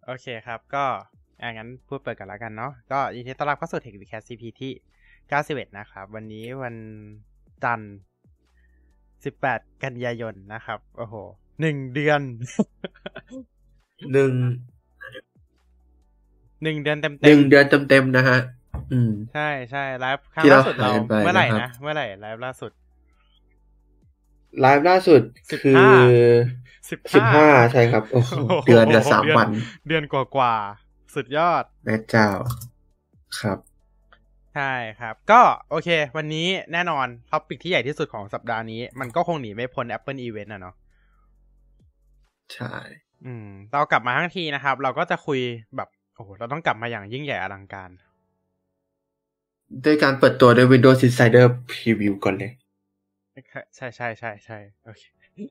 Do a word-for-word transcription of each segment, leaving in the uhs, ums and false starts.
โอเคครับก็อ่างั้นพูดเปิดกันแล้วกันเนาะก็ยินดีต้อนรับเข้าสู่ Tech Recap ซี พี ที่เก้าสิบเอ็ดนะครับวันนี้วันจันทร์สิบแปดกันยายนนะครับโอ้โหหนึ่งเดือนหนึ่งหนึ่งเดือนเต็มหนึ่งเดือนเต็มๆนะฮะอืมๆใช่ใช่ไลฟ์ครั้งที่เราล่าสุดหายเรากันไปเมื่อไหร่นะครับนะเมื่อไหร่ไลฟ์ล่าสุดไลฟ์ล่าสุดสิบคืห้าอสิบสิบห้าห้าใช่ครับโอ้โหโอ้โหเดือนกับสามเดือนวันเดือนกว่าๆสุดยอดแม่เจ้าครับใช่ครับก็โอเควันนี้แน่นอนท็อปิกที่ใหญ่ที่สุดของสัปดาห์นี้มันก็คงหนีไม่พ้น Apple Event อ่ะเนาะใช่อืมเรากลับมาทั้งทีนะครับเราก็จะคุยแบบโอ้โหเราต้องกลับมาอย่างยิ่งใหญ่อลังการด้วยการเปิดตัวด้วย Windows Insider Preview ก่อนเลยใช่ใช่ใช่ใช่โอเค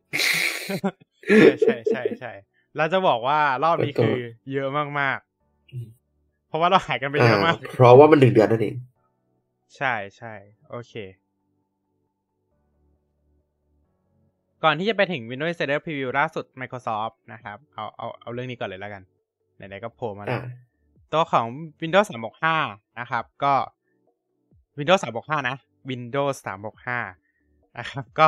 ใช่ใช่ใช่ใช่เราจะบอกว่ารอบนี้คือเยอะมากๆเพราะว่าเราหายกันไปเยอะมากเพราะว่ามันหนึ่งเดือนนั่นเองใช่ใช่โอเคก่อนที่จะไปถึง Windows Insider Preview ล่าสุด Microsoft นะครับเอาเอาเอาเรื่องนี้ก่อนเลยแล้วกันไหนๆก็โผล่มาแล้วตัวของ Windows สามหกห้านะครับก็ Windows สามหกห้านะ Windows สามหกห้านะครับก็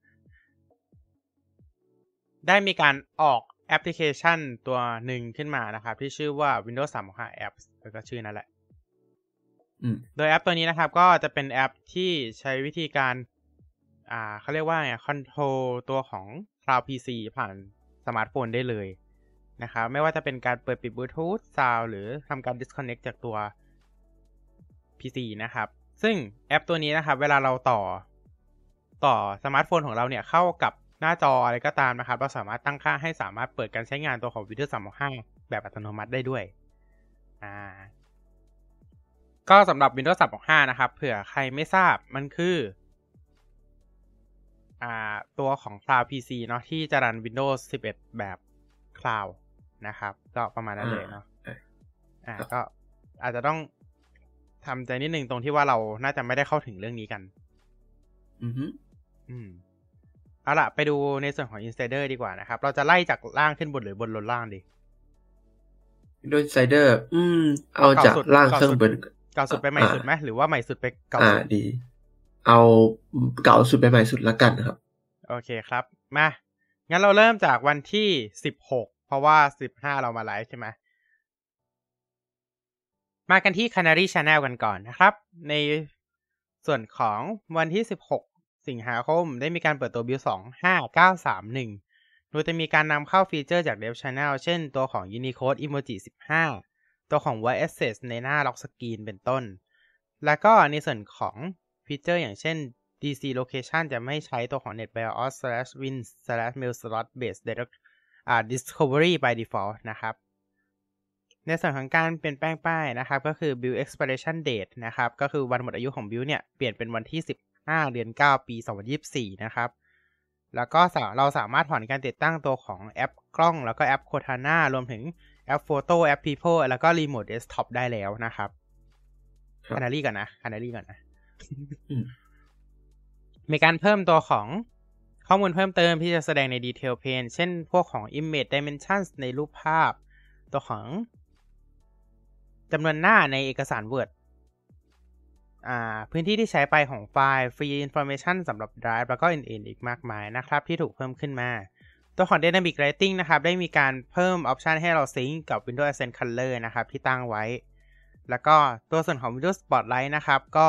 ได้มีการออกแอปพลิเคชันตัวหนึ่งขึ้นมานะครับที่ชื่อว่า Windows สามหกห้า Apps แล้วก็ชื่อนั่นแหละโดยแอปตัวนี้นะครับก็จะเป็นแอปที่ใช้วิธีการอ่าเขาเรียกว่าไงคอนโทรลตัวของ Cloud พี ซี ผ่านสมาร์ทโฟนได้เลยนะครับไม่ว่าจะเป็นการเปิดปิด Bluetooth Sound หรือทำการ disconnect จากตัว พี ซี นะครับซึ่งแอปตัวนี้นะครับเวลาเราต่อต่อสมาร์ทโฟนของเราเนี่ยเข้ากับหน้าจออะไรก็ตามนะครับเราสามารถตั้งค่าให้สามารถเปิดการใช้งานตัวของ Windows สามหกห้าแบบอัตโนมัติได้ด้วยอ่าก็สำหรับ Windows สามหกห้านะครับเผื่อใครไม่ทราบมันคืออ่าตัวของ Cloud พี ซี เนาะที่จะรัน Windows สิบเอ็ดแบบ Cloud นะครับก็ประมาณนั้นเลยเนาะอ่าก็อาจจะต้องทำใจนิดนึงตรงที่ว่าเราน่าจะไม่ได้เข้าถึงเรื่องนี้กันอือฮึอืมเอาล่ะไปดูในส่วนของ Insider ดีกว่านะครับเราจะไล่จากล่างขึ้นบนหรือบนลงล่างดี Windows Insider อืมเอาจากล่างเครื่องบนเก่าสุดไปใหม่สุดไหมหรือว่าใหม่สุดไปเก่าสุดอ่าดีเอาเก่าสุดไปใหม่สุดละกันครับโอเคครับมางั้นเราเริ่มจากวันที่สิบหกเพราะว่าสิบห้าเรามาไลฟ์ใช่ไหมมากันที่ Canary Channel กันก่อนนะครับในส่วนของวันที่สิบหกสิงหาคมได้มีการเปิดตัว Build สองห้าเก้าสามหนึ่งโดยจะมีการนำเข้าฟีเจอร์จาก Dev Channel เช่นตัวของ Unicode Emoji สิบห้าตัวของ Voice Access ในหน้า Lock Screen เป็นต้นแล้วก็ในส่วนของฟีเจอร์อย่างเช่น ดี ซี Location จะไม่ใช้ตัวของ NetBIOS slash win slash mail slot based direct อ่า discovery by default นะครับในส่วนของการเปลี่ยนแปลงป้ายนะครับก็คือ build expiration date นะครับก็คือวันหมดอายุของ build เนี่ยเปลี่ยนเป็นวันที่สิบห้าเดือนเก้าปีสองพันยี่สิบสี่นะครับแล้วก็เราสามารถถอนการติดตั้งตัวของแอปกล้องแล้วก็แอป Cortana รวมถึงแอป Photo แอป People แล้วก็ Remote Desktop ได้แล้วนะครับ Canary ก่อนนะ Canary ก่อนนะ มีการเพิ่มตัวของข้อมูลเพิ่มเติมที่จะแสดงใน Detail Pane เช่นพวกของ Image Dimensions ในรูปภาพตัวของจำนวนหน้าในเอกสาร Word อ่าพื้นที่ที่ใช้ไปของไฟล์ Free Information สำหรับ Drive แล้วก็อื่นๆอีกมากมายนะครับที่ถูกเพิ่มขึ้นมาตัวของ Dynamic Lighting นะครับได้มีการเพิ่มออปชันให้เราซิงก์กับ Windows Accent Color นะครับที่ตั้งไว้แล้วก็ตัวส่วนของ Windows Spotlight นะครับก็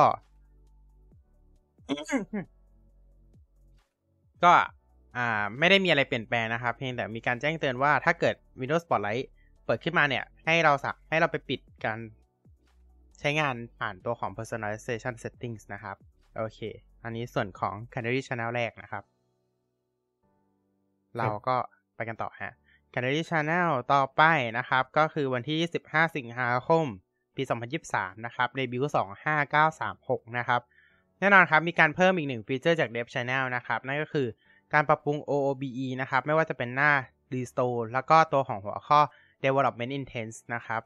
ก็อ่าไม่ได้มีอะไรเปลี่ยนแปลงนะครับเพียงแต่มีการแจ้งเตือนว่าถ้าเกิด Windows Spotlight เปิดขึ้นมาเนี่ยให้เราสักให้เราไปปิดการใช้งานผ่านตัวของ Personalization Settings นะครับโอเคอันนี้ส่วนของ Canary Channel แรกนะครับเราก็ไปกันต่อฮะ Canary Channel ต่อไปนะครับก็คือวันที่ยี่สิบห้าสิงหาคมปีสองพันยี่สิบสามนะครับใน Build สองห้าเก้าสามหกนะครับแน่นอนครับมีการเพิ่มอีกหนึ่งฟีเจอร์จาก Dev Channel นะครับนั่นก็คือการปรับปรุง โอ โอ บี อี นะครับไม่ว่าจะเป็นหน้า Restore แล้วก็ตัวของหัวข้อ Development Intent นะครับ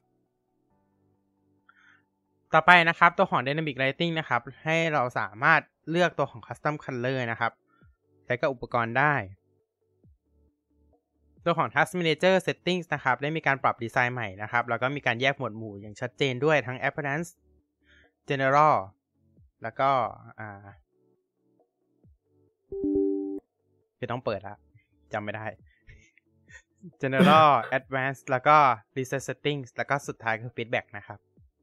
ต่อไปนะครับตัวของ Dynamic Lighting นะครับให้เราสามารถเลือกตัวของ Custom Color นะครับใช้กับอุปกรณ์ได้ตัวของ Task Manager Settings นะครับได้มีการปรับดีไซน์ใหม่นะครับแล้วก็มีการแยกหมวดหมู่อย่างชัดเจนด้วยทั้ง Appearance General แล้วก็อ่าคือต้องเปิดละจำไม่ได้ General Advanced แล้วก็ Reset Settings แล้วก็สุดท้ายคือ Feedback นะครับ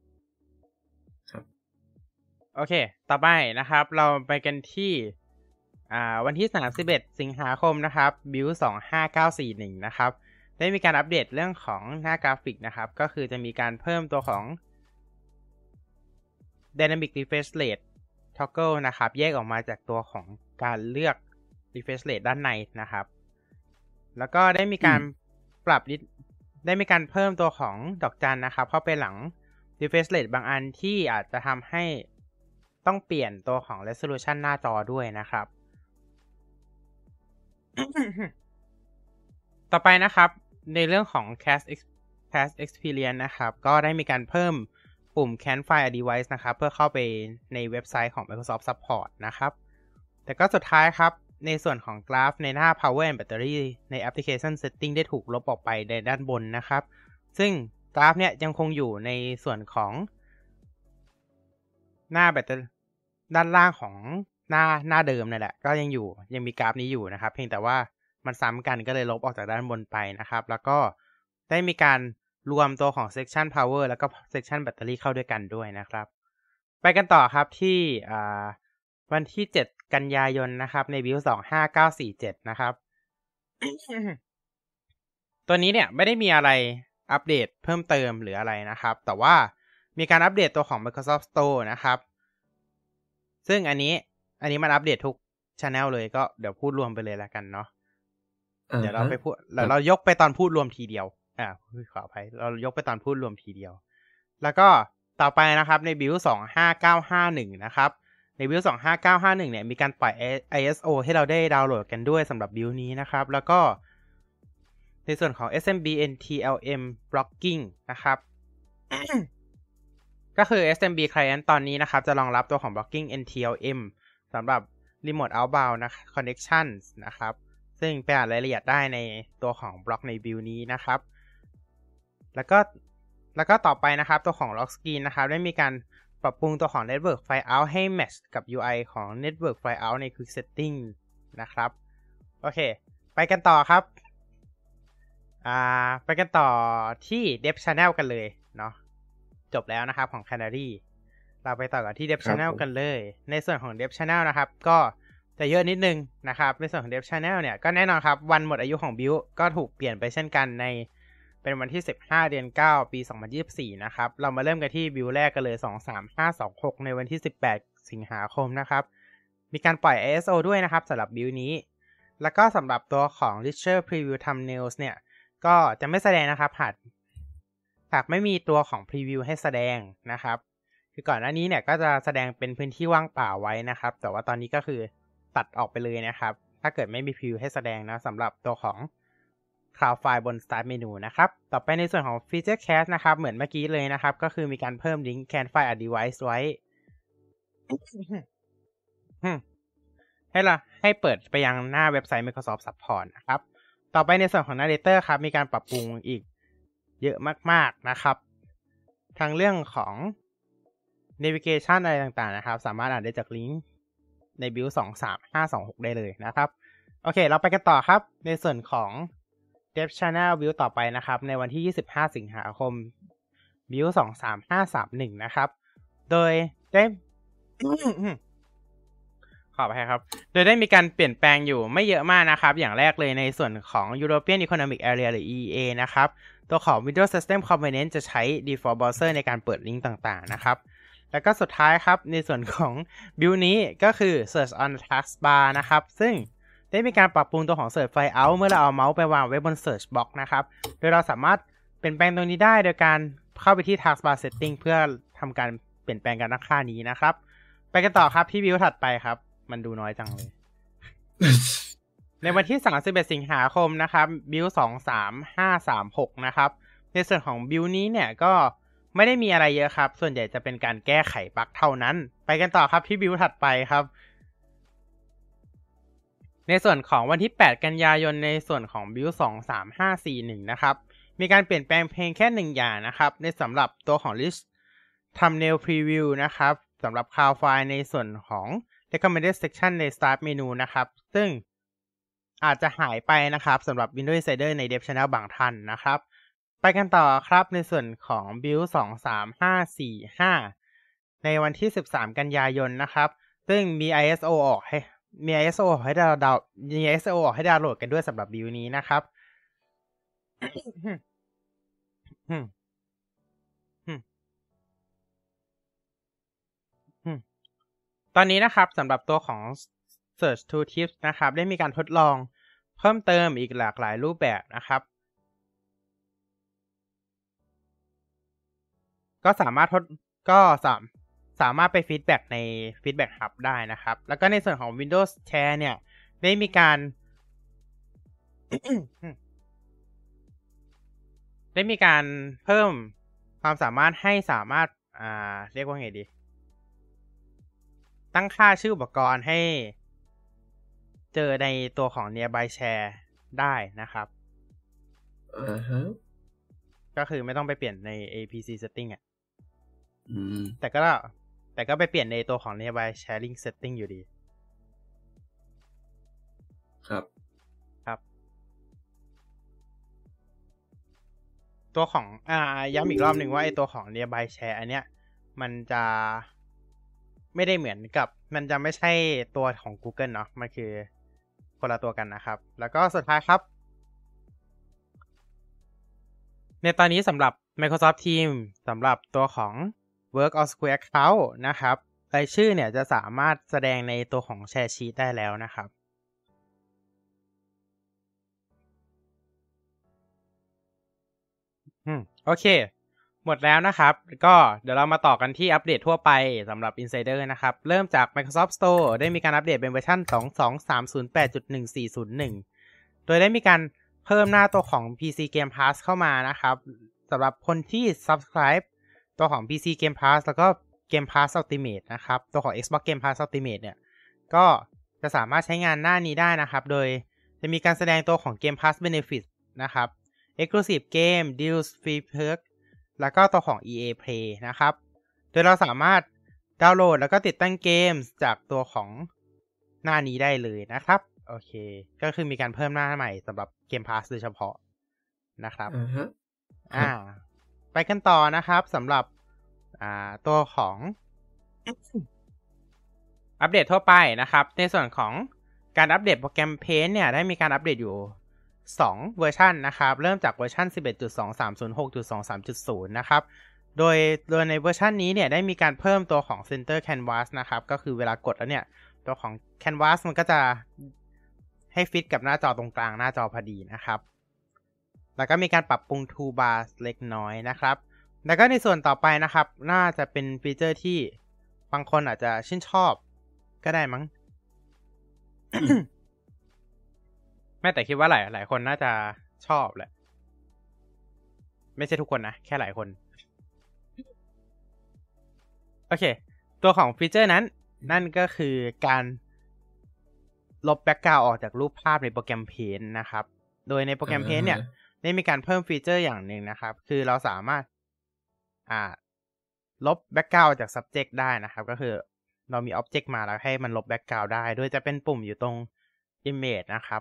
โอเคต่อไปนะครับเราไปกันที่อ่าวันที่สามสิบเอ็ดสิงหาคมนะครับ Build สองห้าเก้าสี่หนึ่งนะครับได้มีการอัปเดตเรื่องของหน้ากราฟิกนะครับก็คือจะมีการเพิ่มตัวของ Dynamic Refresh Rate Toggle นะครับแยกออกมาจากตัวของการเลือก Refresh Rate ด้านในนะครับแล้วก็ได้มีการปรับได้มีการเพิ่มตัวของดอกจันนะครับเข้าไปหลัง Refresh Rate บางอันที่อาจจะทำให้ต้องเปลี่ยนตัวของ resolution หน้าจอด้วยนะครับ ต่อไปนะครับในเรื่องของ Cast Cast Experience นะครับก็ได้มีการเพิ่มปุ่ม Can Find a Device นะครับเพื่อเข้าไปในเว็บไซต์ของ Microsoft Support นะครับแต่ก็สุดท้ายครับในส่วนของกราฟในหน้า Power and Battery ใน Application Setting ได้ถูกลบออกไปในด้านบนนะครับซึ่งกราฟเนี่ยยังคงอยู่ในส่วนของหน้าแบตเตอรี่ด้านล่างของหน้าหน้าเดิมนั่นแหละก็ยังอยู่ยังมีกราฟนี้อยู่นะครับเพียงแต่ว่ามันซ้ำกันก็เลยลบออกจากด้านบนไปนะครับแล้วก็ได้มีการรวมตัวของ Section Power แล้วก็ Section Battery เข้าด้วยกันด้วยนะครับไปกันต่อครับที่อ่าวันที่เจ็ดกันยายนนะครับใน Build สองห้าเก้าสี่เจ็ดนะครับ ตัวนี้เนี่ยไม่ได้มีอะไรอัปเดตเพิ่มเติมหรืออะไรนะครับแต่ว่ามีการอัปเดตตัวของ Microsoft Store นะครับซึ่งอันนี้อันนี้มันอัปเดตทุก Channel เลยก็เดี๋ยวพูดรวมไปเลยแล้วกันเนาะ uh-huh. เดี๋ยวเราไปพูดเราเรายกไปตอนพูดรวมทีเดียวอ่าขออภัยเรายกไปตอนพูดรวมทีเดียวแล้วก็ต่อไปนะครับใน Build สองห้าเก้าห้าหนึ่งนะครับใน Build สองห้าเก้าห้าหนึ่งเนี่ยมีการปล่อย ไอ เอส โอ ให้เราได้ดาวน์โหลดกันด้วยสำหรับ Build นี้นะครับแล้วก็ในส่วนของ เอส เอ็ม บี เอ็น ที แอล เอ็ม Blocking นะครับ ก็คือ เอส เอ็ม บี Client ตอนนี้นะครับจะรองรับตัวของ Blocking เอ็น ที แอล เอ็ม สำหรับ Remote Outbound นะ Connections นะครับซึ่งไปอ่านรายละเอียดได้ในตัวของบล็อกใน Build นี้นะครับแล้วก็แล้วก็ต่อไปนะครับตัวของ Lock Screen นะครับได้มีการปรับปรุงตัวของ Network Flyout ให้ match กับ ยู ไอ ของ Network Flyout ใน Quick Setting นะครับโอเคไปกันต่อครับอ่าไปกันต่อที่ Dev Channel กันเลยเนาะจบแล้วนะครับของ Canary เราไปต่อกันที่ Dev Channel กันเลยในส่วนของ Dev Channel นะครับก็จะเยอะนิดนึงนะครับในส่วนของ Dev Channel เนี่ยก็แน่นอนครับวันหมดอายุของ Build ก็ถูกเปลี่ยนไปเช่นกันในเป็นวันที่สิบห้าเดือนเก้าปีสองพันยี่สิบสี่นะครับเรามาเริ่มกันที่ Build แรกกันเลยสองสามห้าสองหกในวันที่สิบแปดสิงหาคมนะครับมีการปล่อย ไอ เอส โอ ด้วยนะครับสำหรับ Build นี้แล้วก็สำหรับตัวของ Richer Preview Thumbnails เนี่ยก็จะไม่แสดงนะครับหากหากไม่มีตัวของ Preview ให้แสดงนะครับคือก่อนหน้านี้เนี่ยก็จะแสดงเป็นพื้นที่ว่างเปล่าไว้นะครับแต่ว่าตอนนี้ก็คือตัดออกไปเลยนะครับถ้าเกิดไม่มี Preview ให้แสดงนะสำหรับตัวของ Cloud File บน Start Menu นะครับต่อไปในส่วนของ Feature Cast นะครับเหมือนเมื่อกี้เลยนะครับก็คือมีการเพิ่ม Link Can Find a Device ไว้ ให้เราให้เปิดไปยังหน้าเว็บไซต์ Microsoft Support นะครับต่อไปในส่วนของ Narrator ครับมีการปรับปรุงอีกเยอะมากๆนะครับทั้งเรื่องของ Navigation อะไรต่างๆนะครับสามารถอ่านได้จากลิงก์ใน Build สองสามห้าสองหกได้เลยนะครับโอเคเราไปกันต่อครับในส่วนของ Dev Channel Build ต่อไปนะครับในวันที่ยี่สิบห้าสิงหาคม Build สองสามห้าสามหนึ่งนะครับโดยได้ ขอไปครับโดยได้มีการเปลี่ยนแปลงอยู่ไม่เยอะมากนะครับอย่างแรกเลยในส่วนของ European Economic Area หรือ อี อี เอ นะครับตัวของ Windows System Component จะใช้ Default Browser ในการเปิดลิงก์ต่างๆนะครับแล้วก็สุดท้ายครับในส่วนของ Build นี้ก็คือ Search on Taskbar นะครับซึ่งได้มีการปรับปรุงตัวของ Search Flyout เมื่อเราเอาเมาส์ไปวางไว้บน Search Box นะครับโดยเราสามารถเปลี่ยนแปลงตรงนี้ได้โดยการเข้าไปที่ Taskbar Setting เพื่อทำการเปลี่ยนแปลงการตั้งค่านี้นะครับไปกันต่อครับที่ Build ถัดไปครับมันดูน้อยจังเลย ในวันที่สามสิบเอ็ดสิงหาคมนะครับ Build สองสามห้าสามหกนะครับในส่วนของ Build นี้เนี่ยก็ไม่ได้มีอะไรเยอะครับส่วนใหญ่จะเป็นการแก้ไขบั๊กเท่านั้นไปกันต่อครับที่ Build ถัดไปครับในส่วนของวันที่แปดกันยายนในส่วนของ Build สอง สาม ห้า สี่ หนึ่งนะครับมีการเปลี่ยนแปลงเพลงแค่หนึ่งอย่างนะครับในสำหรับตัวของ list thumbnail preview นะครับสำหรับ cloud file ในส่วนของ recommended section ใน start menu นะครับซึ่งอาจจะหายไปนะครับสำหรับ Windows Insider ใน Dev Channel บางท่านนะครับไปกันต่อครับในส่วนของ Build สอง สาม ห้า สี่ ห้า ในวันที่สิบสามกันยายนนะครับซึ่งมี ไอ เอส โอ ออกให้มี ไอ เอส โอ ออกให้ดาวน์ดาวมี ไอ เอส โอ ออกให้ดาวน์โหลดกันด้วยสำหรับ Build นี้นะครับ ตอนนี้นะครับสำหรับตัวของ Search Tooltips นะครับได้มีการทดลองเพิ่มเติมอีกหลากหลายรูปแบบนะครับก็สามารถทดก็สามสามารถไปฟีดแบ็กใน Feedback Hub ได้นะครับแล้วก็ในส่วนของ Windows Share เนี่ยได้มีการ ได้มีการเพิ่มความสามารถให้สามารถอ่าเรียกว่าไงดีตั้งค่าชื่ออุปกรณ์ให้เจอในตัวของ Nearby Share ได้นะครับอ่าฮะก็คือไม่ต้องไปเปลี่ยนใน เอ พี ซี Setting อ่ะอืมแต่ก็แต่ก็ไปเปลี่ยนในตัวของ Nearby Sharing Setting อยู่ดีครับครับตัวของอ่าย้ำอีกรอบหนึ่งว่าไอตัวของ Nearby Share อันเนี้ยมันจะไม่ได้เหมือนกับมันจะไม่ใช่ตัวของ Google เนาะมันคือคนละตัวกันนะครับแล้วก็สุดท้ายครับในตอนนี้สำหรับ Microsoft Teams สำหรับตัวของ Work on Square Account นะครับรายชื่อเนี่ยจะสามารถแสดงในตัวของ Share Sheet ได้แล้วนะครับอืมโอเคหมดแล้วนะครับก็เดี๋ยวเรามาต่อกันที่อัปเดตทั่วไปสำหรับ Insider นะครับเริ่มจาก Microsoft Store ได้มีการอัปเดตเป็นเวอร์ชัน สอง สอง สาม ศูนย์ แปด จุด หนึ่ง สี่ ศูนย์ หนึ่ง โดยได้มีการเพิ่มหน้าตัวของ พี ซี Game Pass เข้ามานะครับสำหรับคนที่ Subscribe ตัวของ พี ซี Game Pass แล้วก็ Game Pass Ultimate นะครับตัวของ Xbox Game Pass Ultimate เนี่ยก็จะสามารถใช้งานหน้านี้ได้นะครับโดยจะมีการแสดงตัวของ Game Pass Benefits นะครับ Exclusive Game Deals Free Perk แล้วก็ตัวของ อี เอ Play นะครับโดยเราสามารถดาวน์โหลดแล้วก็ติดตั้งเกมจากตัวของหน้านี้ได้เลยนะครับโอเคก็คือมีการเพิ่มหน้าใหม่สำหรับ Game Pass โดยเฉพาะนะครับอ่าฮะอ่าไปกันต่อนะครับสำหรับอ่าตัวของ อัปเดตทั่วไปนะครับในส่วนของการอัปเดตโปรแกรม Paint เนี่ยได้มีการอัปเดตอยู่สองเวอร์ชันนะครับเริ่มจากเวอร์ชัน สิบเอ็ดจุดสองสามศูนย์หกจุดสองสามจุดศูนย์ นะครับโดยโดยในเวอร์ชันนี้เนี่ยได้มีการเพิ่มตัวของ Center Canvas นะครับก็คือเวลากดแล้วเนี่ยตัวของ Canvas มันก็จะให้ฟิตกับหน้าจอตรงกลางหน้าจอพอดีนะครับแล้วก็มีการปรับปรุง Toolbar เล็กน้อยนะครับแล้วก็ในส่วนต่อไปนะครับน่าจะเป็นฟีเจอร์ที่บางคนอาจจะชื่นชอบก็ได้มั้ง แม่แต่คิดว่าหลายหลายคนน่าจะชอบแหละไม่ใช่ทุกคนนะแค่หลายคนโอเคตัวของฟีเจอร์นั้นนั่นก็คือการลบแบ็คกราวด์ออกจากรูปภาพในโปรแกรม Paint นะครับโดยในโปรแกรม Paint เนี่ยได้มีการเพิ่มฟีเจอร์อย่างหนึ่งนะครับคือเราสามารถอ่าลบแบ็คกราวด์จาก subject ได้นะครับก็คือเรามี object มาแล้วให้มันลบแบ็คกราวด์ได้โดยจะเป็นปุ่มอยู่ตรง image นะครับ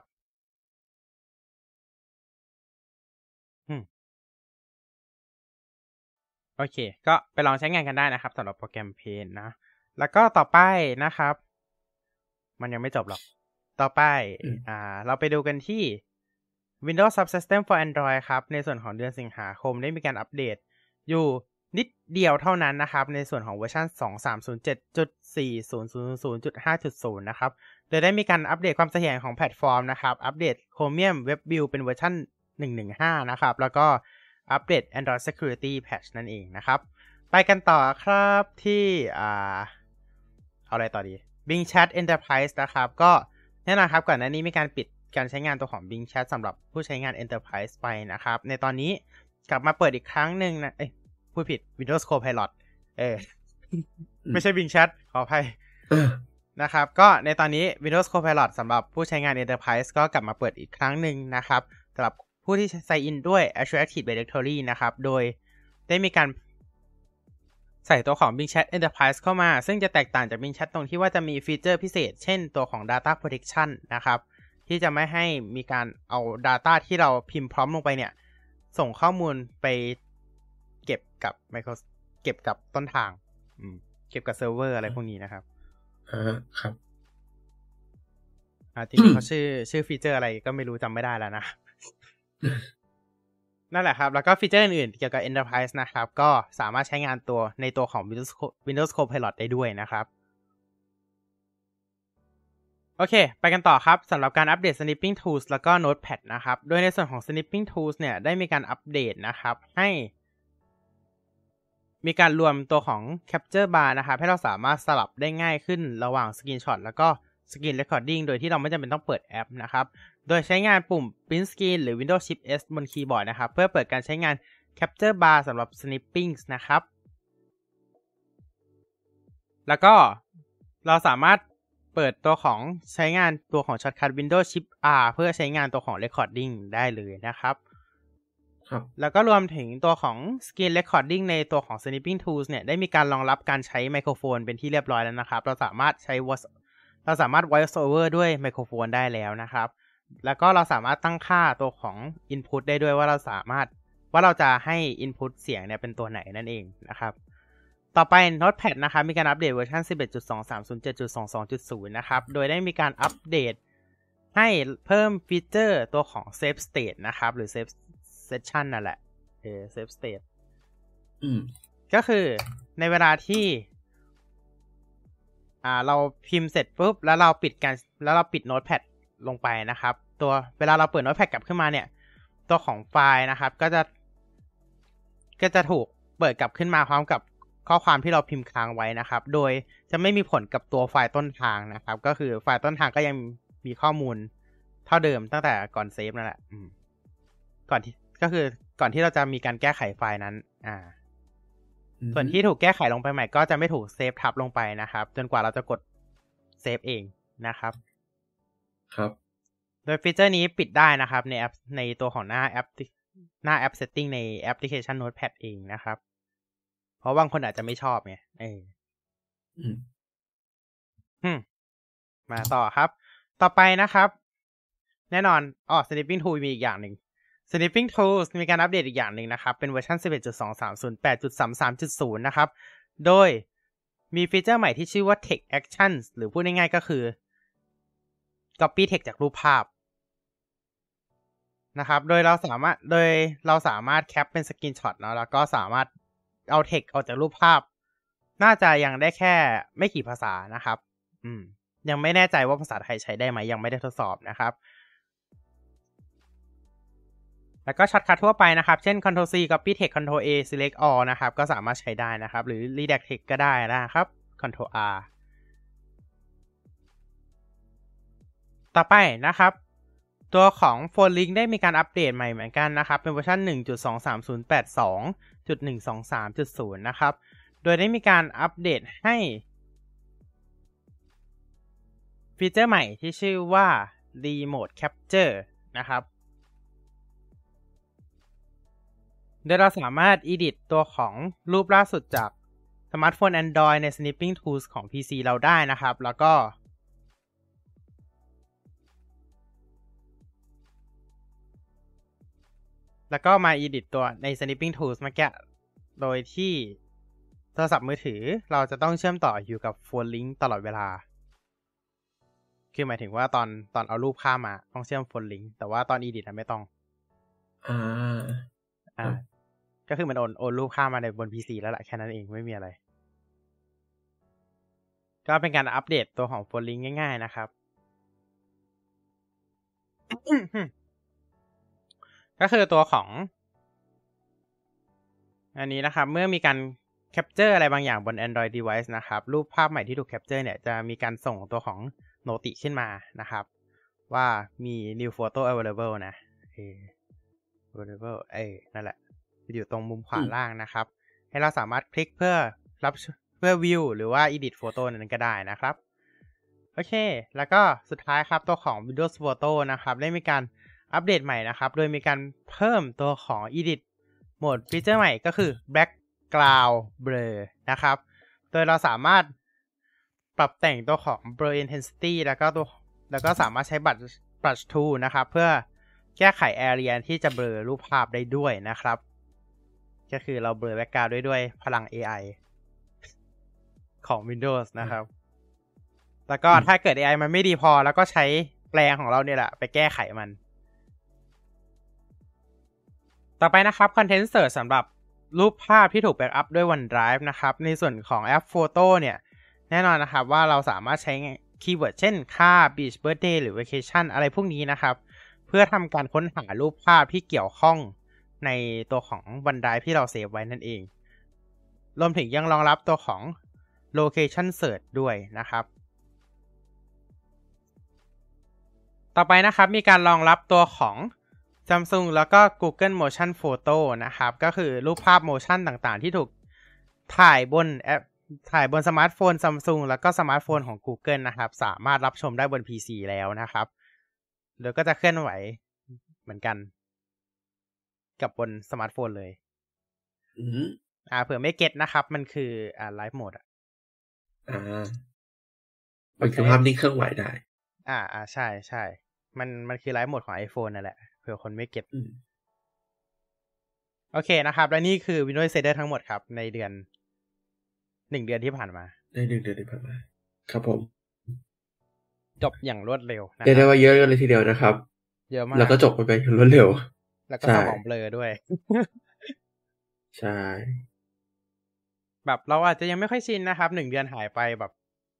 โอเคก็ไปลองใช้งานกันได้นะครับสำหรับโปรแกรม Paint นะแล้วก็ต่อไปนะครับมันยังไม่จบหรอกต่อไปอ่าเราไปดูกันที่ Windows Subsystem for Android ครับในส่วนของเดือนสิงหาคมได้มีการอัปเดตอยู่นิดเดียวเท่านั้นนะครับในส่วนของเวอร์ชัน สอง สาม ศูนย์ เจ็ด จุด สี่ ศูนย์ ศูนย์ ศูนย์ จุด ห้า จุด ศูนย์ นะครับโดยได้มีการอัปเดตความเสถียรของแพลตฟอร์มนะครับอัปเดต Chromium Web View เป็นเวอร์ชัน หนึ่ง หนึ่ง ห้า นะครับแล้วก็อัปเดต Android Security Patch นั่นเองนะครับไปกันต่อครับที่อ่าเอาอะไรต่อดี Bing Chat Enterprise นะครับก็แน่นอนครับก่อนหน้านี้มีการปิดการใช้งานตัวของ Bing Chat สำหรับผู้ใช้งาน Enterprise ไปนะครับในตอนนี้กลับมาเปิดอีกครั้งหนึ่งนะเอ้ยพูดผิด Windows Copilot เออไม่ใช่ Bing Chat ขออภัยนะครับก็ในตอนนี้ Windows Copilot สำหรับผู้ใช้งาน Enterprise ก็กลับมาเปิดอีกครั้งหนึ่งนะครับสำหรับผู้ที่ sign in ด้วย Azure Active Directory นะครับโดยได้มีการใส่ตัวของ Bing Chat Enterprise เข้ามาซึ่งจะแตกต่างจาก Bing Chat ตรงที่ว่าจะมีฟีเจอร์พิเศษเช่นตัวของ Data Protection นะครับที่จะไม่ให้มีการเอา Data ที่เราพิมพ์พร้อมลงไปเนี่ยส่งข้อมูลไปเก็บกับ Micro เก็บกับต้นทางเก็บกับเซิร์ฟเวอร์อะไรพวกนี้นะครับอ่าครับอ่าจริงๆเขาชื่อชื่อฟีเจอร์อะไรก็ไม่รู้จำไม่ได้แล้วนะนั่นแหละครับแล้วก็ฟีเจอร์อื่นๆเกี่ยวกับ Enterprise นะครับก็สามารถใช้งานตัวในตัวของ Windows Windows Copilot ได้ด้วยนะครับโอเคไปกันต่อครับสำหรับการอัปเดต Snipping Tools แล้วก็ Notepad นะครับโดยในส่วนของ Snipping Tools เนี่ยได้มีการอัปเดตนะครับให้มีการรวมตัวของ Capture Bar นะครับให้เราสามารถสลับได้ง่ายขึ้นระหว่าง Screenshot แล้วก็ Screen Recording โดยที่เราไม่จำเป็นต้องเปิดแอปนะครับโดยใช้งานปุ่ม Print Screen หรือ Windows Shift S บนคีย์บอร์ดนะครับเพื่อเปิดการใช้งาน Capture Bar สำหรับ Snipping นะครับแล้วก็เราสามารถเปิดตัวของใช้งานตัวของ Shortcut Windows Shift R เพื่อใช้งานตัวของ Recording ได้เลยนะครับแล้วก็รวมถึงตัวของ Screen Recording ในตัวของ Snipping Tools เนี่ยได้มีการรองรับการใช้ไมโครโฟนเป็นที่เรียบร้อยแล้วนะครับเราสามารถใช้ voice เราสามารถ voice over ด้วยไมโครโฟนได้แล้วนะครับแล้วก็เราสามารถตั้งค่าตัวของ input ได้ด้วยว่าเราสามารถว่าเราจะให้ input เสียงเนี่ยเป็นตัวไหนนั่นเองนะครับต่อไป Notepad นะครับมีการอัปเดตเวอร์ชัน สิบเอ็ดจุดสองสามศูนย์เจ็ดจุดสองสองจุดศูนย์ นะครับโดยได้มีการอัปเดตให้เพิ่มฟีเจอร์ตัวของ Save State นะครับหรือ Save Session นั่นแหละเออ Save State อืมก็คือในเวลาที่อ่าเราพิมพ์เสร็จปุ๊บแล้วเราปิดการแล้วเราปิด Notepad ลงไปนะครับตัวเวลาเราเปิด Notepad กลับขึ้นมาเนี่ยตัวของไฟล์นะครับก็จะก็จะถูกเปิดกลับขึ้นมาพร้อมกับข้อความที่เราพิมพ์ค้างไว้นะครับโดยจะไม่มีผลกับตัวไฟล์ต้นทางนะครับก็คือไฟล์ต้นทางก็ยังมีข้อมูลเท่าเดิมตั้งแต่ก่อนเซฟนั่นแหละก่อนที่ก็คือก่อนที่เราจะมีการแก้ไขไฟล์นั้นอ่าส่วนที่ถูกแก้ไขลงไปใหม่ก็จะไม่ถูกเซฟทับลงไปนะครับจนกว่าเราจะกดเซฟเองนะครับครับโดยฟีเจอร์นี้ปิดได้นะครับในแอปในตัวของหน้าแอปหน้าแอป setting ในแอปพลิเคชัน Notepad เองนะครับเพราะบางคนอาจจะไม่ชอบไงเอออืมอืมมาต่อครับต่อไปนะครับแน่นอนอ๋อ Snipping Tool มีอีกอย่างหนึ่ง Snipping Tools มีการอัปเดตอีกอย่างหนึ่งนะครับเป็นเวอร์ชัน สิบเอ็ดจุดสองสามศูนย์แปดจุดสามสามจุดศูนย์ นะครับโดยมีฟีเจอร์ใหม่ที่ชื่อว่า Text Actions หรือพูดง่ายๆก็คือ Copy Text จากรูปภาพนะครับโดยเราสามารถโดยเราสามารถแคปเป็นสกรีนช็อตเนาะแล้วก็สามารถเอา text ออกจากรูปภาพน่าจะยังได้แค่ไม่กี่ภาษานะครับอืมยังไม่แน่ใจว่าภาษาไทยใช้ได้ไหมยังไม่ได้ทดสอบนะครับแล้วก็ช็อตคัททั่วไปนะครับเช่น Ctrl C Copy Text Ctrl A Select All นะครับก็สามารถใช้ได้นะครับหรือ Redact Text ก็ได้นะครับ Ctrl R ต่อไปนะครับตัวของ Phone Link ได้มีการอัปเดตใหม่เหมือนกันนะครับเป็นเวอร์ชัน หนึ่งจุดสองสามศูนย์แปดสองจุดหนึ่งสองสามจุดศูนย์ นะครับโดยได้มีการอัปเดตให้ฟีเจอร์ใหม่ที่ชื่อว่า Remote Capture นะครับโดยเราสามารถ edit ตัวของรูปล่าสุดจากสมาร์ทโฟน Android ใน Snipping Tools ของ พี ซี เราได้นะครับแล้วก็แล้วก็มา edit ตัวใน Snipping Tools เมื่อกี้โดยที่โทรศัพท์มือถือเราจะต้องเชื่อมต่ออยู่กับ Phone Link ตลอดเวลาคือหมายถึงว่าตอนตอนเอารูปข้ามมาต้องเชื่อม Phone Link แต่ว่าตอน edit นะไม่ต้องอ่าอ่าก็คือมันโอนโอนรูปข้ามมาในบน พี ซี แล้วแหละแค่นั้นเองไม่มีอะไรก็เป็นการอัปเดตตัวของ Phone Link ง่ายๆนะครับ ก็คือตัวของอันนี้นะครับเมื่อมีการ capture อะไรบางอย่างบน Android device นะครับรูปภาพใหม่ที่ถูก capture เนี่ยจะมีการส่งตัวของ notice ขึ้นมานะครับว่ามี new photo available นะเออ available เอ้ยนั่นแหละอยู่ตรงมุมขวาล่างนะครับให้เราสามารถคลิกเพื่อรับเพื่อ view หรือว่า edit photo นั้นก็ได้นะครับโอเคแล้วก็สุดท้ายครับตัวของ Windows Photo นะครับได้มีการอัปเดตใหม่นะครับโดยมีการเพิ่มตัวของ Edit โหมดฟีเจอร์ใหม่ก็คือ Background Blur นะครับโดยเราสามารถปรับแต่งตัวของ Blur Intensity แล้วก็ตัวแล้วก็สามารถใช้บัตร Brush Tool นะครับเพื่อแก้ไข Area ที่จะเบลอรูปภาพได้ด้วยนะครับก็คือเราเบลอ Background ด้วยด้วยพลัง เอ ไอ ของ Windows นะครับแล้วก็ถ้าเกิด เอ ไอ มันไม่ดีพอแล้วก็ใช้แปลงของเราเนี่ยแหละไปแก้ไขมันต่อไปนะครับ Content Search สำหรับรูปภาพที่ถูกแบ็กอัพด้วย OneDrive นะครับในส่วนของแอป Photo เนี่ยแน่นอนนะครับว่าเราสามารถใช้คีย์เวิร์ดเช่นค่า Beach Birthday หรือ Vacation อะไรพวกนี้นะครับเพื่อทำการค้นหารูปภาพที่เกี่ยวข้องในตัวของ OneDrive ที่เราเซฟไว้นั่นเองรวมถึงยังรองรับตัวของ Location Search ด้วยนะครับต่อไปนะครับมีการรองรับตัวของ Samsung แล้วก็ Google Motion Photo นะครับก็คือรูปภาพ motion ต่างๆที่ถูกถ่ายบนแอปถ่ายบนสมาร์ทโฟน Samsung แล้วก็สมาร์ทโฟนของ Google นะครับสามารถรับชมได้บน พี ซี แล้วนะครับโดยก็จะเคลื่อนไหวเหมือนกันกับบนสมาร์ทโฟนเลยอืมอ่าเผื่อไม่เก็ตนะครับมันคืออ่าไลฟ์โหมดอ่ะอ่ามันคือภาพนิ่งเคลื่อนไหวได้อ่าอ่าใช่ใช่มันมันคือไลฟ์โหมดของ iPhone นั่นแหละเผื่อคนไม่เก็ตโอเคนะครับและนี่คือ Windows Insider ทั้งหมดครับในเดือนหนึ่งเดือนที่ผ่านมาในหนึ่งเดือนที่ผ่านมาครับผมจบอย่างรวดเร็วนะเรียกได้ว่าเยอะเลยทีเดียวนะครับเยอะมากแล้วก็จบไปอย่างรวดเร็วแล้วก็สมองเบลอด้วยใช่แบบเราอาจจะยังไม่ค่อยชินนะครับหนึ่งเดือนหายไปแบบ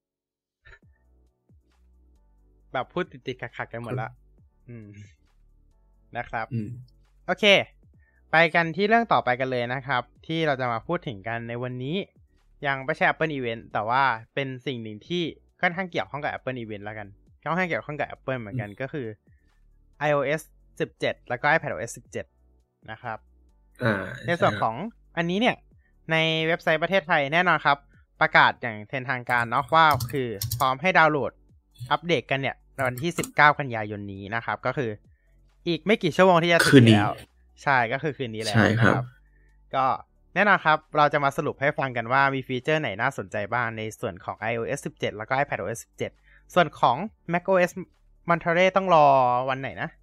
แบบพูดติดๆขัดๆกันหมดละอืมนะครับอืมโอเคไปกันที่เรื่องต่อไปกันเลยนะครับที่เราจะมาพูดถึงกันในวันนี้ยังไม่ใช่ Apple Event แต่ว่าเป็นสิ่งหนึ่งที่ค่อนข้างเกี่ยวข้องกับ Apple Event แล้วกันค่อนข้างเกี่ยวข้องกับ Apple เหมือนกันก็คือ iOS สิบเจ็ดแล้วก็ iPadOS สิบเจ็ดนะครับในส่วนของอันนี้เนี่ยในเว็บไซต์ประเทศไทยแน่นอนครับประกาศอย่างเป็นทางการเนาะว่าคือพร้อมให้ดาวน์โหลดอัปเดตกันเนี่ยวันที่สิบเก้ากันยายนนี้นะครับก็คืออีกไม่กี่ชั่วโมงที่จะถึงแล้วใช่ก็คือคืนนี้แล้วนะครับก็แน่นอนครับเราจะมาสรุปให้ฟังกันว่ามีฟีเจอร์ไหนน่าสนใจบ้างในส่วนของ iOS สิบเจ็ดแล้วก็ iPadOS สิบเจ็ดส่วนของ macOS Monterey ต้องรอวันไหนนะ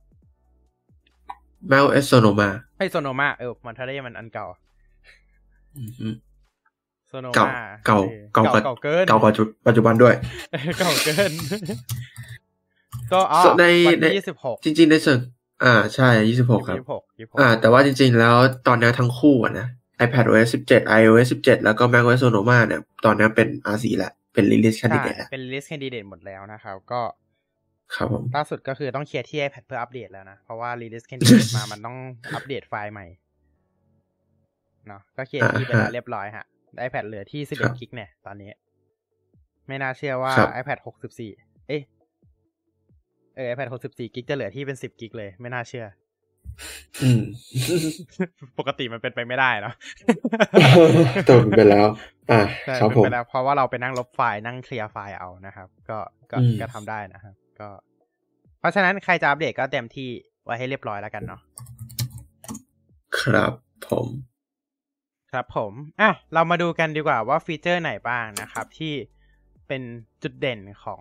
macOS Sonoma ไอ้ Sonoma เออ Monterey มันอันเก่าอืม Sonoma เก่าเก่าเก่าเก่าเกินเก่าปัจจุบันด้วยเก่าเกินก็อ๋อในวันที่ยี่สิบหกจริงๆในส่วนอ่าใช่ยี่สิบหกครับยี่สิบหก ยี่สิบหกอ่าแต่ว่าจริงๆแล้วตอนนี้ทั้งคู่อ่ะนะ iPadOS สิบเจ็ด iOS สิบเจ็ดแล้วก็ macOS Sonoma เนี่ยตอนนี้เป็น อาร์ สี่ แล้วเป็น release candidate แล้วเป็น release candidate หมดแล้วนะครับก็ครับผมล่าสุดก็คือต้องเคลียร์ที่ iPad เพื่ออัปเดตแล้วนะเพราะว่า release candidate มามันต้องอัปเดตไฟล์ใหม่เนาะก็เคลียร์ที่ไปแล้วเรียบร้อยฮะ iPad เหลือที่สิบเอ็ดกิกเนี่ยตอนนี้ไม่น่าเชื่อว่า iPad หกสิบสี่เอ๊ะเออ iPad หกสิบสี่กิกจะเหลือที่เป็นสิบกิกเลยไม่น่าเชื่ออืมปกติมันเป็นไปไม่ได้เนาะตัวมันไปแล้วอ่าครับผมเป็นไปแล้วเพราะว่าเราไปนั่งลบไฟล์นั่งเคลียร์ไฟล์เอานะครับก็ก็ก็ทำได้นะครับก็เพราะฉะนั้นใครจะอัปเดตก็เต็มที่ไว้ให้เรียบร้อยแล้วกันเนาะครับผมครับผมอ่ะเรามาดูกันดีกว่าว่าฟีเจอร์ไหนบ้างนะครับที่เป็นจุดเด่นของ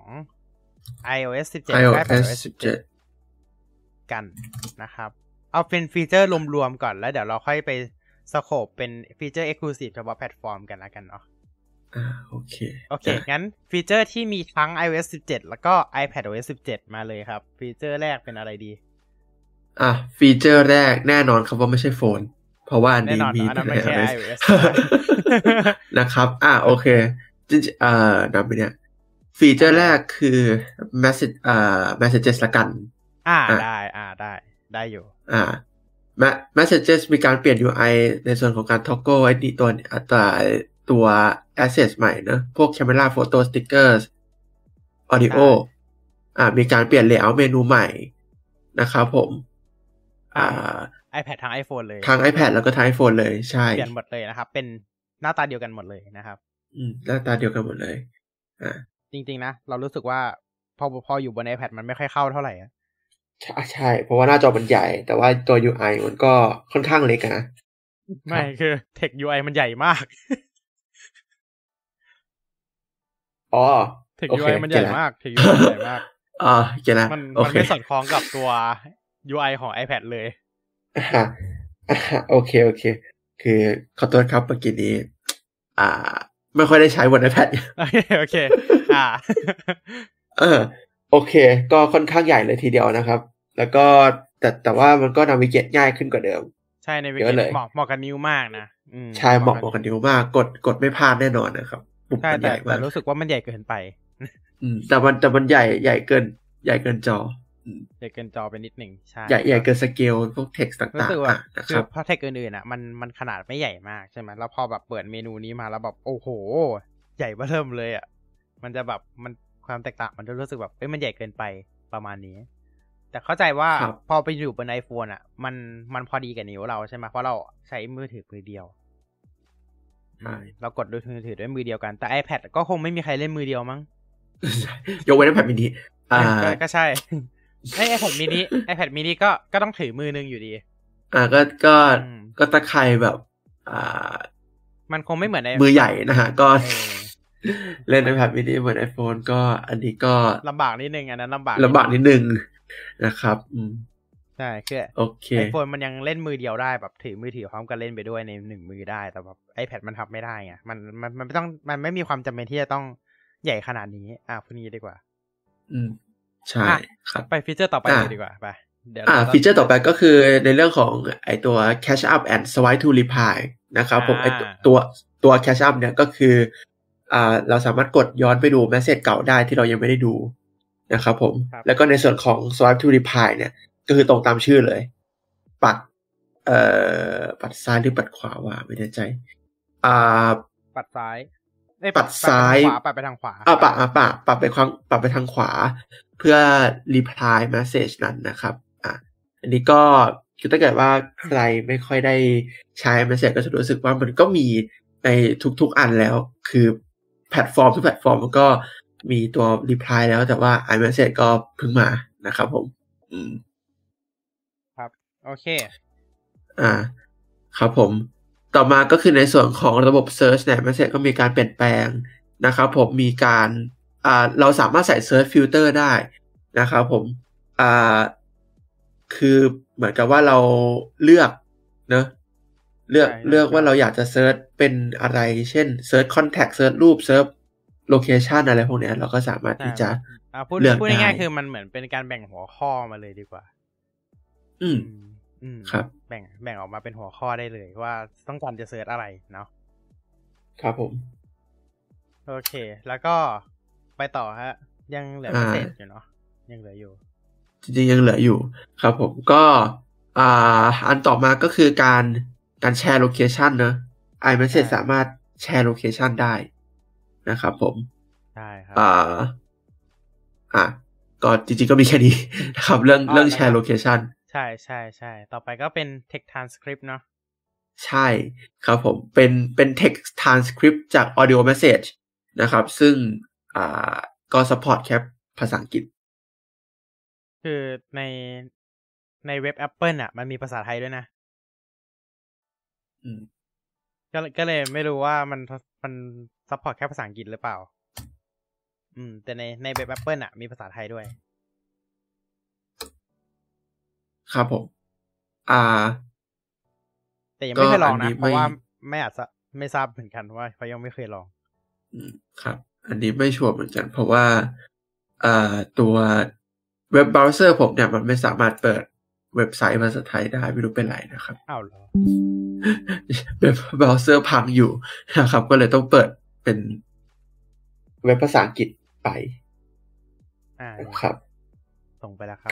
iOS สิบเจ็ด และ iPadOS สิบเจ็ดกันนะครับเอาเป็นฟีเจอร์รวมๆก่อนแล้วเดี๋ยวเราค่อยไปสโคปเป็นฟีเจอร์ Exclusive เฉพาะแพลตฟอร์มกันแล้วกันเนาะอ่าโอเคโอเคงั้นฟีเจอร์ที่มีทั้ง iOS สิบเจ็ดแล้วก็ iPadOS สิบเจ็ดมาเลยครับฟีเจอร์แรกเป็นอะไรดีอ่ะฟีเจอร์แรกแน่นอนครับว่าไม่ใช่โฟนเพราะว่าอันนี้มีแต่ใน iOS นะครับอ่ะโอเคจริงๆเอ่อนำไปเนี่ยฟีเจอร์แรกคือ message อ่า messages ละกันอ่าได้อ่าได้ได้อยู่อ่า messages มีการเปลี่ยน ยู ไอ ในส่วนของการ toggle ไว้ที่ตัวตัวตัว assets ใหม่นะพวก camera photo stickers audio อ่ามีการเปลี่ยน layout เมนูใหม่นะครับผมอ่า iPad ทาง iPhone เลยทาง iPad แล้วก็ทาง iPhone เลยใช่เปลี่ยนหมดเลยนะครับเป็นหน้าตาเดียวกันหมดเลยนะครับอืมหน้าตาเดียวกันหมดเลยอ่าจริงๆนะเรารู้สึกว่าพอพออยู่บน iPad มันไม่ค่อยเข้าเท่าไหร่อ่ะใช่ใช่เพราะว่าหน้าจอมันใหญ่แต่ว่าตัว ยู ไอ มันก็ค่อนข้างเล็กนะไม่คือ Text ยู ไอ มันใหญ่มากอ๋อ Text โอยูเคไอ มันใหญ่มาก Text ยู ไอ มันใหญ่มากอ๋อเก็ตแล้วมันโอมันเคไม่สอดคล้องกับตัว ยู ไอ ของ iPad เลยอ่าอ่าโอเคโอเค คือขอโทษครับเมื่อกี้นี้ อ่า ไม่ค่อยได้ใช้บน iPad โอเคโอเคอ่าเออโอเค ก็ค่อนข้างใหญ่เลยทีเดียวนะครับ แล้วก็แต่แต่ว่ามันก็นาวิเกตง่ายขึ้นกว่าเดิมใช่ในวิกเก็ตเหมาะเหมาะกับนิ้วมากนะอืมใช่เหมาะเหมาะกับนิ้วมากกดกดไม่พลาดแน่นอนนะครับปุ่มใช่มันใหแต่ญ่แต่มากรู้สึกว่ามันใหญ่เกินไปอืมแต่มันแต่มันใหญ่ใหญ่เกิน ใหญ่เกินจออืมใหญ่เกินจอไปนิดหนึ่งใช่ใหญ่ใหญ่เกินสเกลพวกเท็กซ์ต่างรู้สึกๆว่าอ่ะนะคืครัอบ เพราะเทคอื่นๆอ่ะมันมันขนาดไม่ใหญ่มากใช่ไหมแล้วพอแบบเปิดเมนูนี้มาแล้วแบบโอ้โหใหญ่เบ้อเริ่มเลยอ่ะมันจะแบบมันความแตกต่างมันจะรู้สึกแบบเอ้ยมันใหญ่เกินไปประมาณนี้ แต่เข้าใจว่าครับพอไปอยู่บน iPhone อ่ะมันมันพอดีกับนิ้วเราใช่ไหมเพราะเราใช้มือถือมือเดียวใช่เรากดด้วยมือถือด้วยมือเดียวกันแต่ iPad ก็คงไม่มีใครเล่นมือเดียวมั้งยกเว้น iPad mini อ่าก็ก็ใช่ไอ้ iPad mini iPad mini ก็ก็ต้องถือมือนึงอยู่ดีอ่าก็ก็อืมก็ตะไคร่แบบ อ่ามันคงไม่เหมือนไมือใหญ่นะฮะ ก็เออเล่น iPad mini เหมือน iPhone ก็อันนี้ก็ลำบากนิดนึงอันนั้นลำบากลำบากนิดนึงนะครับ อืมใช่คือโอเคไอโฟนมันยังเล่นมือเดียวได้แบบถือมือถือพร้อมกันเล่นไปด้วยในหนึ่งมือได้แต่แบบ iPad มันทำไม่ได้ไงมันมันมันไม่ต้องมันไม่มีความจำเป็นที่จะต้องใหญ่ขนาดนี้อ่ะพูดนี้ดีกว่าอืมใช่อ่ะครับไปฟีเจอร์ต่อไปอ่ะเลยดีกว่าไปเดี๋ยวอ่าเราฟีเจอร์ต่อไปก็คือในเรื่องของไอตัว Catch Up and Swipe to Reply นะครับผมไออ่าตัวตัว Catch Up เนี่ยก็คืออ่าเราสามารถกดย้อนไปดูเมสเสจเก่าได้ที่เรายังไม่ได้ดูนะครับผมครับแล้วก็ในส่วนของ Swipe to Reply เนี่ยก็คือตรงตามชื่อเลย ปัดเอ่อปัดซ้ายหรือปัดขวาว่าไม่แน่ใจอ่าปัดซ้ายเอ้ยปัดซ้ายปัดไปทางขวาอ่าปัดอ่าปัดปัดไปข้างปัดไปทางขวา เพื่อ reply message นั้นนะครับอ่ะอันนี้ก็คือถ้าเกิดว่าใครไม่ค่อยได้ใช้ message ก็จะรู้สึกว่ามันก็มีในทุกๆอันแล้ว คือแพลตฟอร์มทุกแพลตฟอร์มมันก็มีตัว reply แล้วแต่ว่า iMessage ก็เพิ่งมานะครับผมอืมครับโอเคอ่าครับผมต่อมาก็คือในส่วนของระบบ Search เนี่ย Message ก็มีการเปลี่ยนแปลงนะครับผมมีการอ่าเราสามารถใส่ Search Filter ได้นะครับผมอ่าคือเหมือนกับว่าเราเลือกเนอะเลือกใช่ใช่เลือกว่าใช่เราอยากจะเซิร์ชเป็นอะไรเช่น Search Contact Search รูป Search Location อะไรพวกเนี้ยเราก็สามารถที่จะอ่าพูดเลือกพูดง่ายได้ๆคือมันเหมือนเป็นการแบ่งหัวข้อมาเลยดีกว่าอืมอืมครับแบ่งแบ่งออกมาเป็นหัวข้อได้เลยว่าต้องการจะเสิร์ชอะไรเนาะครับผมโอเค แล้วก็ไปต่อฮะ ยังเหลือเมสเซจอยู่เนาะยังเหลืออยู่จริงๆยังเหลืออยู่ครับผมก็อ่าอันต่อมาก็คือการการแชร์โลเคชันเนอะ iMessage ใช่สามารถแชร์โลเคชันได้นะครับผมใช่ครับอ่าอ่ะก็จริงๆก็มีแค่นี้นะครับ เรื่องอ๋อเรื่องแล้วแชร์โลเคชันใช่ใช่ใช่ต่อไปก็เป็น text transcript เนาะใช่ครับผมเป็นเป็น text transcript จาก audio message นะครับ ซึ่งอ่าก็ support แค่ภาษาอังกฤษคือในในเว็บ Apple อ่ะ มันมีภาษาไทยด้วยนะอืมก็ก็เลยไม่รู้ว่ามันมันซัพพอร์ตแค่ภาษาอังกฤษหรือเปล่า อืม แต่ในในเว็บ Apple อ่ะมีภาษาไทยด้วยครับผม อ่าแต่ยังไม่เคยลองนะก็อันนี้เพราะว่าไม่ไม่อาจจะไม่ทราบเหมือนกันว่าเพราะยังไม่เคยลองอืมครับ อันนี้ไม่ชัวร์เหมือนกัน เพราะว่าอ่าตัวเว็บเบราว์เซอร์ผมเนี่ยมันไม่สามารถเปิดเว็บไซต์ภาษาไทยได้ไม่รู้เป็นไรนะครับอ้าวเหรอเว็บเบราว์เซอร์พังอยู่นะครับ ก็เลยต้องเปิดเป็นเว็บภาษาอังกฤษไปอ่าครับส่งไปแล้วครับ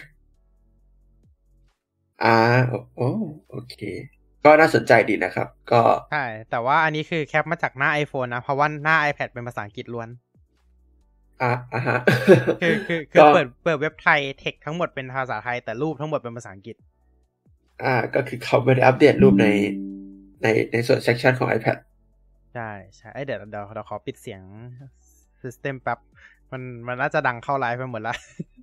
อ่าโอ้โอเค ก็น่าสนใจดีนะครับ ก็ใช่ แต่ว่าอันนี้คือแคปมาจากหน้า iPhone นะ เพราะว่าหน้า iPad เป็นภาษาอังกฤษล้วนอ่าอ่าฮะคือคือคือเปิดเปิดเว็บไทยเทคทั้งหมดเป็นภาษาไทยแต่รูปทั้งหมดเป็นภาษาอังกฤษอ่า ก็คือเขาไม่ได้อัปเดตรูปในในในส่วนเซกชันของ iPad ใช่ใช่เอ้ยเดี๋ยวเดี๋ยวเราขอปิดเสียง System แป๊บมันมันน่าจะดังเข้าไลฟ์ไปหมดแล้ว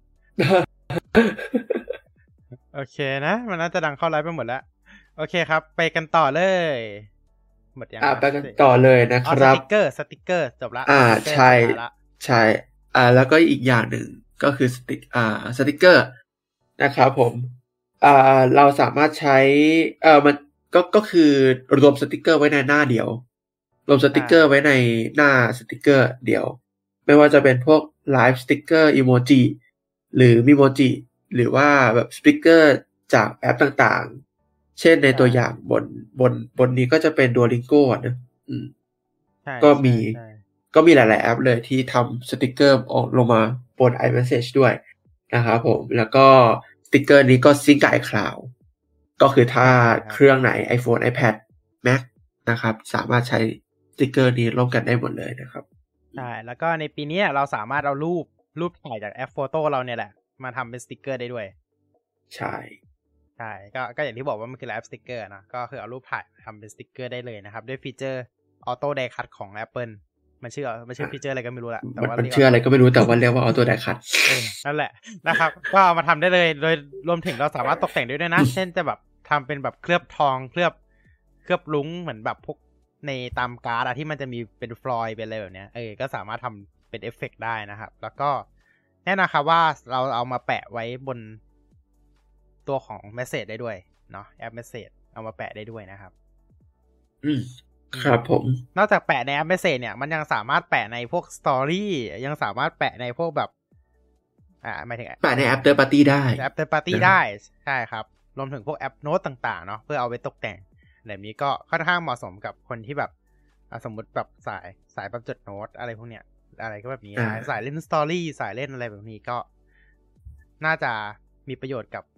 โอเคนะมันน่าจะดังเข้าไลฟ์ไปหมดแล้วโอเคครับไปกันต่อเลยหมดยังอ่าไปกันต่อเลยนะครับสติกเกอร์สติกเกอร์จบละอ่าใช่ใช่อ่าแล้วก็อีกอย่างหนึ่งก็คือสติกอ่าสติกเกอร์นะครับผมอ่าเราสามารถใช้เอ่อมันก็ก็คือรวมสติกเกอร์ไว้ในหน้าเดียวรวมสติกเกอร์ไว้ในหน้าสติกเกอร์เดียวไม่ว่าจะเป็นพวกไลฟ์สติกเกอร์อีโมจิหรือมิโมจิหรือว่าแบบสติกเกอร์จากแอปต่างๆเช่นในตัวอย่างบนบนบนนี้ก็จะเป็น Duolingo นะอืมก็มีก็มีหลายๆแอปเลยที่ทำสติกเกอร์ออกลงมาบน iMessage ด้วยนะครับผมแล้วก็สติกเกอร์นี้ก็ซิงค์กับ iCloud ก็คือถ้าเครื่องไหน iPhone iPad Mac นะครับสามารถใช้สติกเกอร์นี้ร่วมกันได้หมดเลยนะครับใช่แล้วก็ในปีนี้เราสามารถเอารูปรูปถ่ายจากแอปโฟโต้เราเนี่ยแหละมาทำเป็นสติกเกอร์ได้ด้วยใช่ใช่ก็ก็อย่างที่บอกว่ามันคือแอปสติกเกอร์นะก็คือเอารูปถ่ายทำเป็นสติกเกอร์ได้เลยนะครับด้วยฟีเจอร์ออโต้ไดคัทของ Apple มันชื่อมันชื่อฟีเจอร์อะไรก็ไม่รู้ละแต่ว่ามันชื่ออะไรก็ไม่รู้แต่ว่าเรียกว่าออโต้ไดคัทนั่นแหละนะครับก็เอามาทำได้เลยโดยรวมถึงเราสามารถตกแต่งได้ด้วยนะเช่นจะแบบทำเป็นแบบเคลือบทองเคลือบเคลือบลุ้งเหมือนแบบพวกในตามการ์ดอะที่มันจะมีเป็นฟลอยด์เป็นอะไรแบบเนี้ยเออก็สามารถทำเป็นเอฟเฟกต์ได้นะครับแล้วก็แน่นอนครับว่าเราเอามาแปะไว้บนตัวของ Message ได้ด้วยเนาะแอป Message เอามาแปะได้ด้วยนะครับอืมครับผมนอกจากแปะในแอป Message เนี่ยมันยังสามารถแปะในพวก Story ยังสามารถแปะในพวกแบบอ่าหมายถึงแปะในแอป Third Party ได้แอป Third Party ได้ใช่ครับรวมถึงพวกแอปโน้ตต่างๆเนาะเพื่อเอาไว้ตกแต่งแบบนี้ก็ค่อนข้างเหมาะสมกับคนที่แบบสมมุติแบบสายสายแบบจดโน้ตอะไรพวกเนี้ยอะไรก็แบบนี้นะสายเล่น Story สายเล่นอะไรแบบนี้ก็น่าจะมีประโยชน์กับ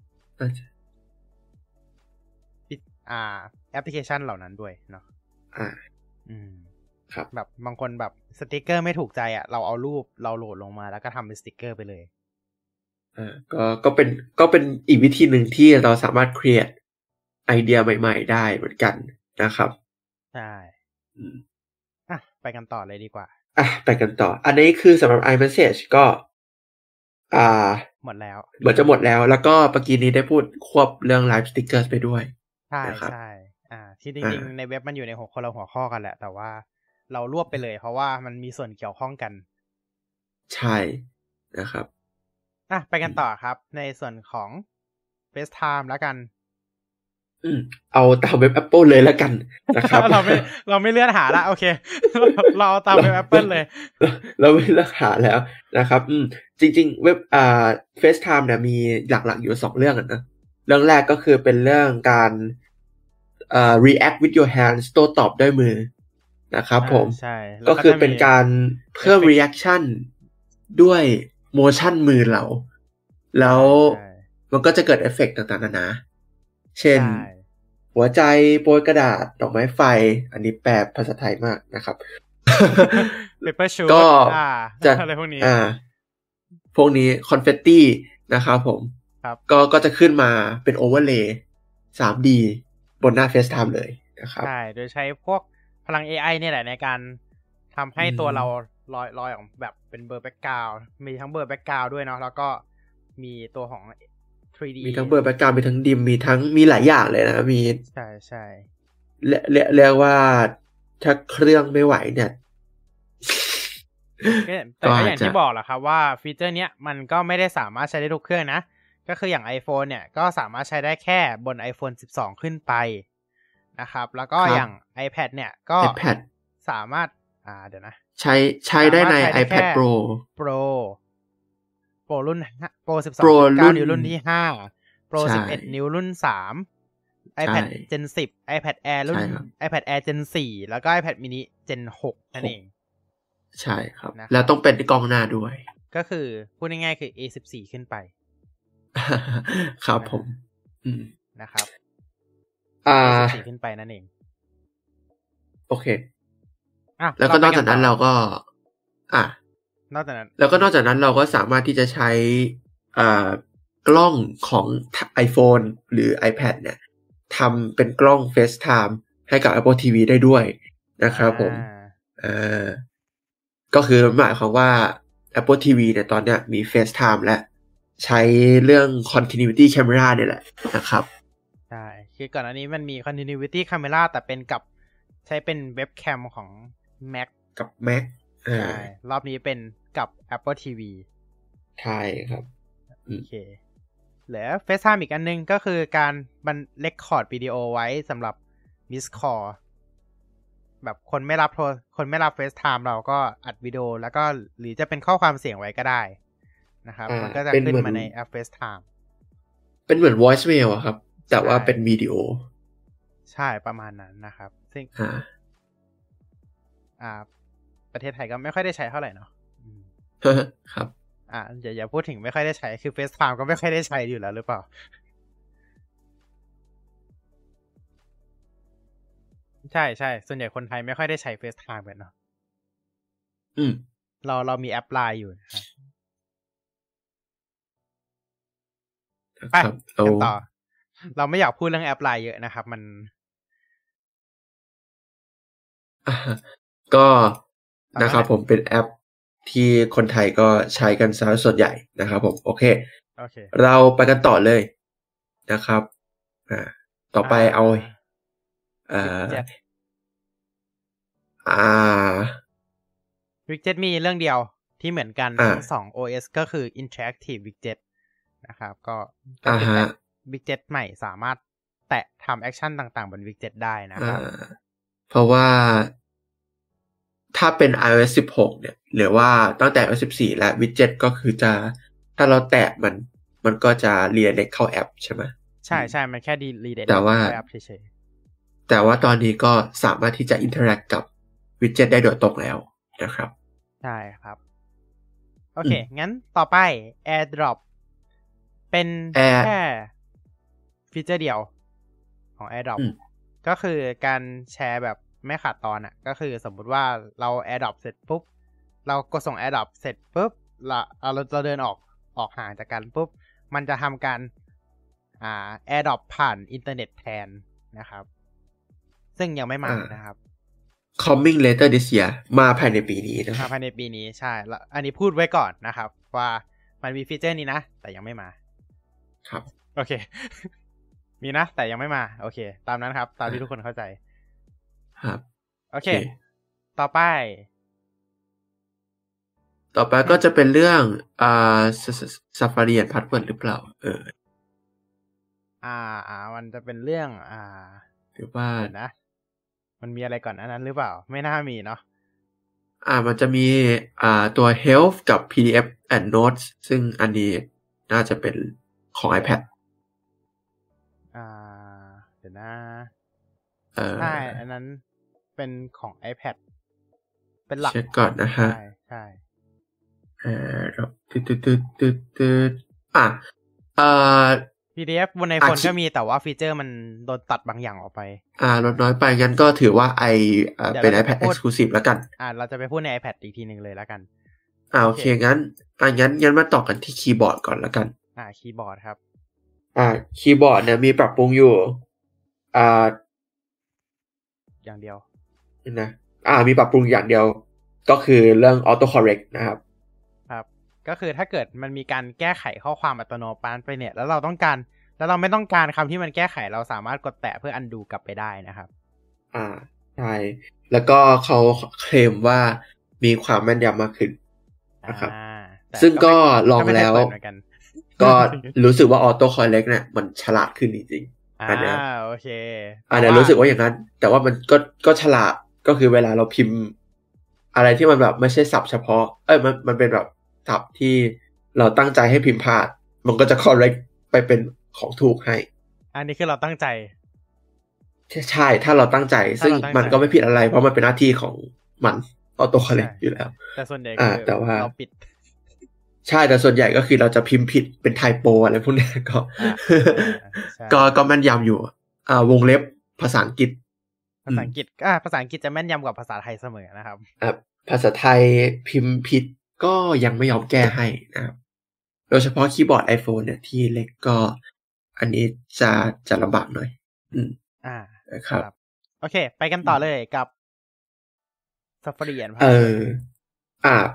อ่าแอปพลิเคชันเหล่านั้นด้วยเนาะอ่าอืมครับแบบบางคนแบบสติกเกอร์ไม่ถูกใจอ่ะเราเอารูปเราโหลดลงมาแล้วก็ทำเป็นสติกเกอร์ไปเลยอ่าก็ก็เป็นก็เป็นอีกวิธีหนึ่งที่เราสามารถ create ไอเดียใหม่ๆได้เหมือนกันนะครับใช่อ่ะไปกันต่อเลยดีกว่าอ่ะไปกันต่ออันนี้คือสำหรับ iMessage ก็อ่าหมดแล้วเหมือนจะหมดแล้วแล้วก็เมื่อกี้นี้ได้พูดควบเรื่อง Live Stickers ไปด้วยใช่ใช่อ่าที่จริงๆในเว็บมันอยู่ในหัวคนละหัวข้อกันแหละแต่ว่าเรารวบไปเลยเพราะว่ามันมีส่วนเกี่ยวข้องกันใช่นะครับอ่ะไปกันต่อครับในส่วนของ FaceTime แล้วกันอืมเอาตามเว็บ Apple เลยแล้วกันนะครับเราไม่เราไม่เลื่อนหาละโอเคเราเอาตามเว็บ Apple เลยเราไม่เลื่อนหาแล้วนะครับอืมจริงๆเว็บอ่า FaceTime เนี่ยมีหลักๆอยู่สองเรื่องนะเรื่องแรกก็คือเป็นเรื่องการอ่า react with your hands โต้ตอบด้วยมือนะครับผมใช่ก็คือเป็นการเพิ่ม reaction ด้วย motion มือเราแล้วมันก็จะเกิดเอฟเฟกต์ต่างๆนานาเช่นหัวใจโปรยกระดาษดอกไม้ไฟอันนี้แปลภาษาไทยมากนะครับ Paper shoot ก็จะอะไรพวกนี้อ่าพวกนี้คอนเฟตตี้นะครับผมก็ก็จะขึ้นมาเป็นโอเวอร์เลย์ ทรี ดี บนหน้า FaceTime เลยนะครับใช่โดยใช้พวกพลัง เอ ไอ เนี่ยแหละในการทำให้ตัวเราลอยลอยออกแบบเป็นเบอร์แบ็คกราวด์มีทั้งเบอร์แบ็คกราวด์ด้วยเนาะแล้วก็มีตัวของ ทรี ดีมีทั้งเบอร์แบ็คกราวด์มีทั้งดิมมีทั้งมีหลายอย่างเลยนะมีใช่ใช่เรียกเรียกว่าถ้าเครื่องไม่ไหวเนี่ยแต่ก็อย่างที่บอกแหละครับว่าฟีเจอร์เนี้ยมันก็ไม่ได้สามารถใช้ได้ทุกเครื่องนะก็คืออย่าง iPhone เนี่ยก็สามารถใช้ได้แค่บน iPhone สิบสองขึ้นไปนะครับแล้วก็อย่าง iPad เนี่ยก็ iPad สามารถอ่าเดี๋ยวนะใช้ใช้ได้ใน iPad Pro Pro Pro รุ่น Pro สิบสอง เก้า นิ้วรุ่นที่ห้า Pro สิบเอ็ด นิ้วรุ่นสาม iPad Gen สิบ iPad Air รุ่น iPad Air Gen สี่ แล้วก็ iPad mini Gen หกนั่นเองใช่ครับแล้วต้องเป็นกล้องหน้าด้วยก็คือพูดง่ายๆคือ เอ สิบสี่ ขึ้นไปครับผมอืมนะครับอ่าเอ สิบสี่ ขึ้นไปนั่นเองโอเคอ่ะแล้วก็นอกจากนั้นเราก็อ่ะนอกจากนั้นแล้วก็นอกจากนั้นเราก็สามารถที่จะใช้อ่ากล้องของ iPhone หรือ iPad เนี่ยทำเป็นกล้อง FaceTime ให้กับ Apple ที วี ได้ด้วยนะครับผมอ่าก็คือหมายความว่า Apple ที วี เนี่ยตอนเนี้ยมี FaceTime และใช้เรื่อง Continuity Camera เนี่ยแหละนะครับใช่คือก่อนอันนี้มันมี Continuity Camera แต่เป็นกับใช้เป็นเว็บแคมของ Mac กับ Mac ใช่รอบนี้เป็นกับ Apple ที วีใช่ครับโอเคเหลือ FaceTime อีกอันนึงก็คือการบันเรคคอร์ดวิดีโอไว้สำหรับ Miss Call แบบคนไม่รับโทรคนไม่รับ FaceTime เราก็อัดวิดีโอแล้วก็หรือจะเป็นข้อความเสียงไว้ก็ได้นะครับมันก็จะขึ้นมาในแอป FaceTime เป็นเหมือน voice mail อะครับแต่ว่าเป็นวิดีโอใช่ประมาณนั้นนะครับซึ่งอ่าอ่าประเทศไทยก็ไม่ค่อยได้ใช้เท่าไหร่เนาะครับอ่าอย่าอย่าพูดถึงไม่ค่อยได้ใช้คือ FaceTime ก็ไม่ค่อยได้ใช้อยู่แล้วหรือเปล่าใช่ใช่ส่วนใหญ่คนไทยไม่ค่อยได้ใช้ FaceTime กันเนาะอืมเราเรามีแอป ไลน์ อยู่นะครับไปกันต่อเราไม่อยากพูดเรื่องแอป ไลน์ เยอะนะครับมันก็นะครับผมเป็นแอปที่คนไทยก็ใช้กันซะส่วนใหญ่นะครับผมโอเคโอเคเราไปกันต่อเลยนะครับอ่าต่อไปเอาเอ่ออ่า Widget มีเรื่องเดียวที่เหมือนกันทั้งสอง โอ เอส ก็คือ Interactive Widget นะครับก็ก็คือ Widget ใหม่สามารถแตะทำแอคชั่นต่างๆบน Widget ได้นะครับเพราะว่าถ้าเป็น iOS สิบหกเนี่ยหรือว่าตั้งแต่ iOS สิบสี่ และ Widget ก็คือจะถ้าเราแตะมันมันก็จะ redirect เข้าแอปใช่ไหมใช่ๆมันแค่ redirect เข้าแอปเฉยๆแต่ว่าตอนนี้ก็สามารถที่จะ interact กับ Widget ได้โดยตรงแล้วนะครับใช่ครับโอเคงั้นต่อไป AirDrop เป็นแค่ฟีเจอร์เดียวของ AirDrop ก็คือการแชร์แบบไม่ขาดตอนอ่ะก็คือสมมุติว่าเรา AirDrop เสร็จปุ๊บเรากดส่ง AirDrop เสร็จปุ๊บเราเราเราเดินออกออกห่างจากกันปุ๊บมันจะทำการอ่า AirDrop ผ่านอินเทอร์เน็ตแทนนะครับซึ่งยังไม่มานะครับ coming later this year มาภายในปีนี้นะมาภายในปีนี้ใช่แล้วอันนี้พูดไว้ก่อนนะครับว่ามันมีฟีเจอร์นี้นะแต่ยังไม่มาครับโอเค มีนะแต่ยังไม่มาโอเคตามนั้นครับตามที่ทุกคนเข้าใจครับโอเคต่อไปต่อไปก็จะเป็นเรื่องอ่า Safari and Password หรือเปล่าเอออ่าอ่ามันจะเป็นเรื่องอ่าหรือว่านะมันมีอะไรก่อนอันนั้นหรือเปล่าไม่น่ามีเนาะอ่ามันจะมีอ่าตัว Health กับ พี ดี เอฟ and Notes ซึ่งอันนี้น่าจะเป็นของ iPad อ่าเดี๋ยวนะเออใช่อันนั้นเป็นของ iPad เป็นหลักเช็คก่อนนะฮะใช่ใช่เออตึ๊ดตึ๊ดตึ๊ดตึ๊ดตึ๊ดอ่ะอ่าพี ดี เอฟ บน iPhone ก็มีแต่ว่าฟีเจอร์มันโดนตัดบางอย่างออกไปอ่าลดน้อยไปงั้นก็ถือว่าไออ่าเป็น iPad Exclusive แล้วกันอ่าเราจะไปพูดใน iPad อีกทีนึงเลยแล้วกันอ่าโอเคงั้นอ่างั้นงั้นมาต่อกันที่คีย์บอร์ดก่อนแล้วกันอ่าคีย์บอร์ดครับอ่าคีย์บอร์ดเนี่ยมีปรับปรุงอยู่อ่าอย่างเดียวนะอ่ามีปรับปรุงอย่างเดียวก็คือเรื่อง auto correct นะครับครับก็คือถ้าเกิดมันมีการแก้ไขข้อความอัตโนมัติไปเนี่ยแล้วเราต้องการแล้วเราไม่ต้องการคำที่มันแก้ไขเราสามารถกดแตะเพื่อ undo กลับไปได้นะครับอ่าใช่แล้วก็เขาเคลมว่ามีความแม่นยำมากขึ้นนะครับซึ่งก็ลองแล้วก็รู้สึกว่า auto correct เนี่ยมันฉลาดขึ้นจริงๆอันนี้โอเคอันนี้รู้สึกว่าอย่างนั้นแต่ว่ามันก็ก็ฉลาดก็คือเวลาเราพิมพ์อะไรที่มันแบบไม่ใช่ศัพท์เฉพาะเอ้ยมันมันเป็นแบบศัพท์ที่เราตั้งใจให้พิมพ์พลาดมันก็จะ correct ไปเป็นของถูกให้อันนี้คือเราตั้งใจใช่ถ้าเราตั้งใจซึ่งมันก็ไม่ผิดอะไรเพราะมันเป็นหน้าที่ของมันออโต้คอร์เรกต์อยู่แล้วแต่ส่วนใหญ่คือเราปิดใช่แต่ส่วนใหญ่ก็คือเราจะพิมพ์ผิดเป็นไทโปอะไรพวกนี้ก็ก็ก็แม่นยำอยู่อ่าวงเล็บภาษาอังกฤษภาษาอังกฤษอ่าภาษาอังกฤษจะแม่นยำกว่าภาษาไทยเสมอนะครับอ่าภาษาไทยพิมพ์ผิดก็ยังไม่ยอมแก้ให้นะครับโดยเฉพาะคีย์บอร์ด iPhone เนี่ยที่เล็กก็อันนี้จะจะลำบากหน่อยอืมอ่านะครับโอเคไปกันต่อเลยกับ Safari and เอออ่า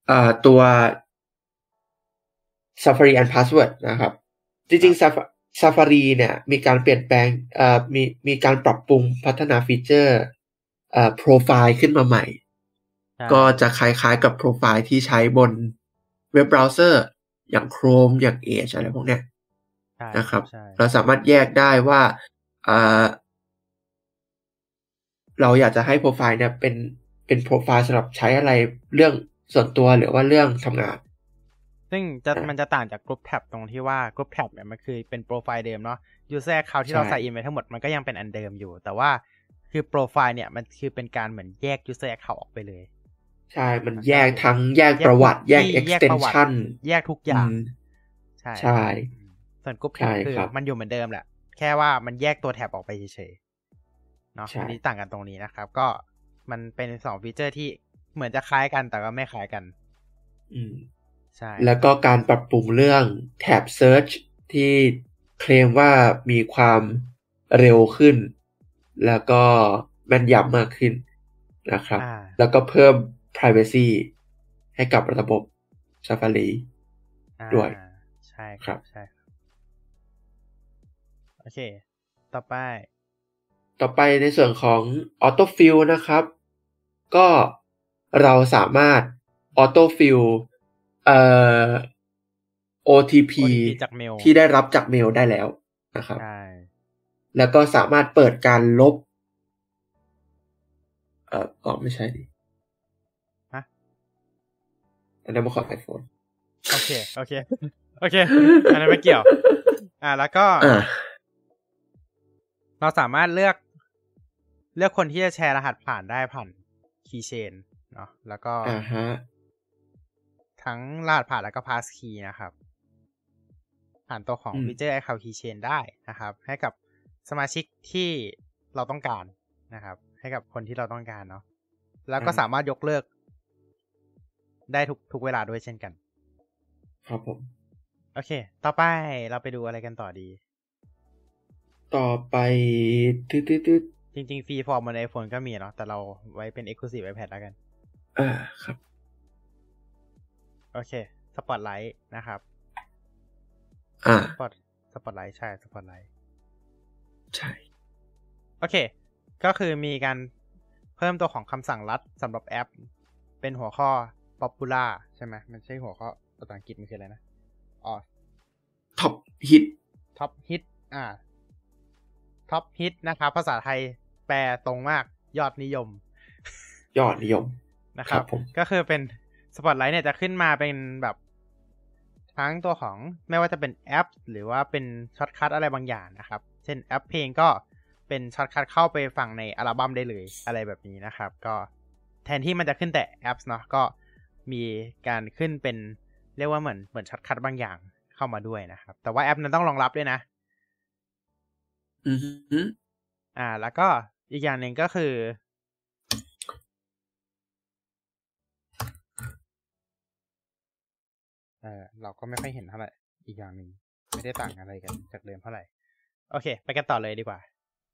อ่าตัว Safari and Password นะครับจริงๆ Saf- Safari เนี่ยมีการเปลี่ยนแปลงเอ่อมีมีการปรับปรุงพัฒนาฟีเจอร์เอ่อโปรไฟล์ขึ้นมาใหม่ก็จะคล้ายๆกับโปรไฟล์ที่ใช้บนเว็บเบราว์เซอร์อย่าง Chrome อย่าง Edge อะไรพวกเนี้ยนะครับเราสามารถแยกได้ว่าอ่าเราอยากจะให้โปรไฟล์เนี่ยเป็นเป็นโปรไฟล์สำหรับใช้อะไรเรื่องส่วนตัวหรือว่าเรื่องทำงานซึ่งจะมันจะต่างจาก Group Tab ตรงที่ว่า Group Tab เนี่ยมันคือเป็นโปรไฟล์เดิมเนาะ User Account ที่เราใส่อินไว้ทั้งหมดมันก็ยังเป็นอันเดิมอยู่แต่ว่าคือโปรไฟล์เนี่ยมันคือเป็นการเหมือนแยก User Account ออกไปเลยใช่มันแยกทั้งแยกประวัติแยก extension แยกทุกอย่างใช่ใช่ส่วน Group Tab คือมันอยู่เหมือนเดิมแหละแค่ว่ามันแยกตัวแท็บออกไปเฉยๆเนาะอันนี้ต่างกันตรงนี้นะครับก็มันเป็นสองฟีเจอร์ที่เหมือนจะคล้ายกันแต่ก็ไม่คล้ายกันอืมใช่แล้วก็การปรับปรุงเรื่องแท็บ Search ที่เคลมว่ามีความเร็วขึ้นแล้วก็แม่นยำมากขึ้นนะครับแล้วก็เพิ่ม privacy ให้กับระบบ Safari ด้วยใช่ครับใช่โอเคต่อไปต่อไปในส่วนของ Autofill นะครับก็เราสามารถ Autofill เอ่อ โอ ที พี ที่ได้รับจากเมลได้แล้วนะครับใช่แล้วก็สามารถเปิดการลบเอ่ออ๋อไม่ใช่ดิฮะอันนั้นมาขอ iPhone โอเคโอเคโอเคอันนั้นไม่เกี่ยวอ่าแล้วก็เราสามารถเลือกเลือกคนที่จะแชร์รหัสผ่านได้ผ่านคีย์เชนเนาะแล้วก็อ่าฮะทั้งรหัสผ่านแล้วก็พาสคีย์นะครับผ่านตัวของฟีเจอร์ Account Keychain ได้นะครับให้กับสมาชิกที่เราต้องการนะครับให้กับคนที่เราต้องการเนาะแล้วก็สามารถยกเลิกได้ทุกทุกเวลาด้วยเช่นกันครับผมโอเคต่อไปเราไปดูอะไรกันต่อดีต่อไปตึ๊ดๆจริงๆฟรีฟอร์มบน iPhone ก็มีเนาะแต่เราไว้เป็น Exclusive iPad แล้วกันอ่าครับโอเคสปอตไลท์นะครับอ่าสปอตสปอตไลท์ใช่สปอตไลท์ใช่โอเคก็คือมีการเพิ่มตัวของคำสั่งลัดสำหรับแอปเป็นหัวข้อ popular ใช่ไหมมันใช่หัวข้อภาษาอังกฤษมันคืออะไรนะอ๋อ top hit top hit อ่า top hit นะครับภาษาไทยแปลตรงมากยอดนิยมยอดนิยมนะครับก็คือเป็นสปอตไลท์เนี่ยจะขึ้นมาเป็นแบบทั้งตัวของไม่ว่าจะเป็นแอปหรือว่าเป็นช็อตคัทอะไรบางอย่างนะครับเช่นแอปเพลงก็เป็นช็อตคัทเข้าไปฟังในอัลบั้มได้เลยอะไรแบบนี้นะครับก็แทนที่มันจะขึ้นแต่แอปเนาะก็มีการขึ้นเป็นเรียกว่าเหมือนเหมือนช็อตคัทบางอย่างเข้ามาด้วยนะครับแต่ว่าแอปนั้นต้องรองรับด้วยนะอือฮึอ่าแล้วก็อีกอย่างหนึ่งก็คือเออเราก็ไม่ค่อยเห็นเท่าไหร่อีกอย่างหนึ่งไม่ได้ต่างอะไรกันจากเดิมเท่าไหร่โอเคไปกันต่อเลยดีกว่า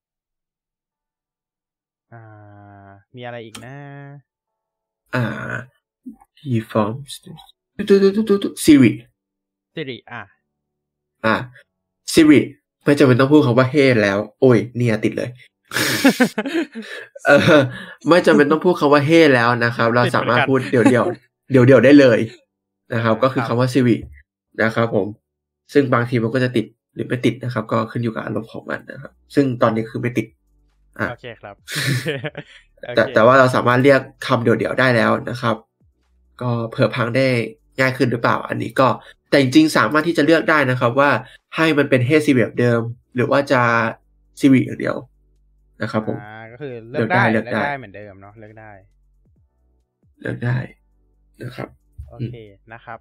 อ่ามีอะไรอีกนะอ่า P-Forms Siri Siri อ่าอ่า Siri ไม่จำเป็นต้องพูดคำว่า hey แล้วโอ้ยเนี่ยติดเลย เออไม่จำเป็นต้องพูดคำว่า hey แล้วนะครับเราสามารถพูดเดี๋ยวเดี๋ยวเดี๋ยวเดี๋ยวได้เลยนะครับก็คือคำว่า Siri นะครับผมซึ่งบางทีมันก็จะติดหรือไม่ติดนะครับก็ขึ้นอยู่กับอารมณ์ของมันนะครับซึ่งตอนนี้คือไม่ติดอ่ะโอเคครับแต่แต่ว่าเราสามารถเรียกคำเดี่ยวๆได้แล้วนะครับก็เผื่อพังได้ง่ายขึ้นหรือเปล่าอันนี้ก็แต่จริงๆสามารถที่จะเลือกได้นะครับว่าให้มันเป็น Hey Siri แบบเดิมหรือว่าจะ Siri อย่างเดียวนะครับผมอ่าก็คือเลือกได้เลือกได้เหมือนเดิมเนาะเลือกได้เลือกได้นะครับโอเคนะครับ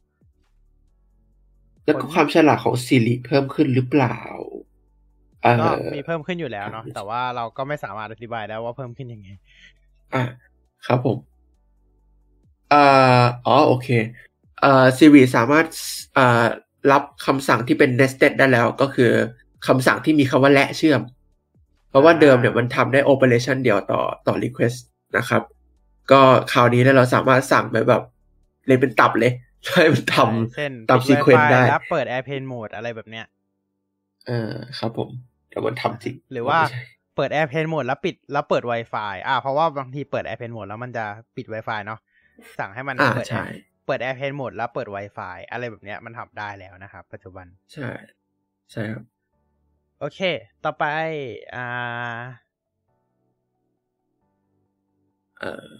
แล้วก็ความฉลาดของ Siri เพิ่มขึ้นหรือเปล่าก็มีเพิ่มขึ้นอยู่แล้วเนาะแต่ว่าเราก็ไม่สามารถอธิบายได้ว่าเพิ่มขึ้นยังไงอ่าครับผมอ่าอ๋อโอเคอ่า Siri สามารถอ่ารับคำสั่งที่เป็น nested ได้แล้วก็คือคำสั่งที่มีคำว่าและเชื่อมเพราะว่าเดิมเนี่ยมันทำได้ operation เดียวต่อต่อ request นะครับก็คราวนี้เนี่ยเราสามารถสั่งไปแบบเรียงเป็นตับเลยใช่มันทำเช่นตามซีเควนซ์ได้แล้วเปิด Airplane Mode อะไรแบบเนี้ยเออครับผมแต่มันทำจริงหรือว่าเปิด Airplane Mode แล้วปิดแล้วเปิด Wi-Fi อ่าเพราะว่าบางทีเปิด Airplane Mode แล้วมันจะปิด Wi-Fi เนาะสั่งให้มันเปิดเปิด Airplane Mode แล้วเปิด Wi-Fi อะไรแบบเนี้ยมันทำได้แล้วนะครับปัจจุบันใช่ใช่ครับโอเคต่อไปอ่าเอ่อ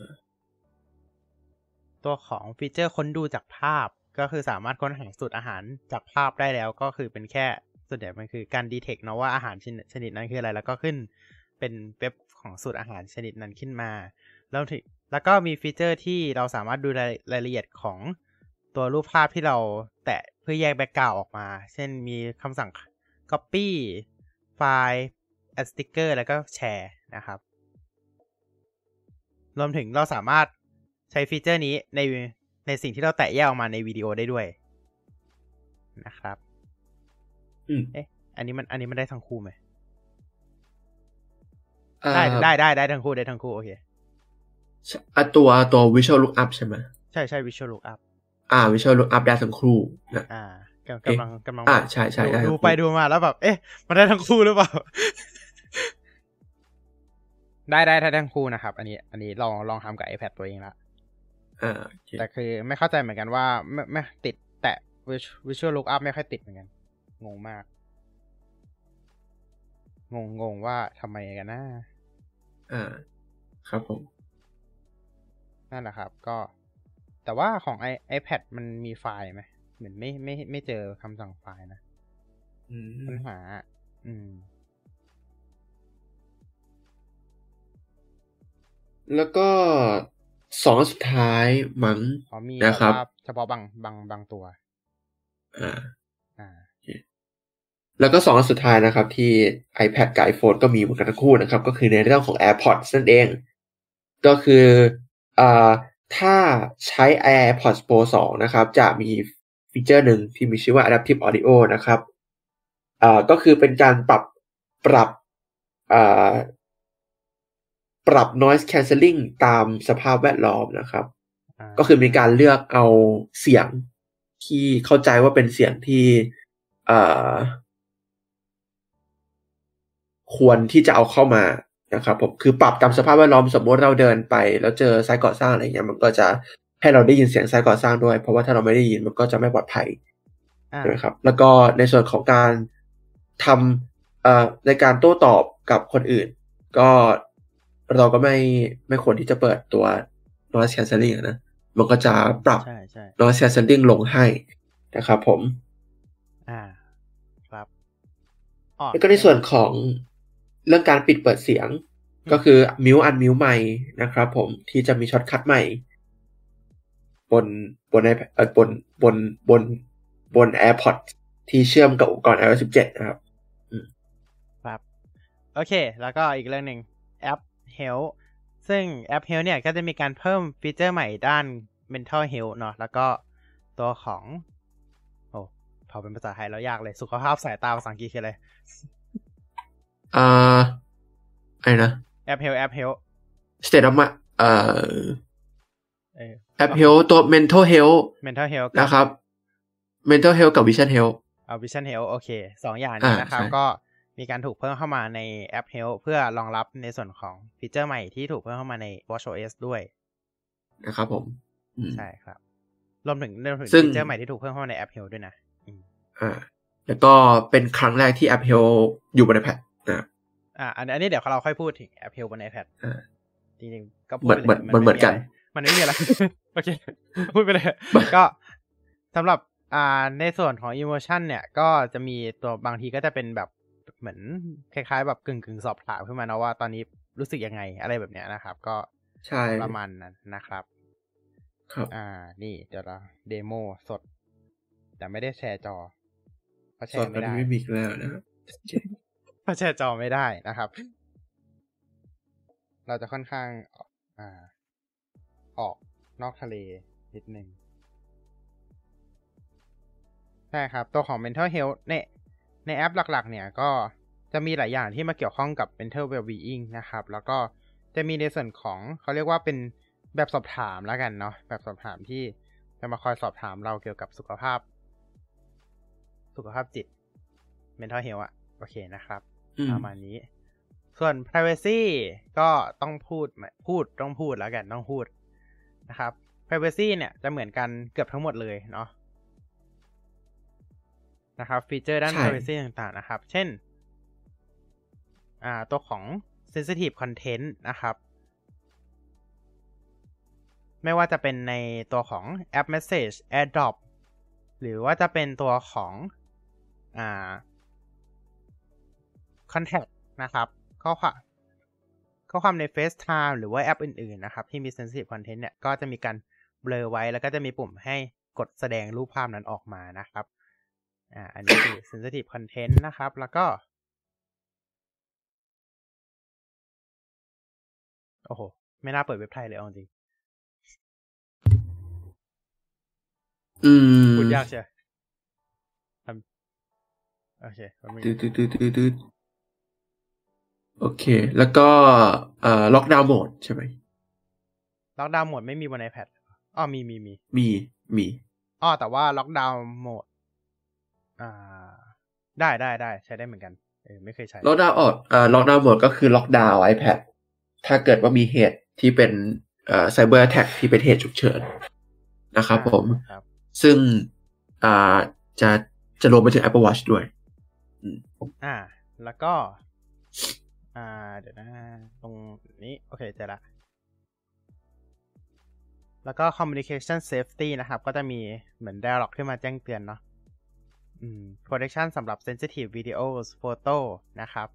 ตัวของฟีเจอร์ค้นดูจากภาพก็คือสามารถค้นหาสูตรอาหารจากภาพได้แล้วก็คือเป็นแค่ส่วนใหญ่มันคือการดีเทคเนาะว่าอาหารชนิดนั้นคืออะไรแล้วก็ขึ้นเป็นเว็บของสูตรอาหารชนิดนั้นขึ้นมาแล้วถึงแล้วก็มีฟีเจอร์ที่เราสามารถดูรายรายละเอียดของตัวรูปภาพที่เราแตะเพื่อแยกแบ็คกราวด์ออกมาเช่นมีคำสั่ง copy ไฟล์ add sticker แล้วก็แชร์นะครับรวมถึงเราสามารถใช้ฟีเจอร์นี้ในในสิ่งที่เราแตะแยกออกมาในวิดีโอได้ด้วยนะครับอืมเอ๊ะอันนี้มันอันนี้มันได้ทั้งคู่ไหมได้ได้ได้ได้ทั้งคู่ได้ทั้งคู่โอเคอ่ะตัวตัว Visual Lookup ใช่ไหมใช่ใช่ Visual Lookup อ่า Visual Lookup ได้ทั้งคู่นะอ่ากำลังกำลังอ่าใช่ใช่ดูไปดูมาแล้วแบบเอ๊ะมันได้ทั้งคู่หรือเปล่า ได้ได้ทั้งคู่นะครับอันนี้อันนี้ลองลองทำกับ iPad ตัวเองละอ่าแต่คือไม่เข้าใจเหมือนกันว่าไม่ไม่ติดแตะ Visual Lookup ไม่ค่อยติดเหมือนกันงงมากงงงงว่าทำไมกันนะอ่าครับผมนั่นแหละครับก็แต่ว่าของ iPad มันมีไฟล์ไหมเหมือนไม่ไม่ไม่เจอคำสั่งไฟล์นะปัญหาอืมแล้วก็สองสุดท้ายมั้งนะครับเฉพาะบางบางบางตัวอ่าอ่าแล้วก็สองอันสุดท้ายนะครับที่ iPad กับ iPhone ก็มีเหมือนกันทั้งคู่นะครับก็คือในเรื่องของ AirPods นั่นเองก็คืออ่าถ้าใช้ AirPods Pro สองนะครับจะมีฟีเจอร์หนึ่งที่มีชื่อว่า Adaptive Audio นะครับอ่าก็คือเป็นการปรับปรับอ่าปรับ noise cancelling ตามสภาพแวดล้อมนะครับก็คือมีการเลือกเอาเสียงที่เข้าใจว่าเป็นเสียงที่อ่าควรที่จะเอาเข้ามานะครับผมคือปรับตามสภาพแวดล้อมสมมติเราเดินไปแล้วเจอไซต์ก่อสร้างอะไรเงี้ยมันก็จะให้เราได้ยินเสียงไซต์ก่อสร้างด้วยเพราะว่าถ้าเราไม่ได้ยินมันก็จะไม่ปลอดภัยใช่ไหมครับแล้วก็ในส่วนของการทำเอ่อในการโต้ตอบกับคนอื่นก็เราก็ไม่ไม่ควรที่จะเปิดตัว noise cancelling นะมันก็จะปรับ noise cancelling ลงให้นะครับผมอ่าครับแล้วก็ในส่วนของเรื่องการปิดเปิดเสียงก็คือมิวอันมิวใหม่นะครับผมที่จะมีช็อตคัทใหม่บนบนไอเอ่อบนบนบนบน AirPods ที่เชื่อมกับอุปกรณ์ ไอ โอ เอส สิบเจ็ดนะครับครับโอเคแล้วก็อีกเรื่องหนึ่งแอป Health ซึ่งแอป Health เนี่ยก็จะมีการเพิ่มฟีเจอร์ใหม่ด้าน Mental Health เนาะแล้วก็ตัวของโอ้พอเป็นภาษาไทยแล้วยากเลยสุขภาพสายตาภาษาอังกฤษคืออะไรอ่าไอ้นะแอป Health แอป Health State of เอ่อแอป Health ตัว Mental Health Mental Health นะครับ Mental Health กับ Vision Health เอา Vision Health โอเคสองอย่างนี้นะครับก็มีการถูกเพิ่มเข้ามาในแอป Health เพื่อรองรับในส่วนของฟีเจอร์ใหม่ที่ถูกเพิ่มเข้ามาใน watchOS ด้วยนะครับผมใช่ครับรวมถึงรวมถึงฟีเจอร์ใหม่ที่ถูกเพิ่มเข้ามาในแอป Health ด้วยนะอ่าแล้วก็เป็นครั้งแรกที่แอป Health อยู่บน iPad นะอ่าอันนี้เดี๋ยวเราค่อยพูดถึงแอป Health บน iPad อ่าจริงๆก็พูดเหมือนมันเหมือนกันมันไม่มีอะไรโอเคพูดไปเลยก็สำหรับอ่าในส่วนของ emotion เนี่ยก็จะมีตัวบางทีก็จะเป็นแบบเหมือนคล้ายๆแบบกึ่งๆสอบถามขึ้นมานะว่าตอนนี้รู้สึกยังไงอะไรแบบเนี้ยนะครับก็ใช่ประมาณนั้นนะครับครับอ่านี่เดี๋ยวเราเดโมสดแต่ไม่ได้แชร์จอเพราะแชร์ไม่ได้ไม่มีแล้วนะครับเพราะแชร์จอไม่ได้นะครับเราจะค่อนข้างอ่าออกนอกทะเลนิดนึงใช่ครับตัวของ mental health ในในแอปหลักๆเนี่ยก็จะมีหลายอย่างที่มาเกี่ยวข้องกับ mental well-being นะครับแล้วก็จะมีในส่วนของเขาเรียกว่าเป็นแบบสอบถามแล้วกันเนาะแบบสอบถามที่จะมาคอยสอบถามเราเกี่ยวกับสุขภาพสุขภาพจิต mental health อ่ะโอเคนะครับประมาณนี้ส่วน privacy ก็ต้องพูดพูดต้องพูดแล้วกันต้องพูดนะครับ privacy เนี่ยจะเหมือนกันเกือบทั้งหมดเลยเนาะนะครับฟีเจอร์ด้าน privacy ต่างๆนะครับเช่นอ่าตัวของ sensitive content นะครับไม่ว่าจะเป็นในตัวของแอป message AirDrop หรือว่าจะเป็นตัวของอ่า contact นะครับข้อความข้อความใน FaceTime หรือว่าแอปอื่นๆนะครับที่มี sensitive content เนี่ยก็จะมีการเบลอไว้แล้วก็จะมีปุ่มให้กดแสดงรูปภาพนั้นออกมานะครับอ่าอันนี้คือ sensitive content นะครับแล้วก็โอ้โหไม่น่าเปิดเว็บไทยเลยเอาจริงอืมพูดยากเชียวโอเคตืดตืดตืดตืดตืดโอเคแล้วก็เอ่อล็อกดาวน์โหมดใช่ไหมล็อกดาวน์โหมดไม่มีบน iPad อ้อมีมีมีมีมีอ้อแต่ว่าล็อกดาวน์โหมดอ่าได้ได้ได้ใช้ได้เหมือนกันเออไม่เคยใช้ล็อกดาวน์ออดอ่าล็อกดาวน์โหมดก็คือล็อกดาวน์ iPad ถ้าเกิดว่ามีเหตุที่เป็นเอ่อไซเบอร์แอทแทคที่เป็นเหตุฉุกเฉินนะครับผมซึ่งอ่าจะจะรวมไปถึง Apple Watch ด้วยอ่าแล้วก็อ่าเดี๋ยวนะตรงนี้โอเคเจอละแล้วก็ communication safety นะครับก็จะมีเหมือน dialog ที่มาแจ้งเตือนเนาะอืม protection สำหรับ sensitive videos photo นะครับ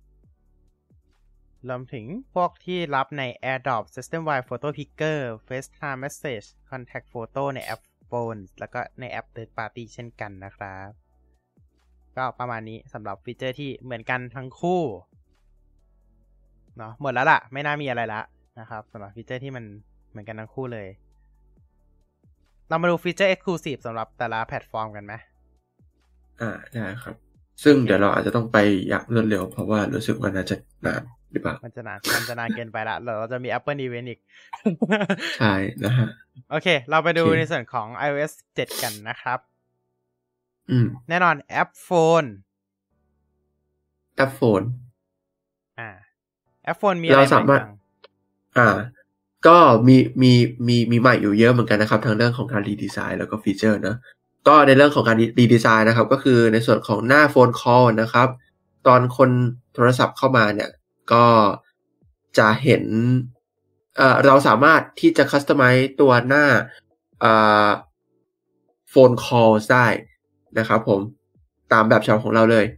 รวมถึงพวกที่รับใน AirDrop System Wide Photo Picker FaceTime Message Contact Photo ในแอป Phone แล้วก็ในแอป Third Party เช่นกันนะครับก็ประมาณนี้สำหรับฟีเจอร์ที่เหมือนกันทั้งคู่เนาะหมดแล้วล่ะไม่น่ามีอะไรละนะครับสำหรับฟีเจอร์ที่มันเหมือนกันทั้งคู่เลยเรามาดูฟีเจอร์ Exclusive สำหรับแต่ละแพลตฟอร์มกันไหมอ่าได้ครับซึ่งเดี๋ยวเราอาจจะต้องไปอย่างรวดเร็วเพราะว่ารู้สึกว่าน่าจะนานหรือเปล่ามันจะนานมันจะนานเกินไปละเราจะมี Apple Event อีกใช่นะฮะโอเคเราไปดูในส่วนของ iOS เจ็ดกันนะครับอืมแน่นอนแอปโฟนแอปโฟนอ่าแอปโฟนมีอะไรบ้างอ่าก็มีมีมีมีใหม่อยู่เยอะเหมือนกันนะครับทั้งเรื่องของการรีดีไซน์แล้วก็ฟีเจอร์นะก็ในเรื่องของการรีดีไซน์นะครับก็คือในส่วนของหน้าโฟนคอลนะครับตอนคนโทรศัพท์เข้ามาเนี่ยก็จะเห็นเอ่อเราสามารถที่จะคัสตอมไมซ์ตัวหน้าเอ่อโฟนคอลได้นะครับผมตามแบบฉบับของเราเลย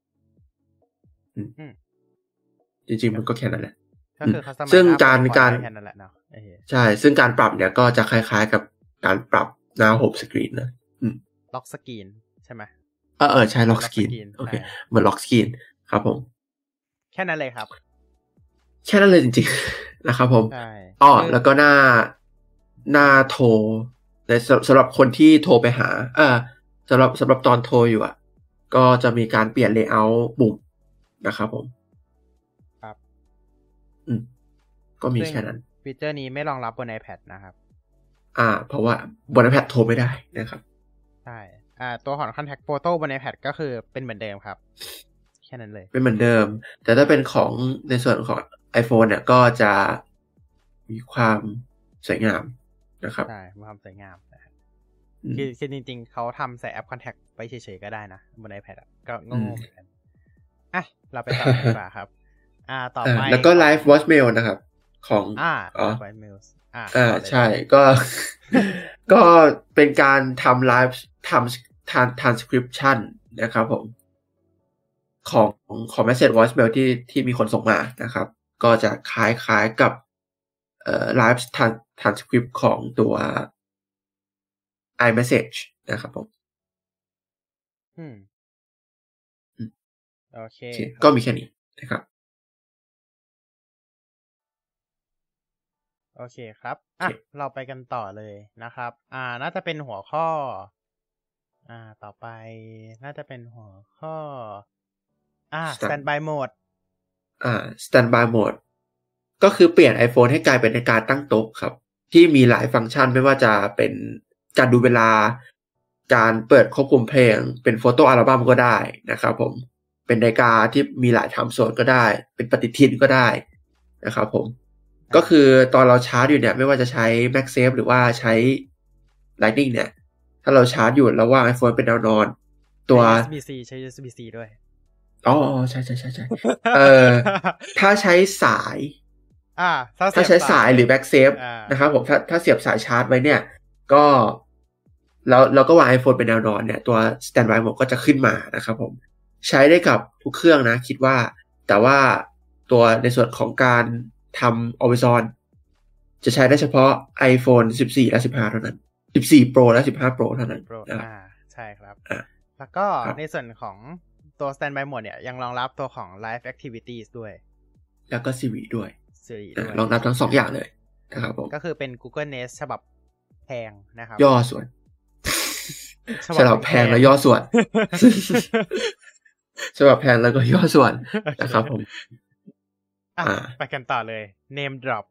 จริงๆมันก็แค่นั้นแหละซึ่งการการใช่ซึ่งการปรับเนี่ยก็จะคล้ายๆกับการปรับหน้าโฮมสกรีนนะล็อกสกรีนใช่ไหมเออเออใช่ล็อกสกรีนโอเคเหมือนล็อกสกรีนครับผมแค่นั้นเลยครับแค่นั้นเลยจริงๆนะครับผมอ๋อแล้วก็หน้าหน้าโทรในสำหรับคนที่โทรไปหาเออสำหรับสำหรับตอนโทรอยู่อ่ะก็จะมีการเปลี่ยนเลเยอร์ปุ่มนะครับผมครับอืมก็มีแค่นั้นฟีเจอร์นี้ไม่รองรับบน iPad นะครับอ่าเพราะว่าบน iPad โทรไม่ได้นะครับใช่อ่าตัวของ Contact Photo บน iPad ก็คือเป็นเหมือนเดิมครับแค่นั้นเลยเป็นเหมือนเดิมแต่ถ้าเป็นของในส่วนของ iPhone เนี่ยก็จะมีความสวยงามนะครับใช่มีความสวยงามคือคือจริงๆเขาทำใส่แอป Contact ไปเฉยๆก็ได้นะบน iPad ก็งงๆเหมือนกันอ่ะเราไปต่อดีกว่าครับอ่าต่อไปแล้วก็ Live Voicemail นะครับของอ่า Live Voicemail อ่าอ่าใช่ก็ก็เป็นการทำ Live ทำ transcription นะครับผมของของ message voicemail ที่ที่มีคนส่งมานะครับก็จะคล้ายๆกับเอ่อ live transcript ของตัว iMessage นะครับผมอืมโอเคก็มีแค่นี้นะครับโอเคครับอ่ะเราไปกันต่อเลยนะครับอ่าน่าจะเป็นหัวข้ออ่าต่อไปน่าจะเป็นหัวข้ออ่า standby mode อ่า standby mode ก็คือเปลี่ยน iPhone ให้กลายเป็นในการตั้งโต๊ะครับที่มีหลายฟังก์ชันไม่ว่าจะเป็นการดูเวลาการเปิดควบคุมเพลงเป็นโฟโต้อัลบั้มก็ได้นะครับผมเป็นนาฬิกาที่มีหลายไทม์โซนก็ได้เป็นปฏิทินก็ได้นะครับผมก็คือตอนเราชาร์จอยู่เนี่ยไม่ว่าจะใช้ MagSafe หรือว่าใช้ Lightning เนี่ยถ้าเราชาร์จอยู่แล้ววาง iPhone เป็นแนวนอนตัวใช้ ยู เอส บี ซี ใช้ ยู เอส บี ซี ด้วยอ๋อใช่ใช่ใช่ใช่เอ่อถ้าใช้สายอ่าถ้าถ้าใช้สายหรือ MagSafe นะครับผมถ้าถ้าเสียบสายชาร์จไว้เนี่ยก็แล้วเราก็วาง iPhone เป็นแนวนอนเนี่ยตัว Standby Mode ก็จะขึ้นมานะครับผมใช้ได้กับทุกเครื่องนะคิดว่าแต่ว่าตัวในส่วนของการทำ Always On จะใช้ได้เฉพาะ iPhone สิบสี่และสิบห้าเท่านั้นสิบสี่ Pro และสิบห้า Pro เท่านั้น Pro นะครับอ่าใช่ครับแล้วก็ในส่วนของตัว Standby Mode เนี่ยยังรองรับตัวของ Live Activities ด้วยแล้วก็ Siri ด้วย Siri ด้วยรองรับทั้งสองอย่างเลยนะครับผมก็คือเป็น Google Nest ฉบับแพงนะครับย่อส่วนฉบับแพงแล้วย่อส่วนฉบับแพงแล้วก็ย่อส่วนนะครับผมอ่ะไปกันต่อเลย Name Drop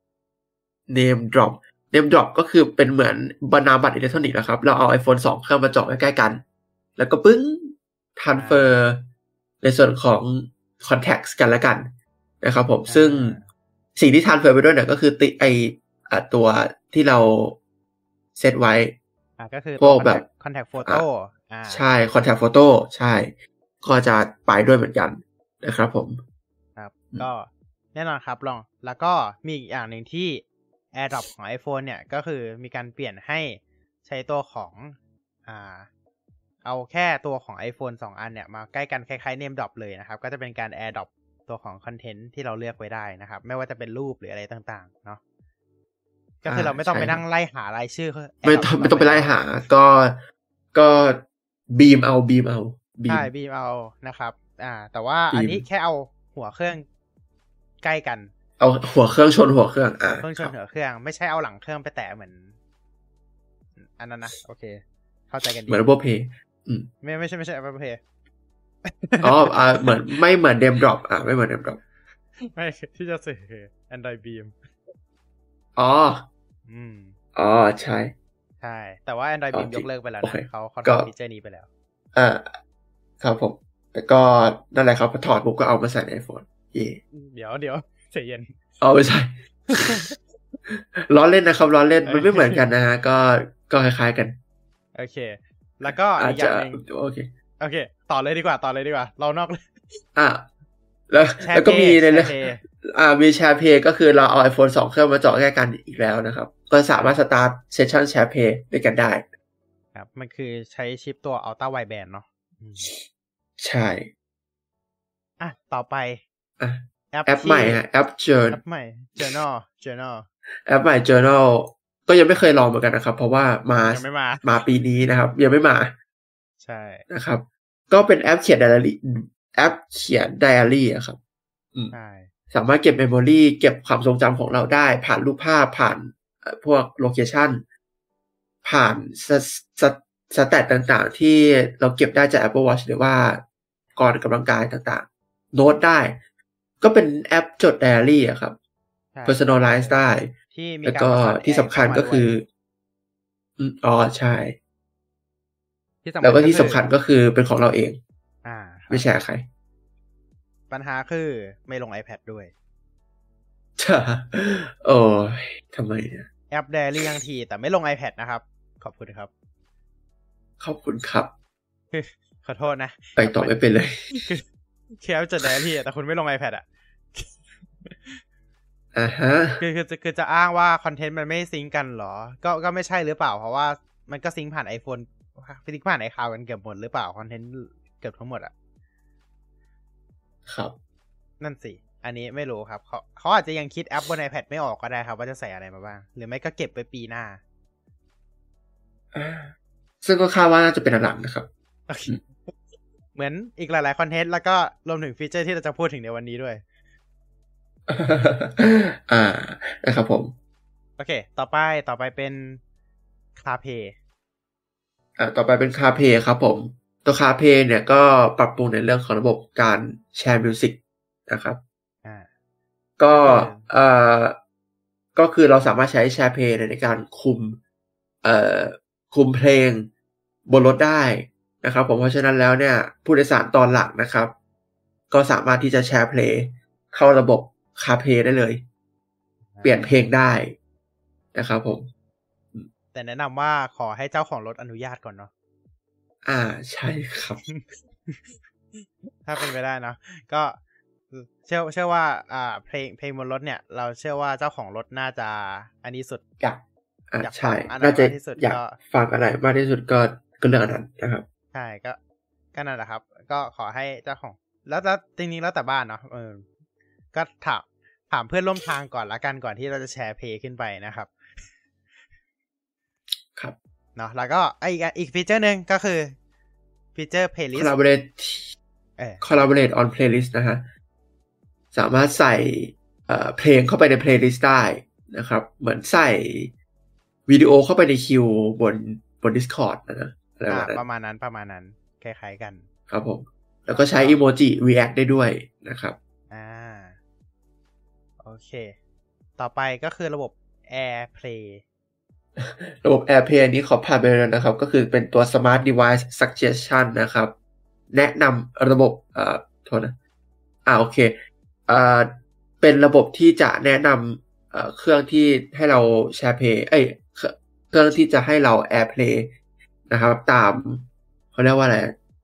Name Drop Name Drop ก็คือเป็นเหมือนบรรณาบัตรอิเล็กทรอนิกส์นะครับเราเอา iPhone สองเครื่องมาเจาะใกล้ๆกันแล้วก็ปึ้ง transfer ในส่วนของ contacts กันแล้วกันนะครับผมซึ่งสิ่งที่ transfer ไปด้วยเนี่ยก็คือติไออ่ะตัวที่เราเซตไว้อ่าก็คือพวกแบบ contact photo อ่าใช่ contact photo ใช่ก็จะไปด้วยเหมือนกันนะครับผมครับก็แน่นอนครับลองแล้วก็มีอีกอย่างหนึ่งที่ AirDrop ของ iPhone เนี่ยก็คือมีการเปลี่ยนให้ใช้ตัวของอ่าเอาแค่ตัวของ iPhone สองอันเนี่ยมาใกล้กันคล้ายๆ Name Drop เลยนะครับก็จะเป็นการ AirDrop ตัวของคอนเทนต์ที่เราเลือกไว้ได้นะครับไม่ว่าจะเป็นรูปหรืออะไรต่างๆเนาะก็คือเราไม่ต้องไปนั่งไล่หารายชื่อไม่ต้องไม่ต้องไปไล่หาก็ก็บีมเอาบีมเอาใช่บีมเอานะครับอ่าแต่ว่าอันนี้แค่เอาหัวเครื่องใกล้กันเอาหัวเครื่องชนหัวเครื่องอ่าเครื่องชนหัวเครื่องไม่ใช่เอาหลังเครื่องไปแตะเหมือนอันนั้นนะโอเคเข้าใจกันดีเหมือน Apple Pay อืมไม่ไม่ใช่ไม่ใช่ Apple Pay อ๋ออ่าเหมือนไม่เหมือน Name Drop อ่าไม่เหมือน Name Drop ไม่ที่จะสื่อ Android Beam อ๋ออืมอ๋อใช่ใช่แต่ว่า Android Beam ยกเลิกไปแล้วนะเขาเขาทำฟีเจอร์นี้ไปแล้วอ่าครับผมแต่ก็นั่นแหละครับพอถอดปุ๊บก็เอามาใส่ใน iPhone เย่เดี๋ยวเดี๋ยวใจเย็นอ๋อไม่ใช่ล้อเล่นนะครับล้อเล่นมันไม่เหมือนกันนะฮะก็ก็คล้ายๆกันโอเคแล้วก็อีกอย่างนึงโอเคโอเคต่อเลยดีกว่าต่อเลยดีกว่าเรานอกอ่ะแล้วแล้วก็มีในเรื่องอ่ามีแชร์เพย์ก็คือเราเอา iPhone สองเครื่องมาเจาะใกล้กันอีกแล้วนะครับก็สามารถสตาร์ทเซสชั่นแชร์เพย์ด้วยกันได้ครับมันคือใช้ชิปตัว Ultra Wideband เนาะใช่อ่ะต่อไปอ่ะแอปใหม่ฮะแอป Journal แอปใหม่ Journal Journal แอปใหม่ Journal ก็ยังไม่เคยลองเหมือนกันนะครับเพราะว่ามายังไม่มามาปีนี้นะครับยังไม่มาใช่นะครับก็เป็นแอปเขียนไดอารี่แอปเขียนไดอารี่อะครับใช่สามารถเก็บเมมโมรีเก็บความทรงจำของเราได้ผ่านรูปภาพผ่านพวกโลเคชั่นผ่านสสสแตทต่างๆที่เราเก็บได้จาก Apple Watch หรือว่าก่อนกำลังกายต่างๆโน้ตได้ก็เป็นแอปจดไดอารี่อะครับ personalize ได้แล้วก็ที่สำคัญก็คืออ๋อใช่แล้วก็ที่สำคัญก็คือเป็นของเราเองอ่าไม่แชร์ใครปัญหาคือไม่ลง iPad ด้วยโอ้ยทำไมเนี่ยแอป Diary ทั้งทีแต่ไม่ลง iPad นะครับขอบคุณครับขอบคุณครับขอโทษนะไปต่อไม่เป็นเลยคือแอปจด Diary แต่คุณไม่ลง iPad อ่ะอ่าฮะคือคือจะคือจะอ้างว่าคอนเทนต์มันไม่ซิงค์กันหรอก็ก็ไม่ใช่หรือเปล่าเพราะว่ามันก็ซิงค์ผ่าน iPhone ซิงค์ผ่าน iCloud กันเกือบหมดหรือเปล่าคอนเทนต์เกือบทั้งหมดอ่ะครับนั่นสิอันนี้ไม่รู้ครับเขาเขาอาจจะยังคิดแอปบน iPad ไม่ออกก็ได้ครับว่าจะใส่อะไรมาบ้างหรือไม่ก็เก็บไปปีหน้าซึ่งก็คาดว่าน่าจะเป็นหลังนะครับเหมือนอีกหลายๆคอนเทนต์แล้วก็รวมถึงฟีเจอร์ที่เราจะพูดถึงในวันนี้ด้วยอ่านะครับผมโอเคต่อไปต่อไปเป็น CarPlay อ่าต่อไปเป็น CarPlay ครับผมตัว CarPlay เนี่ยก็ปรับปรุงในเรื่องของระบบการแชร์มิวสิกนะครับอ่าก็เอ่อก็คือเราสามารถใช้ SharePlay ในการคุมเอ่อคุมเพลงบนรถได้นะครับผมเพราะฉะนั้นแล้วเนี่ยผู้โดยสารตอนหลังนะครับก็สามารถที่จะแชร์เพลงเข้าระบบ CarPlay ได้เลยเปลี่ยนเพลงได้นะครับผมแต่แนะนำว่าขอให้เจ้าของรถอนุญาตก่อนเนาะอ่าใช่ครับถ้าเป็นไปได้เนาะก็เชื่อเชื่อว่าอ่าเพลงเพลงบนรถเนี่ยเราเชื่อว่าเจ้าของรถน่าจะอันนี้สุดอยากอ่าใช่น่าจะอยากฟังอะไรมากที่สุดก็ก็เรื่องนั้นนะครับใช่ก็ก็นั่นแหละครับก็ขอให้เจ้าของแล้วแล้วจริงๆแล้วแต่บ้านเนาะเออก็ถามถามเพื่อนร่วมทางก่อนละกันก่อนที่เราจะแชร์เพลงขึ้นไปนะครับครับเนาะแล้วก็อีกอีกฟีเจอร์นึงก็คือฟีเจอร์ playlist collaborate เอ่อ collaborate on playlist นะฮะสามารถใส่เอ่อเพลงเข้าไปใน playlist ได้นะครับเหมือนใส่วิดีโอเข้าไปในคิวบนบน Discord นะนะอะไรประมาณนั้นประมาณนั้นคล้ายๆกันครับผมแล้วก็ใช้อีโมจิ react ได้ด้วยนะครับอ่าโอเคต่อไปก็คือระบบ AirPlay ระบบ AirPlay อันนี้ขอผ่านไปแล้วนะครับก็คือเป็นตัว Smart Device Suggestion นะครับแนะนำระบบเอ่อโทษนะอ่าโอเคเอ่อเป็นระบบที่จะแนะนำเอ่อเครื่องที่ให้เราแชร์เพลย์เอ้ยเครื่องที่จะให้เรา AirPlay นะครับตามเขาเรียกว่าอะไร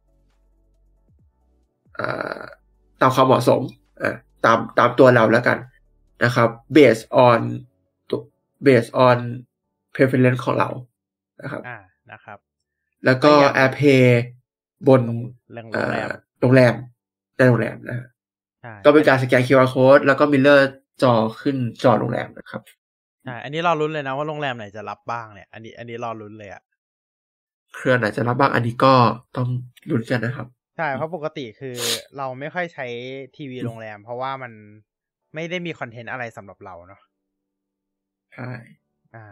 อ่าตามความเหมาะสมอ่าตามตามตัวเราแล้วกันนะครับ based on based on preference ของเรานะครับอ่านะครับแล้วก็ AirPlay บนโรงแรมโรงแรมในโรงแรมนะก็เป็นการสแกน คิว อาร์ Code แล้วก็มิลเลอร์จอขึ้นจอโรงแรมนะครับใช่อันนี้รอลุ้นเลยนะว่าโรงแรมไหนจะรับบ้างเนี่ยอันนี้อันนี้รอลุ้นเลยอะเครือไหนจะรับบ้างอันนี้ก็ต้องลุ้นกันนะครับใช่เพราะปกติคือเราไม่ค่อยใช้ทีวีโรงแรมเพราะว่ามันไม่ได้มีคอนเทนต์อะไรสำหรับเราเนาะใช่อ่า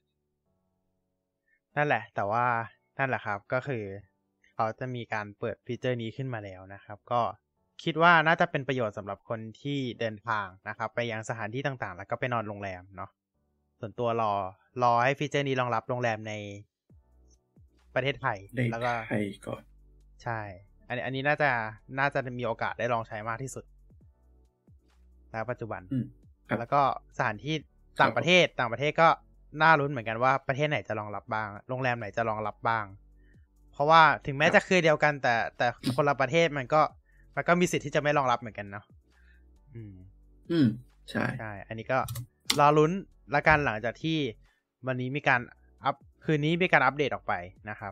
นั่นแหละแต่ว่านั่นแหละครับก็คือเขาจะมีการเปิดฟีเจอร์นี้ขึ้นมาแล้วนะครับก็คิดว่าน่าจะเป็นประโยชน์สำหรับคนที่เดินทางนะครับไปยังสถานที่ต่างๆแล้วก็ไปนอนโรงแรมเนาะส่วนตัวรอรอให้ฟีเจอร์นี้รองรับโรงแรมในประเทศไทยแล้วก็ไทยก่อนใช่อันนี้อันนี้น่าจะน่าจะมีโอกาสได้ลองใช้มากที่สุดณปัจจุบันแล้วก็สถานที่ต่างประเทศต่างประเทศก็น่าลุ้นเหมือนกันว่าประเทศไหนจะรองรับบ้างโรงแรมไหนจะรองรับบ้างเพราะว่าถึงแม้จะคือเดียวกันแต่แต่คนละประเทศมันก็มันก็มีสิทธิ์ที่จะไม่รองรับเหมือนกันเนาะอืมอืมใช่ใช่อันนี้ก็รอลุ้นละกันหลังจากที่วันนี้มีการอัพคืนนี้มีการอัปเดตออกไปนะครับ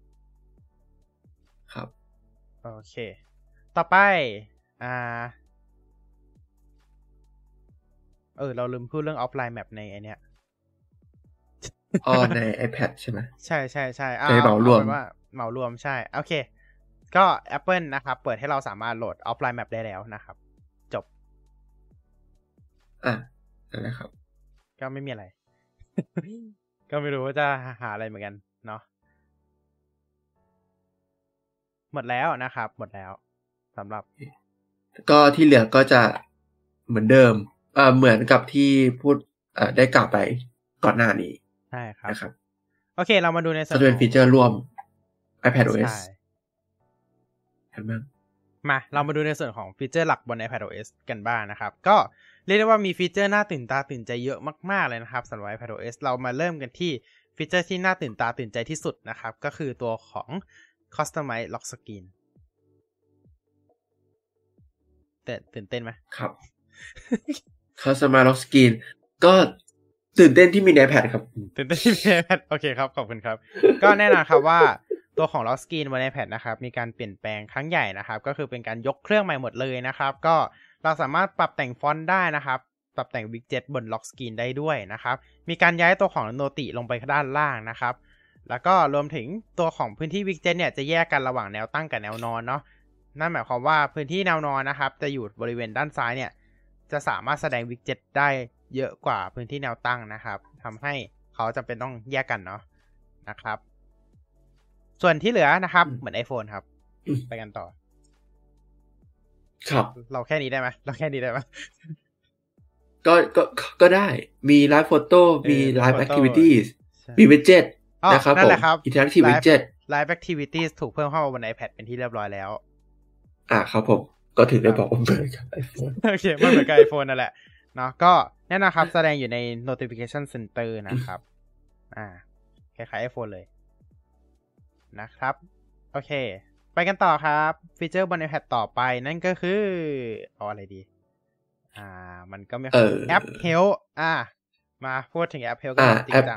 ครับโอเคต่อไปอ่าเออเราลืมพูดเรื่อง offline map ในไอเนี้ยอ๋อใน iPad ใช่ไหมใช่ใช่ใช่ในเหมารวมว่าเหมารวมใช่โอเคก็ Apple นะครับเปิดให้เราสามารถโหลด offline map ได้แล้วนะครับจบอ่ะนั่นแหละครับก็ไม่มีอะไร ก็ไม่รู้ว่าจะหาอะไรเหมือนกันเนาะหมดแล้วนะครับหมดแล้วสำหรับก็ที่เหลือก็จะเหมือนเดิมเอ่อเหมือนกับที่พูดเอ่อได้กล่าวไปก่อนหน้านี้ใช่ครับนะครับโอเคเรามาดูในส่วนของฟีเจอร์ร่วม iPadOS เห็นมั้ยมาเรามาดูในส่วนของฟีเจอร์หลักบน iPadOS กันบ้างนะครับก็เรียกได้ว่ามีฟีเจอร์น่าตื่นตาตื่นใจเยอะมากๆเลยนะครับสำหรับ iPadOS เรามาเริ่มกันที่ฟีเจอร์ที่น่าตื่นตาตื่นใจที่สุดนะครับก็คือตัวของ Customize Lock Screen แต่ตื่นเต้นไหมครับ Customize Lock Screen ก็ตื่นเต้นที่มีใน iPad ครับตื่นเต้นที่มีใน iPad โอเคครับขอบคุณครับ ก็แน่นอนครับว่าตัวของ Lock Screen บน iPad นะครับมีการเปลี่ยนแปลงครั้งใหญ่นะครับก็คือเป็นการยกเครื่องใหม่หมดเลยนะครับก็เราสามารถปรับแต่งฟอนต์ได้นะครับปรับแต่ง Widget บน Lock Screen ได้ด้วยนะครับมีการย้ายตัวของโนติลงไปด้านล่างนะครับแล้วก็รวมถึงตัวของพื้นที่ Widget เนี่ยจะแยกกันระหว่างแนวตั้งกับแนวนอนเนาะนั่นหมายความว่าพื้นที่แนวนอนนะครับจะอยู่บริเวณด้านซ้ายเนี่ยจะสามารถแสดง Widget ได้เยอะกว่าพื้นที่แนวตั้งนะครับทำให้เขาจำเป็นต้องแยกกันเนาะนะครับส่วนที่เหลือนะครับเหมือน iPhone ครับไปกันต่อครับเราแค่นี้ได้ไหมเราแค่นี้ได้ไหมก็ก็ก็ได้มี Live Photo มี Live Activities มี Widget นะครับผม Interactive Widget Live Activities ถูกเพิ่มเข้ามาบน iPad เป็นที่เรียบร้อยแล้วอ่าครับผมก็ถึงได้บอกว่าเหมือนกับ iPhone โอเคมันเหมือนกับ iPhone นั่นแหละเนาะก็แน่นอนครับแสดงอยู่ใน Notification Center นะครับอ่าคล้ายๆ iPhone เลยนะครับโอเคไปกันต่อครับฟีเจอร์บน iPad ต่อไปนั่นก็คือเอาอะไรดีอ่ามันก็ไม่แอป Help อ่ามาพูดถึงแอป Help กันจริงจัง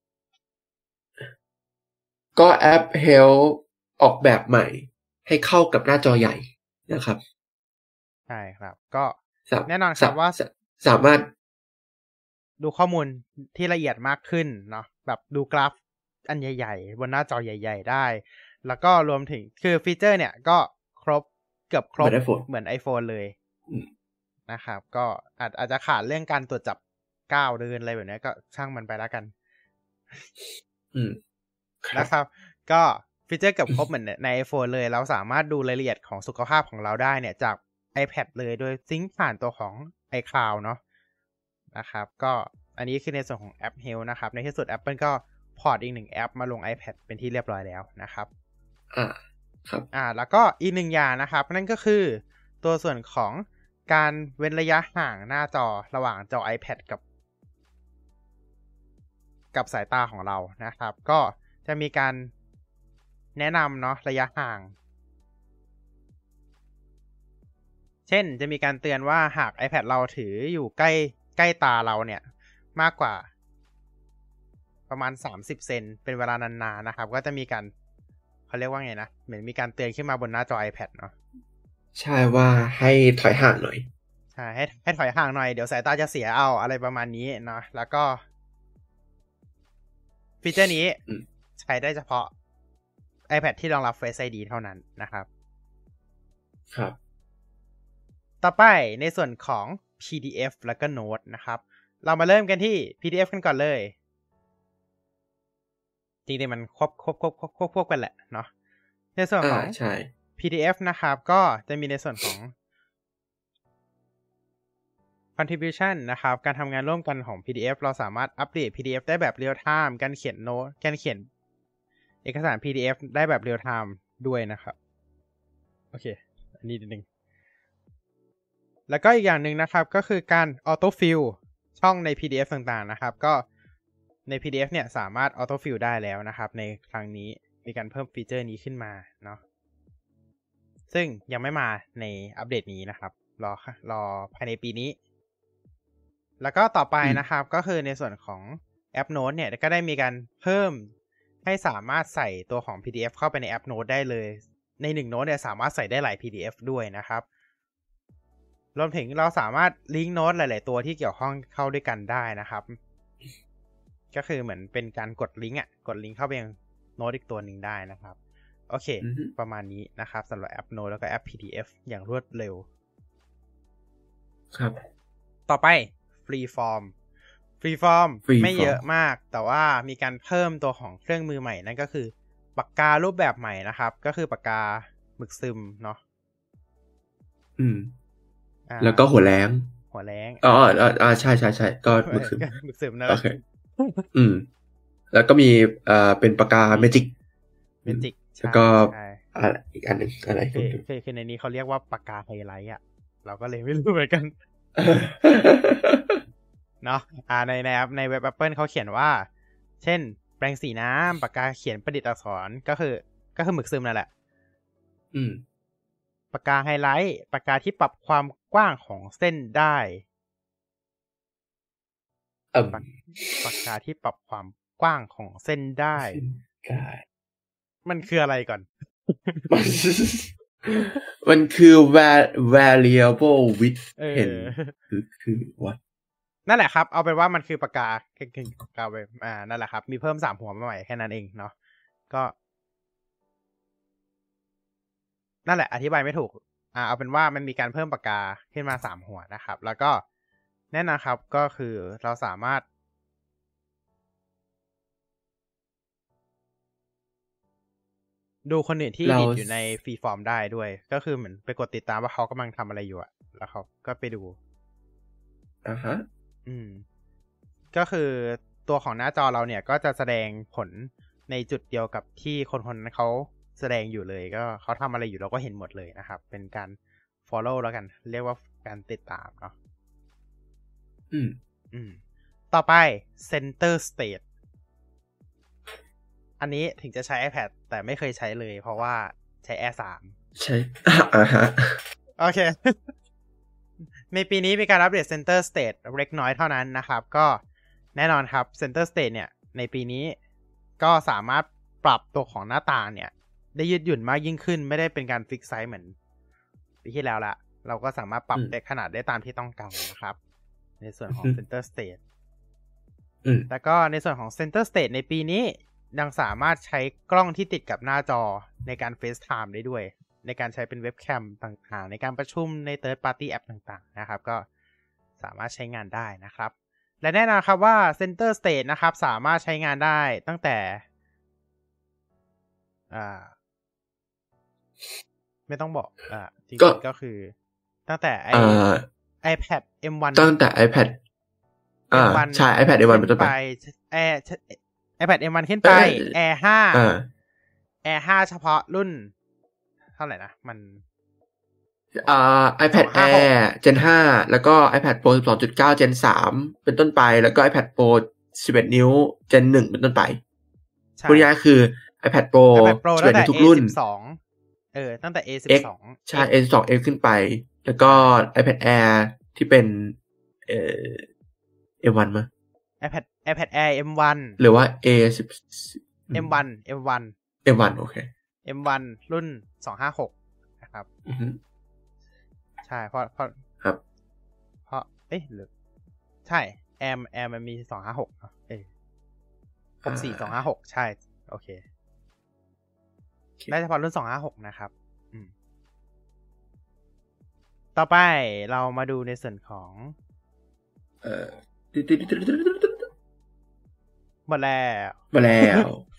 ก็แอป Help ออกแบบใหม่ให้เข้ากับหน้าจอใหญ่นะครับใช่ครับก็แน่นอนครับว่าสามารถดูข้อมูลที่ละเอียดมากขึ้นเนาะแบบดูกราฟอันใหญ่ๆบนหน้าจอใหญ่ๆได้แล้วก็รวมถึงคือฟีเจอร์เนี่ยก็ครบเกือบครบเหมือน iPhone เลยนะครับก็อาจอาจจะขาดเรื่องการตรวจจับก้าวเดินอะไรแบบนี้ก็ช่างมันไปแล้วกันอืมนะครับก็ฟีเจอร์เกือบครบเหมือนใน iPhone เลยเราสามารถดูรายละเอียดของสุขภาพของเราได้เนี่ยจาก iPad เลยโดยซิงค์ผ่านตัวของ iCloud เนาะนะครับก็อันนี้คือในส่วนของแอป Health นะครับในที่สุด Apple ก็พอร์ตอีกหนึ่งแอปมาลง iPad เป็นที่เรียบร้อยแล้วนะครับอ่าครับอ่าแล้วก็อีกหนึ่งอย่างนะครับนั่นก็คือตัวส่วนของการเว้นระยะห่างหน้าจอระหว่างจอ iPad กับกับสายตาของเรานะครับก็จะมีการแนะนำเนาะระยะห่างเช่นจะมีการเตือนว่าหาก iPad เราถืออยู่ใกล้ใกล้ตาเราเนี่ยมากกว่าประมาณสามสิบเซนเป็นเวลานานๆนะครับก็จะมีการเขาเรียกว่าไงนะเหมือนมีการเตือนขึ้นมาบนหน้าจอ iPad เนาะใช่ว่าให้ถอยห่างหน่อยใช่ให้ให้ถอยห่างหน่อยเดี๋ยวสายตาจะเสียเอาอะไรประมาณนี้เนาะแล้วก็ฟีเจอร์นี้ใช้ได้เฉพาะ iPad ที่รองรับ Face ไอ ดี เท่านั้นนะครับครับต่อไปในส่วนของ พี ดี เอฟ แล้วก็ Note นะครับเรามาเริ่มกันที่ พี ดี เอฟ กันก่อนเลยจริงๆมันควบควบควบควบควบควบกันแหละเนาะในส่วนของ พี ดี เอฟ นะครับก็จะมีในส่วนของ contribution นะครับการทำงานร่วมกันของ พี ดี เอฟ เราสามารถอัปเดต พี ดี เอฟ ได้แบบ real time การเขียนโน้ตการเขียนเอกสาร พี ดี เอฟ ได้แบบ real time ด้วยนะครับโอเคอันนี้นิดนึงแล้วก็อีกอย่างหนึ่งนะครับก็คือการ auto fill ช่องใน พี ดี เอฟ ต่างๆนะครับก็ใน พี ดี เอฟ เนี่ยสามารถ auto fill ได้แล้วนะครับในครั้งนี้มีการเพิ่มฟีเจอร์นี้ขึ้นมาเนาะซึ่งยังไม่มาในอัปเดตนี้นะครับรอรอภายในปีนี้แล้วก็ต่อไปนะครับก็คือในส่วนของแอป Note เนี่ยก็ได้มีการเพิ่มให้สามารถใส่ตัวของ พี ดี เอฟ เข้าไปในแอป Note ได้เลยในหนึ่ง Note เนี่ยสามารถใส่ได้หลาย พี ดี เอฟ ด้วยนะครับรวมถึงเราสามารถลิงก์โน้ตหลายๆตัวที่เกี่ยวข้องเข้าด้วยกันได้นะครับก็คือเหมือนเป็นการกดลิงก์อ่ะกดลิงก์เข้าไปยังโน้ตอีกตัวหนึ่งได้นะครับโอเค mm-hmm. ประมาณนี้นะครับสำหรับแอป Note แล้วก็แอป พี ดี เอฟ อย่างรวดเร็วครับต่อไป Freeform Freeform ไม่เยอะมากแต่ว่ามีการเพิ่มตัวของเครื่องมือใหม่นั่นก็คือปากการูปแบบใหม่นะครับก็คือปากกาหมึกซึมเนาะอืมแล้วก็หัวแรงหัวแรงอ๋ออ๋อใช่ใช่ใช่ก็หมึกซึมหมึกซึมนะโอเคอืมแล้วก็มีเอ่อเป็นปากกาเมจิกเมจิกแล้วก็อะไรอีกอันหนึ่งอะไรคือคือคือในนี้เขาเรียกว่าปากกาไฮไลท์อ่ะเราก็เลยไม่รู้เหมือนกันเนาะอ่าในในในเว็บ Apple เขาเขียนว่าเช่นแปรงสีน้ำปากกาเขียนประดิษฐ์อักษรก็คือก็คือหมึกซึมนั่นแหละอืมปากกาไฮไลท์ปากกาที่ปรับความกว้างของเส้นได้ปากกาที่ปรับความกว้างของเส้นได้มันคืออะไรก่อนมันคือ variable width pen คือคือว่านั่นแหละครับเอาเป็นว่ามันคือปากกาคือปากกาเว็บอ่านั่นแหละครับมีเพิ่มสามหัวมาใหม่แค่นั้นเองเนาะก็นั่นแหละอธิบายไม่ถูกอ่าเอาเป็นว่ามันมีการเพิ่มปากกาขึ้นมาสามหัวนะครับแล้วก็แน่นอนครับก็คือเราสามารถดูคนอื่นที่ดิดอยู่ในฟรีฟอร์มได้ด้วยก็คือเหมือนไปกดติดตามว่าเขากำลังทำอะไรอยู่อะแล้วเขาก็ไปดูอ่าฮะอืมก็คือตัวของหน้าจอเราเนี่ยก็จะแสดงผลในจุดเดียวกับที่คนคนนั้นเขาแสดงอยู่เลยก็เขาทำอะไรอยู่เราก็เห็นหมดเลยนะครับเป็นการ follow แล้วกันเรียกว่าการติดตามเนาะอืมอืมต่อไป center stage อันนี้ถึงจะใช้ iPad แต่ไม่เคยใช้เลยเพราะว่าใช้ Air สามใช่อ่าฮะโอเค ในปีนี้มีการอัปเดต center stage เล็กน้อยเท่านั้นนะครับก็แน่นอนครับ center stage เนี่ยในปีนี้ก็สามารถปรับตัวของหน้าต่างเนี่ยได้ยืดหยุ่นมากยิ่งขึ้นไม่ได้เป็นการฟิกไซส์เหมือนปีที่แล้วละเราก็สามารถปรับได้ขนาดได้ตามที่ต้องการนะครับในส่วนของ center stage แล้วก็ในส่วนของ center stage ในปีนี้ยังสามารถใช้กล้องที่ติดกับหน้าจอในการ FaceTime ได้ด้วยในการใช้เป็นเว็บแคมต่างๆในการประชุมใน Third Party App ต่างๆนะครับก็สามารถใช้งานได้นะครับและแน่นอนครับว่า Center Stage นะครับสามารถใช้งานได้ตั้งแต่อ่าไม่ต้องบอกอ่าจริงๆก็คือตั้งแต่ไอ iPad เอ็ม วันตั้งแต่ iPad อ่าใช่ iPad เอ็ม วัน เป็นต้นไป Air iPad เอ็ม วัน ขึ้นไป Air ห้า Air ห้าเฉพาะรุ่นเท่าไหร่นะมันอ่า iPad Air Gen ห้าแล้วก็ iPad Pro สิบสองจุดเก้า Gen สามเป็นต้นไปแล้วก็ iPad Pro สิบเอ็ดนิ้ว Gen หนึ่งเป็นต้นไปพูดง่ายๆคือ iPad Pro สิบเอ็ดนิ้วทุกรุ่นเอ สิบสอง เออตั้งแต่ เอ สิบสองใช่ เอ สิบสอง X ขึ้นไปแล้วก็ iPad Air ที่เป็นเอ่อ เอ็ม วัน มั้ย iPad iPad Air เอ็ม วันหรือว่า A สิบเอ็ม วัน เอ็ม วันเอ็ม วัน โอเคเอ็ม วัน รุ่นสองห้าหกนะครับอือฮึใช่เพราะเพราะครับเพราะเอ๊ะหรือใช่ Air Air มันมีสองห้าหกเนาะเอ๊ะหกสี่ สองห้าหกใช่โอเคได้เฉพาะรุ่นสองห้าหกนะครับอืมต่อไปเรามาดูในส่วนของเอ่อหมดแล้วหมดแล้ว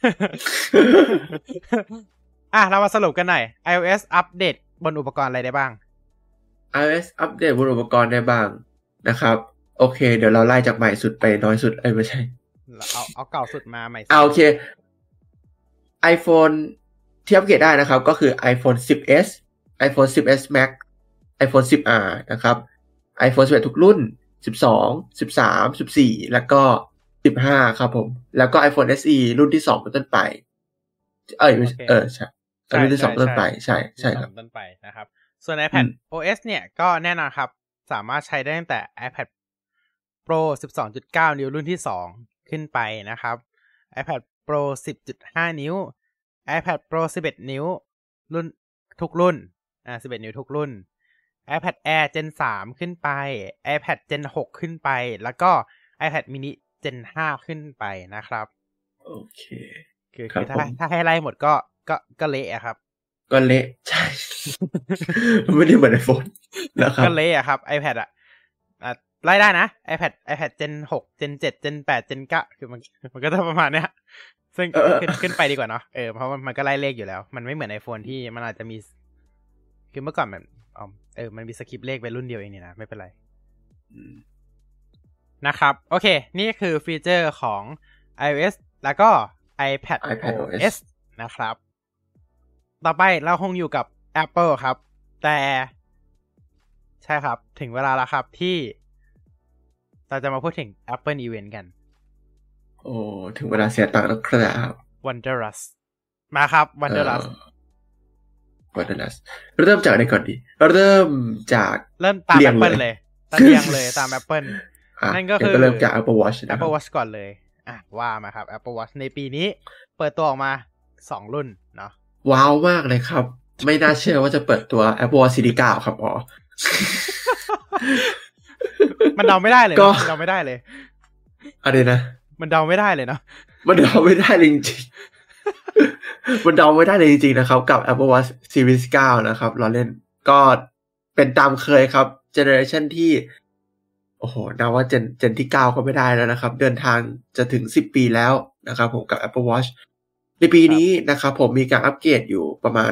อ่ะเรามาสรุปกันหน่อย iOS อัปเดตบนอุปกรณ์อะไรได้บ้าง iOS อัปเดตบนอุปกรณ์ได้บ้างนะครับโอเคเดี๋ยวเราไล่จากใหม่สุดไปน้อยสุดเอ้ยไม่ใช่เอาเอาเก่าสุดมาใหม่สุดอ่าโอเค iPhone ที่อัปเกรดได้นะครับก็คือ iPhone สิบเอส iPhone สิบเอส Max iPhone สิบอาร์ นะครับ iPhone สิบเอ็ดทุกรุ่นสิบสอง สิบสาม สิบสี่แล้วก็สิบห้าครับผมแล้วก็ iPhone เอส อี รุ่นที่สองเป็นต้นไปเอ้ย okay. เออใช่รุ่นที่สองเป็นต้นไปใช่ใช่ครับต้นไปนะครับส่วน iPad โอ เอส เนี่ยก็แน่นอนครับสามารถใช้ได้ตั้งแต่ iPad Pro สิบสองจุดเก้า นิ้วรุ่นที่สองขึ้นไปนะครับ iPad Pro สิบจุดห้า นิ้ว iPad Pro สิบเอ็ด นิ้วรุ่นทุกรุ่นอ่าสิบเอ็ดนิ้วทุกรุ่น iPad Air Gen สามขึ้นไป iPad Gen หกขึ้นไปแล้วก็ iPad mini Gen ห้าขึ้นไปนะครับโอเคคือคือถ้าถ้าให้ไล่หมดก็ก็ก็เละครับก็เละใช่ไม่ได้เหมือน iPhone นะครับก็เละอะครับ iPad อ่ะอ่ะไล่ได้นะ iPad iPad Gen หก Gen เจ็ด Gen แปด Gen เก้าคือมันมันก็จะประมาณเนี้ยซึ่งขึ้นขึ้นไปดีกว่าเนาะเออเพราะมันก็ไล่เลขอยู่แล้วมันไม่เหมือน iPhone ที่มันอาจจะมีคือเมื่อก่อนมันอ๋อเออมันมีสคริปต์เลขไปรุ่นเดียวเองนี่นะไม่เป็นไรนะครับโอเคนี่คือฟีเจอร์ของ iOS แล้วก็ iPad โอ เอส นะครับต่อไปเราคงอยู่กับ Apple ครับแต่ใช่ครับถึงเวลาแล้วครับที่เราจะมาพูดถึง Apple Event กันโอ้ถึงเวลาเสียตังค์แล้วครับ Wonderlust มาครับ Wonderlust Wonderlust เริ่มจากไหนก่อนดีเริ่มจากเริ่มตาม Apple เลยตามเรียงเลยตาม Apple นั่นก็คือเริ่มจาก Apple Watch Apple Watch ก่อนเลยอ่ะว่ามาครับ Apple Watch ในปีนี้เปิดตัวออกมาสองรุ่นเนาะว้าวมากเลยครับไม่น่าเชื่อว่าจะเปิดตัว Apple Watch ซีรีส์ เก้าครับอ๋อมันเดาไม่ได้เลยมันเดาไม่ได้เลยอะไรนะมันเดาไม่ได้เลยเนาะมันเดาไม่ได้จริงๆมันเดาไม่ได้เลยจริงๆนะครับกับ Apple Watch Series เก้านะครับเราเล่นก็เป็นตามเคยครับเจเนอเรชันที่โอ้โหนับว่าเจนเจนที่เก้าก็ไม่ได้แล้วนะครับเดินทางจะถึงสิบปีแล้วนะครับผมกับ Apple Watch ในปีนี้นะครับผมมีการอัปเกรดอยู่ประมาณ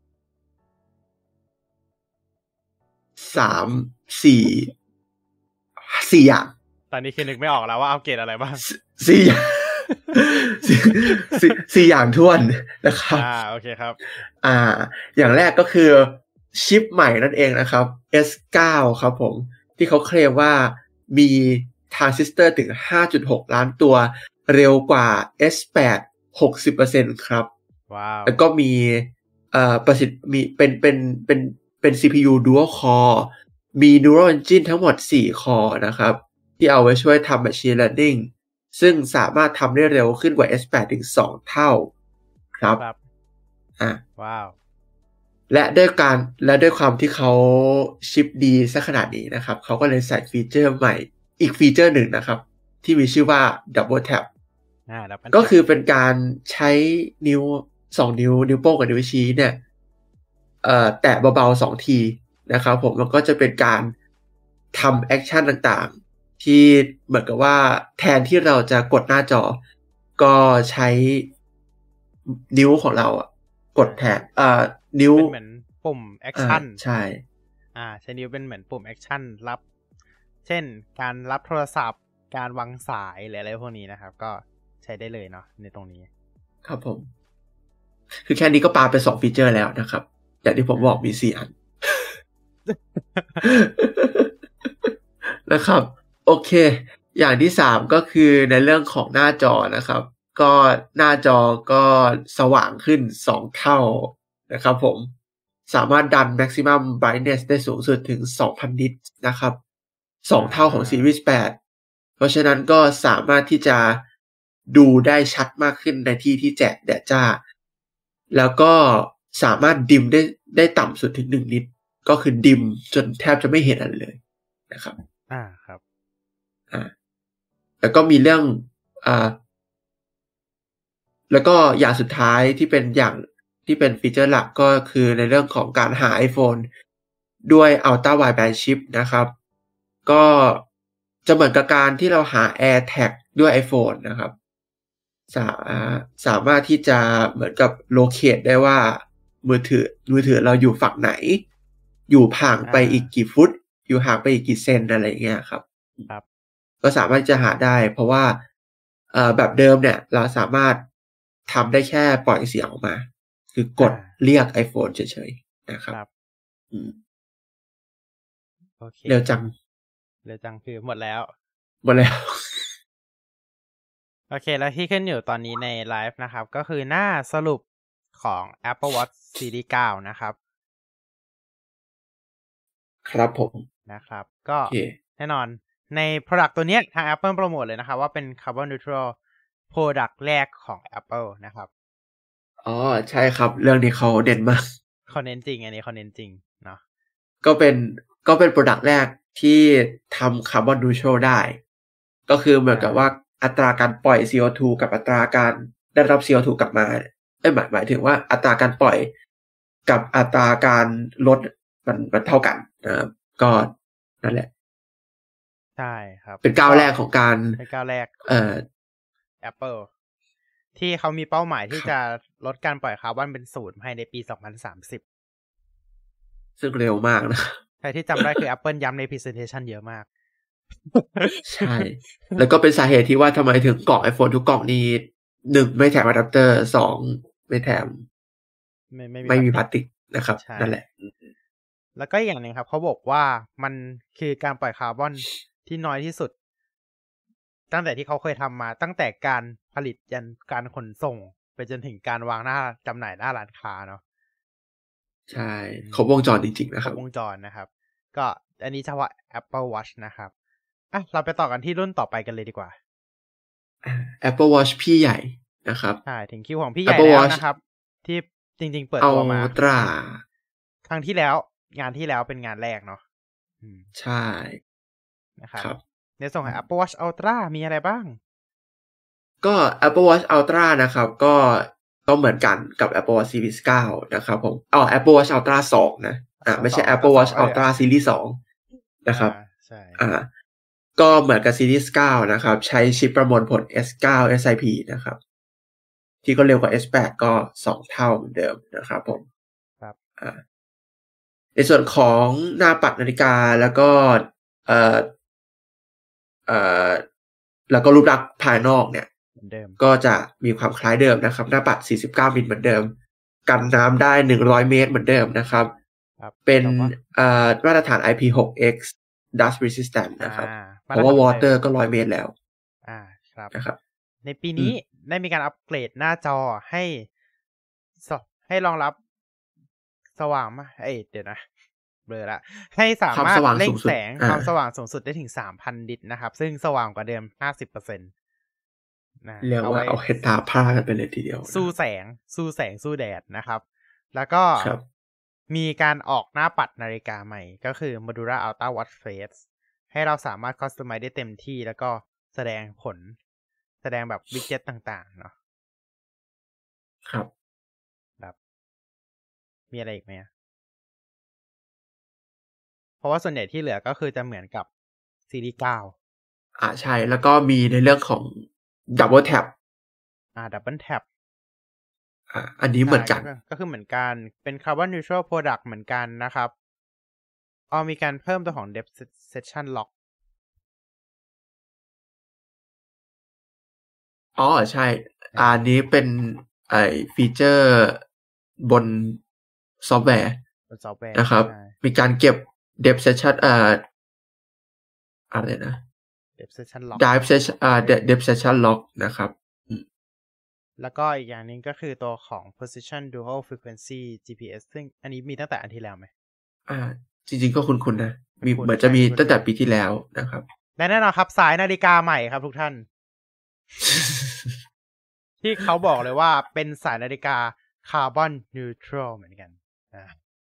สาม สี่ สี่อย่างตอนนี้คือนึกไม่ออกแล้วว่าอัปเกรดอะไรบ้างสี่อย่างสี่สี่สี่อย่างท้วนนะครับอ่าโอเคครับอ่าอย่างแรกก็คือชิปใหม่นั่นเองนะครับ เอส ไนน์ ครับผมที่เขาเคลมว่ามีทรานซิสเตอร์ถึง ห้าจุดหก ล้านตัวเร็วกว่า เอส แปด หกสิบเปอร์เซ็นต์ ครับว้าวแล้วก็มีเอ่อประสิทธิ์มีเป็นเป็นเป็นเป็น ซี พี ยู Dual Core มี Neural Engine ทั้งหมดสี่ core นะครับที่เอาไว้ช่วยทำ Machine Learning ซึ่งสามารถทำได้เร็วขึ้นกว่า เอส แปด ถึงสองเท่าครับครับอ่ะว้าวและด้วยการและด้วยความที่เขาชิปดีซะขนาดนี้นะครับเขาก็เลยใส่ฟีเจอร์ใหม่อีกฟีเจอร์หนึ่งนะครับที่มีชื่อว่า Double Tap อ่าแล้วก็คือเป็นการใช้นิ้วสองนิ้วนิ้วโป้งกับนิ้วชี้เนี่ยเอ่อแตะเบาๆสองทีนะครับผมมันก็จะเป็นการทำแอคชั่นต่างๆที่เหมือนกับว่าแทนที่เราจะกดหน้าจอก็ใช้นิ้วของเราอ่ะกดแทนเอ่อนิ้วเป็นเหมือนปุ่มแอคชั่นใช่อ่าใช้นิ้วเป็นเหมือนปุ่มแอคชั่นรับเช่นการรับโทรศัพท์การวางสายหรืออะไรพวกนี้นะครับก็ใช้ได้เลยเนาะในตรงนี้ครับผมคือแค่นี้ก็ปาไปสองฟีเจอร์แล้วนะครับอย่างที่ผมบอกมีสี่อัน นะครับโอเคอย่างที่สามก็คือในเรื่องของหน้าจอนะครับก็หน้าจอก็สว่างขึ้นสองเท่านะครับผมสามารถดัน maximum brightness ได้สูงสุดถึง สองพัน นิตนะครับสองเท่าของ Series แปดเพราะฉะนั้นก็สามารถที่จะดูได้ชัดมากขึ้นในที่ที่แจ้งแดดจ้าแล้วก็สามารถดิมได้ได้ต่ำสุดถึงหนึ่งนิตก็คือดิมจนแทบจะไม่เห็นอะไรเลยนะครับอ่าครับอ่าแล้วก็มีเรื่องอ่าแล้วก็อย่างสุดท้ายที่เป็นอย่างที่เป็นฟีเจอร์หลักก็คือในเรื่องของการหา iPhone ด้วย Ultra Wideband Chip นะครับก็จะเหมือนกับการที่เราหา AirTag ด้วย iPhone นะครับสาสามารถที่จะเหมือนกับ locate ได้ว่ามือถือมือถือเราอยู่ฝั่งไหนอยู่ห่างไปอีกกี่ฟุตอยู่ห่างไปอีกกี่เซนอะไรอย่างเงี้ยครับครับก็สามารถจะหาได้เพราะว่าเอ่อแบบเดิมเนี่ยเราสามารถทำได้แค่ปล่อยเสียงออกมาคือกดเรียก iPhone เฉยๆนะครับอืมโอเคเร็วจังเร็วจังคือหมดแล้วหมดแล้วโอเคแล้วที่ขึ้นอยู่ตอนนี้ในไลฟ์นะครับก็คือหน้าสรุปของ Apple Watch Series เก้านะครับครับผมนะครับก็แน่นอนใน Product ตัวนี้ทาง Apple โปรโมทเลยนะครับว่าเป็น Carbon Neutral Product แรกของ Apple นะครับอ๋อใช่ครับเรื่องนี้เขาเด่นมากเขาเน้นจริงอันนี้เขาเน้นจริงเนาะก็เป็นก็เป็น Product แรกที่ทำ Carbon Neutral ได้ก็คือเหมือนกับว่าอัตราการปล่อย ซี โอ ทู กับอัตราการได้รับ ซี โอ ทู กลับมาเอ้ยหมายหมายถึงว่าอัตราการปล่อยกับอัตราการลดมันมันเท่ากันนะครับก็นั่นแหละใช่ครับเป็นก้าวแรกของการเป็นก้าวแรกเอ่อ Apple ที่เขามีเป้าหมายที่จะลดการปล่อยคาร์บอนเป็นศูนย์ภายในปีสองพันสามสิบซึ่งเร็วมากนะใครที่จำได้คือ Apple ย้ำใน Presentation เยอะมากใช่แล้วก็เป็นสาเหตุที่ว่าทำไมถึงกล่อง iPhone ทุกกล่องนี้หนึ่งไม่แถมอะแดปเตอร์สองไม่แถมไม่ไม่ไม่มีพลาสติกนะครับนั่นแหละแล้วก็อย่างหนึ่งครับเขาบอกว่ามันคือการปล่อยคาร์บอนที่น้อยที่สุดตั้งแต่ที่เขาเคยทำมาตั้งแต่การผลิตยันการขนส่งไปจนถึงการวางหน้าจำหน่ายหน้าร้านค้าเนาะใช่ครบวงจรจริงๆนะครับครบวงจรนะครับก็อันนี้เฉพาะ Apple Watch นะครับอ่ะเราไปต่อกันที่รุ่นต่อไปกันเลยดีกว่า Apple Watch พี่ใหญ่นะครับใช่ถึงคิวของพี่ใหญ่แล้วนะครับที่จริงๆเปิดตัวมา Ultra ครั้งที่แล้วงานที่แล้วเป็นงานแรกเนาะใช่นะครับในส่วนของ Apple Watch Ultra มีอะไรบ้างก็ Apple Watch Ultra นะครับก็ก็เหมือนกันกับ Apple Watch Series เก้านะครับผมอ๋อ Apple Watch Ultra สองนะอ่าไม่ใช่ Apple Watch Ultra Series สองนะครับใช่อ่าก็เหมือนกับ Series เก้านะครับใช้ชิปประมวลผล เอส ไนน์ เอส ไอ พี นะครับที่ก็เร็วกว่า เอส แปด ก็สองเท่าเหมือนเดิมนะครับผมครับอ่าในส่วนของหน้าปัดนาฬิกาแล้วก็เอ่อเอ่อแล้วก็รูปลักษณ์ภายนอกเนี่ยมือนเดิมก็จะมีความคล้ายเดิมนะครับหน้าปัดสี่สิบเก้ามิลเหมือนเดิมกันน้ำได้หนึ่งร้อยเมตรเหมือนเดิมนะครับเป็นอ่ามาตรฐาน ไอ พี ซิก เอ็กซ์ dust resistant นะครับเพราะว่า water ก็หนึ่งร้อยเมตรแล้วอ่าครับนะครับในปีนี้ได้มีการอัปเกรดหน้าจอให้ให้รองรับสว่างมาเอ้ยเดี๋ยวนะเบลอละให้สามารถเร่งแสงความสว่างสูงสุดได้ถึง สามพัน นิตนะครับซึ่งสว่างกว่าเดิม ห้าสิบเปอร์เซ็นต์ นะเรียกว่าเอาเฮดตาผ้ากันไปเลยทีเดียวสู้แสงสู้แสงสู้แดดนะครับแล้วก็มีการออกหน้าปัดนาฬิกาใหม่ก็คือ Modular Ultra Watch Face ให้เราสามารถคัสตอมไมซ์ได้เต็มที่แล้วก็แสดงผลแสดงแบบวิดเจ็ตต่างๆเนาะครับแบบมีอะไรอีกไหมเพราะว่าส่วนใหญ่ที่เหลือก็คือจะเหมือนกับซีรีส์เก้าอ่าใช่แล้วก็มีในเรื่องของ Double Tap อ่า Double Tap อ่าอันนี้เหมือนกันก็คือเหมือนกันเป็น Carbon Neutral Product เหมือนกันนะครับอ๋อมีการเพิ่มตัวของ Depth Session Lock อ๋อใช่อันนี้เป็นไอฟีเจอร์บนซอฟต์แวร์บนซอฟต์แวร์นะครับมีการเก็บ Depth Session อ่าอะไรนะ Depth Session Lock Depth Session อ่า Depth Session Lock นะครับแล้วก็อีกอย่างนึงก็คือตัวของ Position Dual Frequency จี พี เอส ซึ่งอันนี้มีตั้งแต่อันที่แล้วไหมอ่าจริงๆก็คุ้นๆนะมีเหมือนจะมีตั้งแต่ปีที่แล้วนะครับและแน่นอนครับสายนาฬิกาใหม่ครับทุกท่าน ที่เขาบอกเลยว่าเป็นสายนาฬิกา Carbon Neutral เหมือนกันอ่า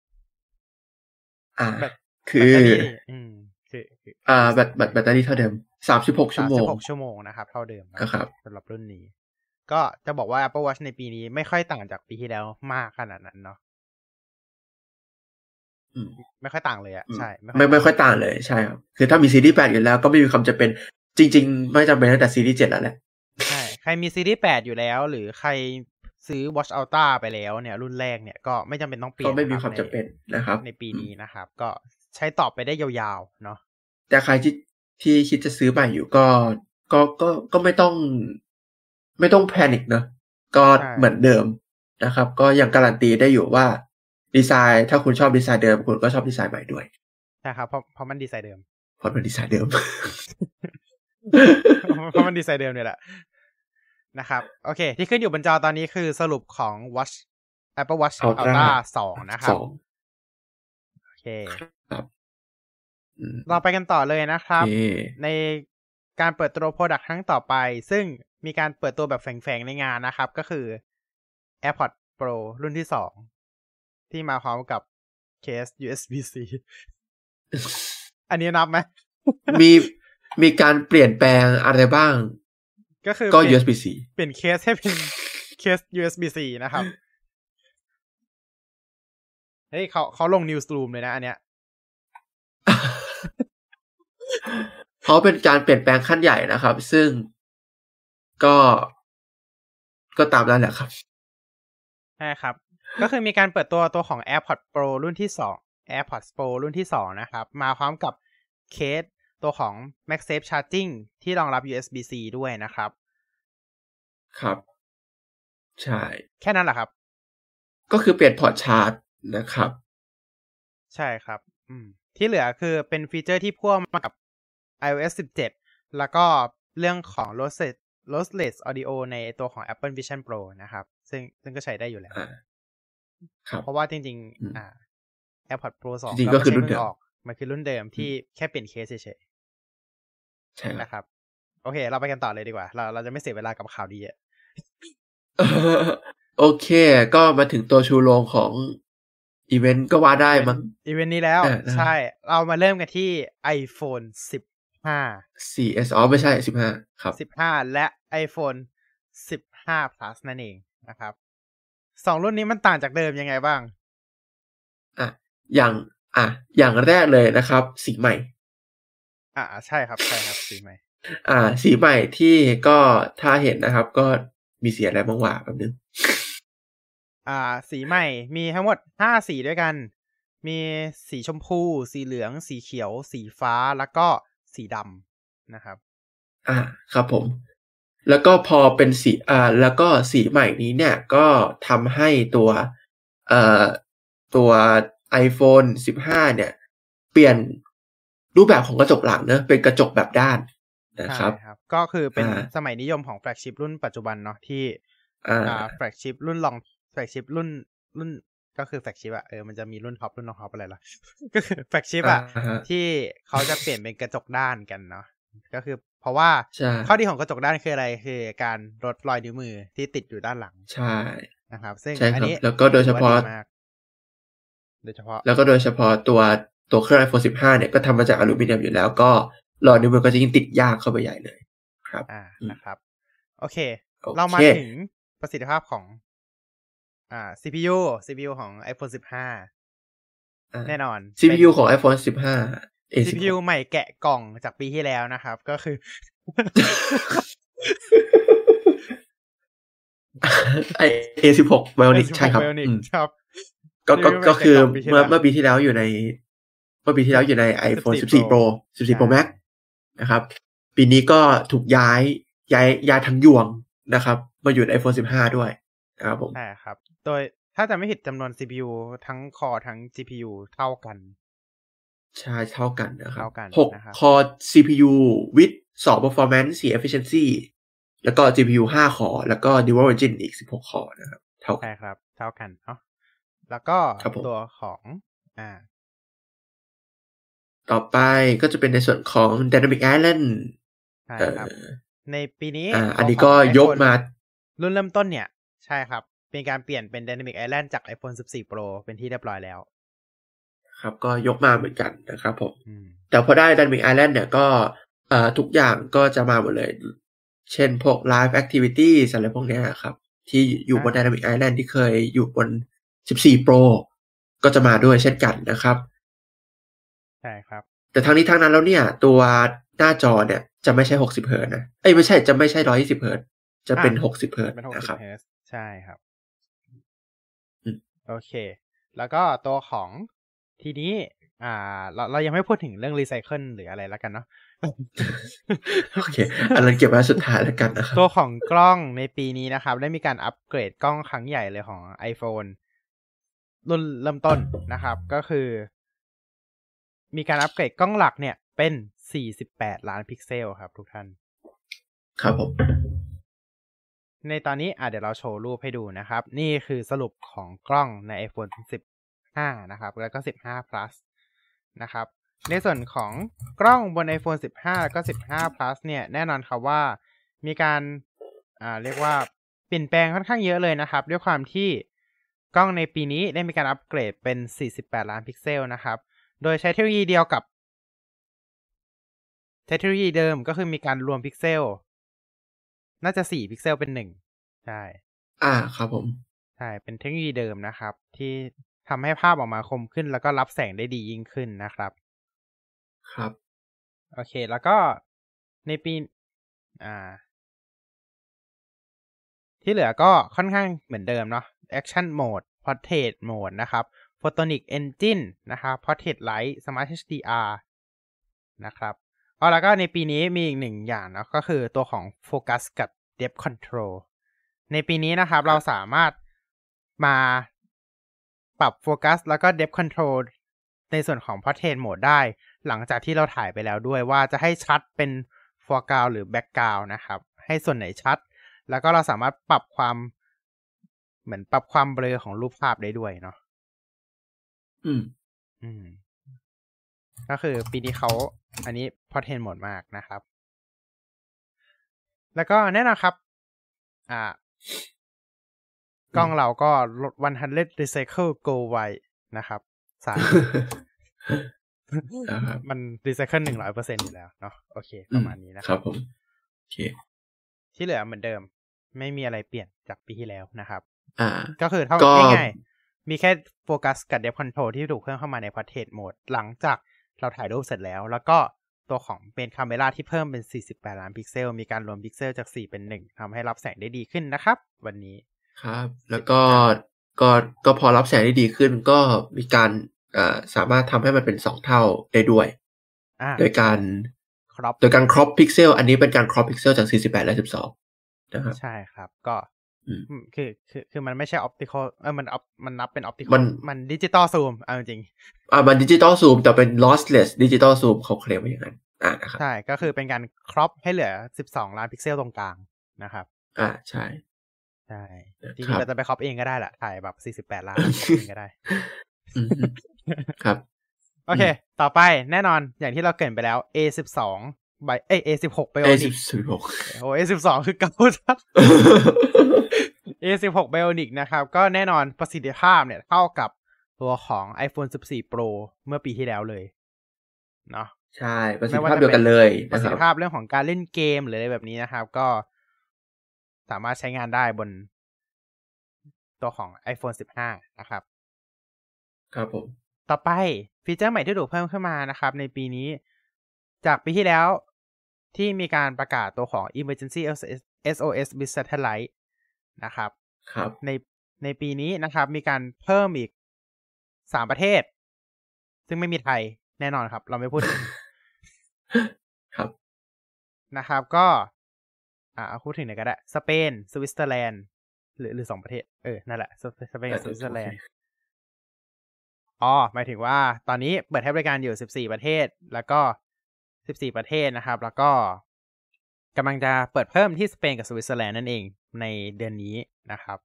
อ่าคืออืมคืออ่าแบตแบตเตอรี่เท่าเดิมสามสิบหกชั่วโมงสามสิบหกชั่วโมงนะครับเท่าเดิมครับสำหรับรุ่นนี้ก็จะบอกว่า Apple Watch ในปีนี้ไม่ค่อยต่างจากปีที่แล้วมากขนาดนั้นเนาะไม่ค่อยต่างเลยอ่ะใช่ไม่ไม่ค่อยต่างเลยใช่ครับคือถ้ามีซีรีส์แปดอยู่แล้วก็ไม่มีความจำเป็นจริงๆไม่จำเป็นตั้งแต่ซีรีส์เจ็ดแล้วแหละใช่ใครมีซีรีส์แปดอยู่แล้วหรือใครซื้อ Watch Ultra ไปแล้วเนี่ยรุ่นแรกเนี่ยก็ไม่จำเป็นต้องเปลี่ยนก็ไม่มีความจำเป็นนะครับในปีนี้นะครับก็ใช้ต่อไปได้ยาวๆเนาะแต่ใครที่ที่คิดจะซื้อใหม่อยู่ก็ก็ก็ก็ไม่ต้องไม่ต้องแพนิคเนอะก็เหมือนเดิมนะครับก็ยังการันตีได้อยู่ว่าดีไซน์ถ้าคุณชอบดีไซน์เดิมคุณก็ชอบดีไซน์ใหม่ด้วยใช่ครับเพราะเพราะมันดีไซน์เดิมเพราะมันดีไซน์เดิมเพราะมันดีไซน์เดิมเนี่ยแหละนะครับโอเคที่ขึ้นอยู่บนจอตอนนี้คือสรุปของ Watch Apple Watch Ultra สองนะครับโอเคครับเราไปกันต่อเลยนะครับในการเปิดตัว Product ครั้งต่อไปซึ่งมีการเปิดตัวแบบแฝงๆในงานนะครับก็คือ AirPods Pro รุ่นที่สองที่มาพร้อมกับเคส ยู เอส บี ซี อันนี้นับไหมมีมีการเปลี่ยนแปลงอะไรบ้างก็คือก็ ยู เอส บี ซีเปลี่ยนเคสให้เป็นเคส ยู เอส บี ซี นะครับเฮ้ยเขาเขาลง Newsroom เลยนะอันเนี้ยเขาเป็นการเปลี่ยนแปลงขั้นใหญ่นะครับซึ่งก็ก็ตามนั้นแหละครับใช่ครับก็คือมีการเปิดตัวตัวของ AirPods Pro รุ่นที่สอง AirPods Pro รุ่นที่สองนะครับมาพร้อมกับเคสตัวของ MagSafe Charging ที่รองรับ ยู เอส บี ซี ด้วยนะครับครับใช่แค่นั้นแหละครับก็คือเปลี่ยนพอร์ตชาร์จนะครับใช่ครับอืมที่เหลือคือเป็นฟีเจอร์ที่พ่วงมากับ iOS สิบเจ็ดแล้วก็เรื่องของ lossless lossless audio ในตัวของ Apple Vision Pro นะครับซึ่งซึ่งก็ใช้ได้อยู่แล้วเพราะว่าจริงๆอ่า AirPods Pro สองก็คือรุ่นเดิมออกมันคือรุ่นเดิมที่แค่เปลี่ยนเคสเฉยๆใช่นะครับโอเคเราไปกันต่อเลยดีกว่าเราเราจะไม่เสียเวลากับข่าวดีอ่ะโอเคก็มาถึงตัวชูโรงของอีเวนต์ก็ว่าได้มั้งอีเวนต์นี้แล้วใช่เรามาเริ่มกันที่ iPhone สิบห้าโฟร์ เอส อ๋อไม่ใช่สิบห้าครับสิบห้าและ iPhone สิบห้า Plus นั่นเองนะครับสองรุ่นนี้มันต่างจากเดิมยังไงบ้างอ่ะอย่างอ่ะอย่างแรกเลยนะครับสีใหม่อ่าใช่ครับใช่ครับสีใหม่อ่าสีใหม่ที่ก็ถ้าเห็นนะครับก็มีสีอะไรบ้างวะแป๊บนึงอ่าสีใหม่มีทั้งหมดห้าสีด้วยกันมีสีชมพูสีเหลืองสีเขียวสีฟ้าแล้วก็สีดำนะครับอ่าครับผมแล้วก็พอเป็นสีอ่าแล้วก็สีใหม่นี้เนี่ยก็ทำให้ตัวเอ่อตัว iPhone สิบห้าเนี่ยเปลี่ยนรูปแบบของกระจกหลังเนอะเป็นกระจกแบบด้านนะครับใช่ครับก็คือเป็นอ่าสมัยนิยมของแฟลกชิพรุ่นปัจจุบันเนาะที่อ่าอ่าแฟลกชิพรุ่นรองแฟลกชิพรุ่นรุ่นก็คือแฟลกชิพอะเออมันจะมีรุ่นท็อปรุ่นรองท็อปอะไรล่ะ ก็คือแฟลกชิพอะอ่าฮะที่เขาจะเปลี่ยนเป็นกระจกด้านกันเนาะก็คือเพราะว่าใช่ข้อดีของกระจกด้านคืออะไรคือการลดรอยนิ้วมือที่ติดอยู่ด้านหลังใช่นะครับซึ่งใช่ครับอันนี้แล้วก็โดยเฉพาะถือว่ดีมากโดยเฉพาะแล้วก็โดยเฉพาะตัวตัวเครื่อง iPhone สิบห้าเนี่ยก็ทำมาจากอลูมิเนียมอยู่แล้วก็รอยนิ้วมือก็จะยิ่งติดยากเข้าไปใหญ่เลยครับอ่าอืมนะครับโอเคโอเคเรามาถึงประสิทธิภาพของอ่า ซี พี ยู ซี พี ยู ของ iPhone สิบห้าอ่าแน่นอนซี พี ยู ของ iPhone สิบห้า เอซีสิบหกพี ยู ใหม่แกะกล่องจากปีที่แล้วนะครับ ก็คือไอ เอ สิบหก Bionic ใช่ครับ Bionic อืมครับก็ก็ซี พี ยูก็คือใหม่แกะกล่องปีที่แล้วเมื่อเมื่อปีที่แล้วอยู่ในเมื่อปีที่แล้วอยู่ใน iPhone สิบสี่ Pro สิบสี่ Pro Max นะครับ ปีนี้ก็ถูกย้ายย้ายย้ายทั้งยวงนะครับ มาอยู่ใน iPhone สิบห้า ด้วยนะครับผมใช่ครับ โดยถ้าจะไม่ผิดจำนวน ซี พี ยู ทั้งคอทั้ง จี พี ยู เท่ากันใช่เท่ากันนะครับเท่ากันหกนะครับ core ซี พี ยู with สอง performance สี่ efficiency แล้วก็ จี พี ยู ห้า core แล้วก็ Dual Engine อีกสิบหก core นะครับเท่ากัใช่นครับ เท่ากันเนาะแล้วก็ครับผมตัวของอ่าต่อไปก็จะเป็นในส่วนของ Dynamic Island ใช่เอ่ครับอในปีนี้อ่าตัวอันนี้ของก็ยก iPhone มารุ่นเริ่มต้นเนี่ย ใช่ครับ เป็นการเปลี่ยนเป็น Dynamic Island จาก iPhone สิบสี่ Pro เป็นที่เรียบร้อยแล้วครับก็ยกมาเหมือนกันนะครับผมอืมแต่พอได้ Dynamic Island เนี่ยก็เอ่อทุกอย่างก็จะมาหมดเลย เช่นพวก Live Activities อะไรพวกเนี้ยครับ ที่อยู่บนอ่า Dynamic Island ที่เคยอยู่บน สิบสี่ Pro ก็จะมาด้วยเช่นกันนะครับใช่ครับแต่ทั้งนี้ทั้งนั้นแล้วเนี่ย ตัวหน้าจอเนี่ยจะไม่ใช่หกสิบเฮิร์ตซ์นะเอ้ยไม่ใช่จะไม่ใช่หนึ่งร้อยยี่สิบเฮิร์ตซ์จะเป็นอ่ะหกสิบเฮิร์ตซ์เป็นหกนะสิครับบ เฮิร์ตซ์ใช่ครับอืมโอเค แล้วก็ตัวของทีนี้ อ่า เราเรายังไม่พูดถึงเรื่อง Recycle หรืออะไรแล้วกันเนาะโอเค อันนั้นเก็บไว้สุดท้ายแล้วกันนะครับตัวของกล้องในปีนี้นะครับ ได้มีการอัปเกรดกล้องครั้งใหญ่เลยของ iPhone รุ่นเริ่มต้นนะครับ ก็คือ มีการอัปเกรดกล้องหลักเนี่ยเป็นสี่สิบแปดล้านพิกเซลครับทุกท่านครับผมในตอนนี้อ่ะเดี๋ยวเราโชว์รูปให้ดูนะครับ นี่คือสรุปของกล้องใน iPhone สิบห้า นะครับ แล้วก็ สิบห้า plus นะครับ ในส่วนของกล้องบน iPhone สิบห้า แล้วก็ สิบห้า plus เนี่ยแน่นอนครับว่ามีการอ่าเรียกว่าเปลี่ยนแปลงค่อนข้างเยอะเลยนะครับ ด้วยความที่กล้องในปีนี้ได้มีการอัปเกรดเป็นสี่สิบแปดล้านพิกเซลนะครับ โดยใช้เทคโนโลยีเดียวกับเทคโนโลยีเดิมก็คือมีการรวมพิกเซลน่าจะสี่พิกเซลเป็นหนึ่งใช่อ่าครับผมใช่เป็นเทคโนโลยีเดิมนะครับ ที่ทำให้ภาพออกมาคมขึ้นแล้วก็รับแสงได้ดียิ่งขึ้นนะครับครับโอเค แล้วก็ในปีอ่า ที่เหลือก็ค่อนข้างเหมือนเดิมเนาะ Action Mode Portrait Mode นะครับ Photonic Engine นะครับ Portrait Light Smart เอช ดี อาร์ นะครับอ๋อแล้วก็ในปีนี้มีอีกหนึ่งอย่างเนาะก็คือตัวของ Focus กับ Depth Control ในปีนี้นะครับเราสามารถมาปรับโฟกัสแล้วก็ Depth Control ในส่วนของ Portrait Mode ได้หลังจากที่เราถ่ายไปแล้วด้วยว่าจะให้ชัดเป็น Foreground หรือ Background นะครับให้ส่วนไหนชัดแล้วก็เราสามารถปรับความเหมือนปรับความเบลอของรูปภาพได้ด้วยเนาะอืมอืม ก็คือปีนี้เขาอันนี้ Portrait Mode มากนะครับ แล้วก็แน่นอนครับ อ่า กล้องเราก็ลดหนึ่งร้อย Recycle Go ไวนะครับสาย มัน Recycle หนึ่งร้อยเปอร์เซ็นต์ อยู่แล้วเนาะโอเคประมาณนี้นะคครัรับบ ผมโอเคที่เหลือเหมือนเดิมไม่มีอะไรเปลี่ยนจากปีที่แล้วนะครับอ่าก็คือเท่าก็ง่ายๆมีแค่โฟกัสกับ Depth Control ที่ถูกเพิ่มเข้ามาใน Portrait Mode หลังจากเราถ่ายรูปเสร็จแล้ว แล้วก็ตัวของเป็นคาเมราที่เพิ่มเป็นสี่สิบแปดล้านพิกเซลมีการรวมพิกเซลจากสี่เป็นหนึ่งทำให้รับแสงได้ดีขึ้นนะครับวันนี้ครับ แล้วก็ก็ก็พอรับแสงได้ดีขึ้นก็มีการเอ่อสามารถทำให้มันเป็นสองเท่าได้ด้วยอ่าโดยการ crop โดยการ crop pixel อันนี้เป็นการ crop pixel จากสี่สิบแปดและสิบสองนะครับใช่ครับก็อืมอืมคือคือคือมันไม่ใช่ optical เออมัน op มันนับเป็น optical มันมัน digital zoom เอาจริงอ่ามันดิจิตอลซูมแต่เป็น lossless ดิจิตอลซูมเขาเคลมไว้อย่างนั้นอ่านะครับๆใช่ก็คือเป็นการ crop ให้เหลือสิบสองล้านพิกเซลตรงกลางนะครับอ่าใช่ใช่จคริรังๆบเราจะไป crop เองก็ได้แหละถ่ายแบบสี่สิบแปดล้าน crop เองก็ได้อืมครับโอเค ต่อไปแน่นอนอย่างที่เราเกริ่นไปแล้ว เอ สิบสองใบเอ้ย เอ สิบหกเอ Bionic สิบหกโอ้ เอ สิบสอง คือเก่าชัด เอ สิบหก Bionic นะครับ ก็แน่นอนประสิทธิภาพเนี่ยเท่ากับตัวของ iPhone สิบสี่ Pro เมื่อปีที่แล้วเลยเนาะใช่ประสิทธิภาพเดียวกันเลยประนะคสิทรับธิภาพเรื่องของการเล่นเกมหรืออะไรแบบนี้นะครับ ก็สามารถใช้งานได้บนตัวของ iPhone สิบห้า นะครับครับผมต่อไปฟีเจอร์ใหม่ที่ถูกเพิ่มขึ้นมานะครับในปีนี้จากปีที่แล้วที่มีการประกาศตัวของ Emergency เอส โอ เอส with Satellite นะครับครับในในปีนี้นะครับมีการเพิ่มอีกสามประเทศซึ่งไม่มีไทยแน่นอนครับเราไม่พูดถึงครับนะครับก็อ่าพูดถึงไหนก็ได้สเปนสวิตเซอร์แลนด์หรือหรือสองประเทศเออนั่นแหละสเปนกับสวิตเซอร์แลนด์อ๋อหมายถึงว่าตอนนี้เปิดให้บริการอยู่สิบสี่ประเทศแล้วก็สิบสี่ประเทศนะครับแล้วก็กำลังจะเปิดเพิ่มที่สเปนกับสวิตเซอร์แลนด์นั่นเองในเดือนนี้นะครับ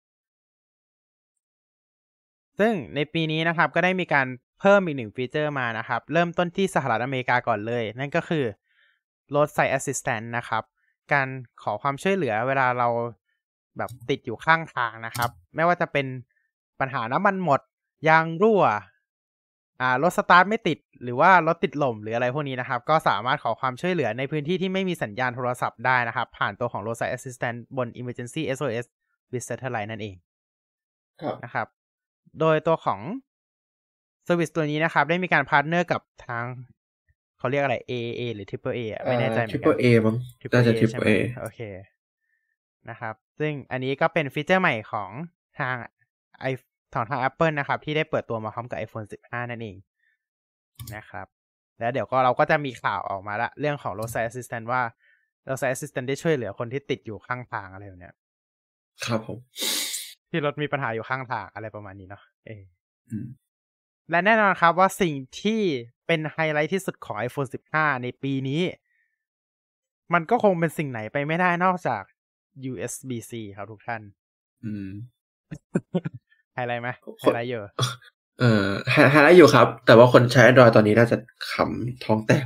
ซึ่งในปีนี้นะครับก็ได้มีการเพิ่มอีกหนึ่งฟีเจอร์มานะครับเริ่มต้นที่สหรัฐอเมริกาก่อนเลยนั่นก็คือ Roadside Assistant นะครับการขอความช่วยเหลือเวลาเราแบบติดอยู่ข้างทางนะครับไม่ว่าจะเป็นปัญหาน้ำมันหมดยางรั่วอ่ารถสตาร์ทไม่ติดหรือว่ารถติดลมหรืออะไรพวกนี้นะครับก็สามารถขอความช่วยเหลือในพื้นที่ที่ไม่มีสัญญาณโทรศัพท์ได้นะครับผ่านตัวของ Roadside Assistant บน Emergency เอส โอ เอส with Satellite นั่นเองครับนะครับโดยตัวของ Service ตัวนี้นะครับได้มีการพาร์ทเนอร์กับทางเขาเรียกอะไร เอ เอ หรือ Triple A อ่ะไม่แน่ใจเหมือนกัน Triple A มั้งน่าจะ Triple A โอเคนะครับซึ่งอันนี้ก็เป็นฟีเจอร์ใหม่ของทางไอของทาง Apple นะครับที่ได้เปิดตัวมาพร้อมกับ iPhone สิบห้า นั่นเองนะครับแล้วเดี๋ยวก็เราก็จะมีข่าวออกมาละเรื่องของ Roadside Assistant ว่า Roadside Assistant ได้ช่วยเหลือคนที่ติดอยู่ข้างทางอะไรแบบเนี้ยครับผมที่รถมีปัญหาอยู่ข้างทางอะไรประมาณนี้เนาะเอออืมและแน่นอนครับว่าสิ่งที่เป็นไฮไลท์ที่สุดของ iPhone สิบห้า ในปีนี้มันก็คงเป็นสิ่งไหนไปไม่ได้นอกจาก ยู เอส บี ซี ครับทุกท่านอืมไฮไลท์ไหมไฮไลท์เยอะเอ่อไฮไลท์อยู่ครับ แต่ว่าคนใช้ Android ตอนนี้น่าจะขำท้องแตก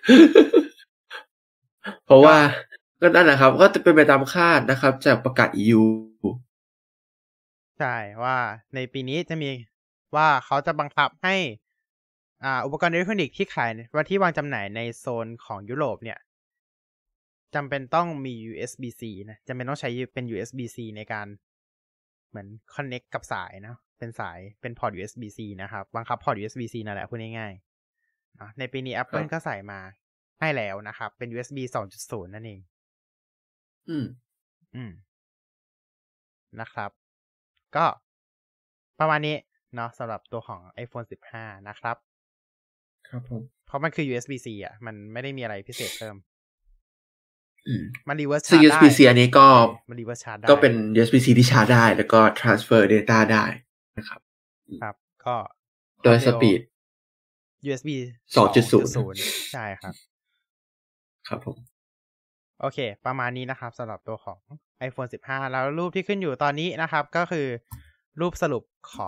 เพราะว่าก็นั่นแหละครับก็จะเป็นไปตามคาดนะครับจากประกาศ อี ยูใช่ว่าในปีนี้จะมีว่าเขาจะบังคับให้อ่าอุปกรณ์อิเล็กทรอนิกส์ที่ขายว่าที่วางจำหน่ายในโซนของยุโรปเนี่ยจำเป็นต้องมี ยู เอส บี ซี นะจำเป็นต้องใช้เป็น ยู เอส บี ซี ในการเหมือน connect กับสายนะเป็นสายเป็นพอร์ต ยู เอส บี ซี นะครับบังคับพอร์ต ยู เอส บี ซี นั่นแหละพูดง่ายๆนะในปีนี้ Apple ก็ใส่มาให้แล้วนะครับเป็น ยู เอส บี สองจุดศูนย์ นั่นเองอืมอืมนะครับก็ประมาณนี้เนาะสำหรับตัวของ iPhone สิบห้า นะครับครับผมเพราะมันคือ ยู เอส บี ซี อ่ะมันไม่ได้มีอะไรพิเศษเพิ่มอืมมัน reverse ซึ่ง charge ยู เอส บี ซี อันนี้ก็มัน reverse charge ได้ก็เป็น ยู เอส บี ซี ที่ชาร์จได้แล้วก็ transfer data ได้นะครับครับก็โดยสปีดยู เอส บีสองจุดศูนย์ใช่ครับครับผมโอเคประมาณนี้นะครับสำหรับตัวของ iPhone สิบห้า แล้วรูปที่ขึ้นอยู่ตอนนี้นะครับก็คือรูปสรุปของ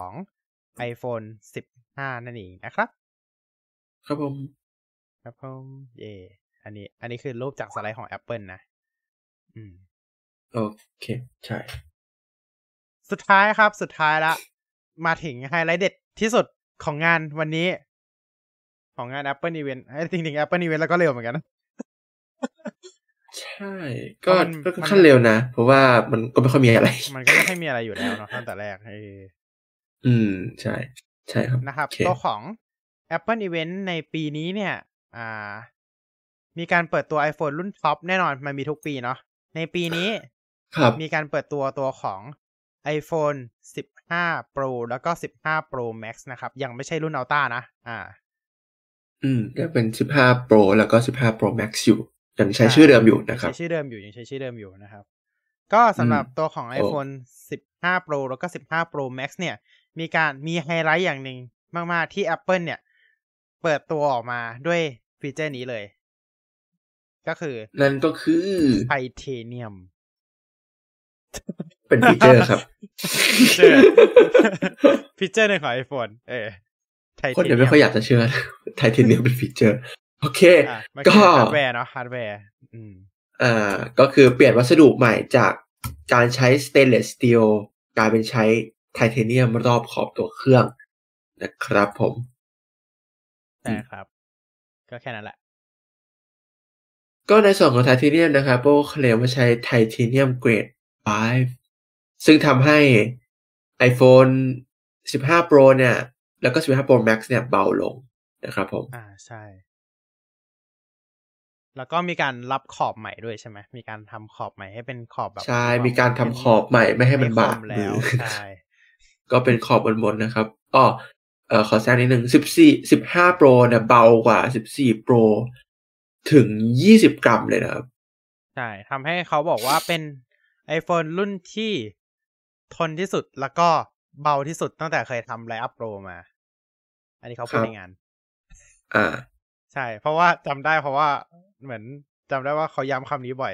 iPhone สิบห้า นั่นเองนะครับครับผมครับผมเย่อันนี้อันนี้คือรูปจากสไลด์ของ Apple นะอืมโอเคใช่สุดท้ายครับสุดท้ายละมาถึงไฮไลท์เด็ดที่สุดของงานวันนี้ของงาน Apple Event จริงๆ Apple Event แล้วก็เร็วเหมือนกันนะใช่ก็ก็ขั้นเร็วนะเพราะว่ามันก็ไม่ค่อยมีอะไรมันก็ไม่ค่อยมีอะไรอยู่แล้วเนาะตั้งแต่แรกเอออืมใช่ใช่ครับนะครับ okay. ตัวของ Apple Event ในปีนี้เนี่ยอ่ามีการเปิดตัว iPhone รุ่นท็อปแน่นอนมันมีทุกปีเนาะในปีนี้ครับมีการเปิดตัวตัวของ iPhone สิบห้า Pro แล้วก็สิบห้า Pro Max นะครับยังไม่ใช่รุ่น Ultra นะอ่าอืมยังเป็นสิบห้า Pro แล้วก็สิบห้า Pro Max อยู่ยังใช้ชื่อเดิมอยู่นะครับใช้ชื่อเดิมอยู่ยังใช้ชื่อเดิมอยู่นะครับก็สำหรับตัวของ iPhone สิบห้า Pro แล้วก็ สิบห้า Pro Max เนี่ยมีการมีไฮไลท์อย่างหนึ่งมากๆที่ Apple เนี่ยเปิดตัวออกมาด้วยฟีเจอร์นี้เลยก็คือนั่นก็คือไทเทเนียมเป็นฟีเจอร์ครับฟีเจอร์ฟีเจอร์หนึ่งของ iPhone เออไทเทเนียมคนเดี๋ยวไม่ค่อยอยากจะเชื่อไทเทเนียมเป็นฟีเจอร์โอเคก็ฮาร์ดแวร์เนาะฮาร์ดแวร์อืมอ่าก็คือเปลี่ยนวัสดุใหม่จากการใช้สเตนเลสสตีลกลายเป็นใช้ไทเทเนียมรอบขอบตัวเครื่องนะครับผมใช่ครับก็แค่นั้นแหละก็ในส่วนของไทเทเนียมนะครับ Apple เคลมว่าใช้ไทเทเนียมเกรดห้าซึ่งทำให้ iPhone สิบห้า Pro เนี่ยแล้วก็สิบห้า Pro Max เนี่ยเบาลงนะครับผมอ่าใช่แล้วก็มีการรับขอบใหม่ด้วยใช่ไหมมีการทำขอบใหม่ให้เป็นขอบแบบใช่มีการทำขอบใหม่ไม่ให้มันบาดแล้วใช่ก็เป็นขอบบนๆนะครับอ้อเอ่อขอแทรกนิดนึงสิบสี่ สิบห้า Pro เนี่ยเบากว่าสิบสี่ Pro ถึงยี่สิบกรัมเลยนะครับใช่ทำให้เขาบอกว่าเป็น iPhone รุ่นที่ทนที่สุดแล้วก็เบาที่สุดตั้งแต่เคยทำไลน์อัพโปรมาอันนี้เขาพูดในงานอ่าใช่เพราะว่าจำได้เพราะว่าเหมือนจำได้ว่าเขาย้ำคำนี้บ่อย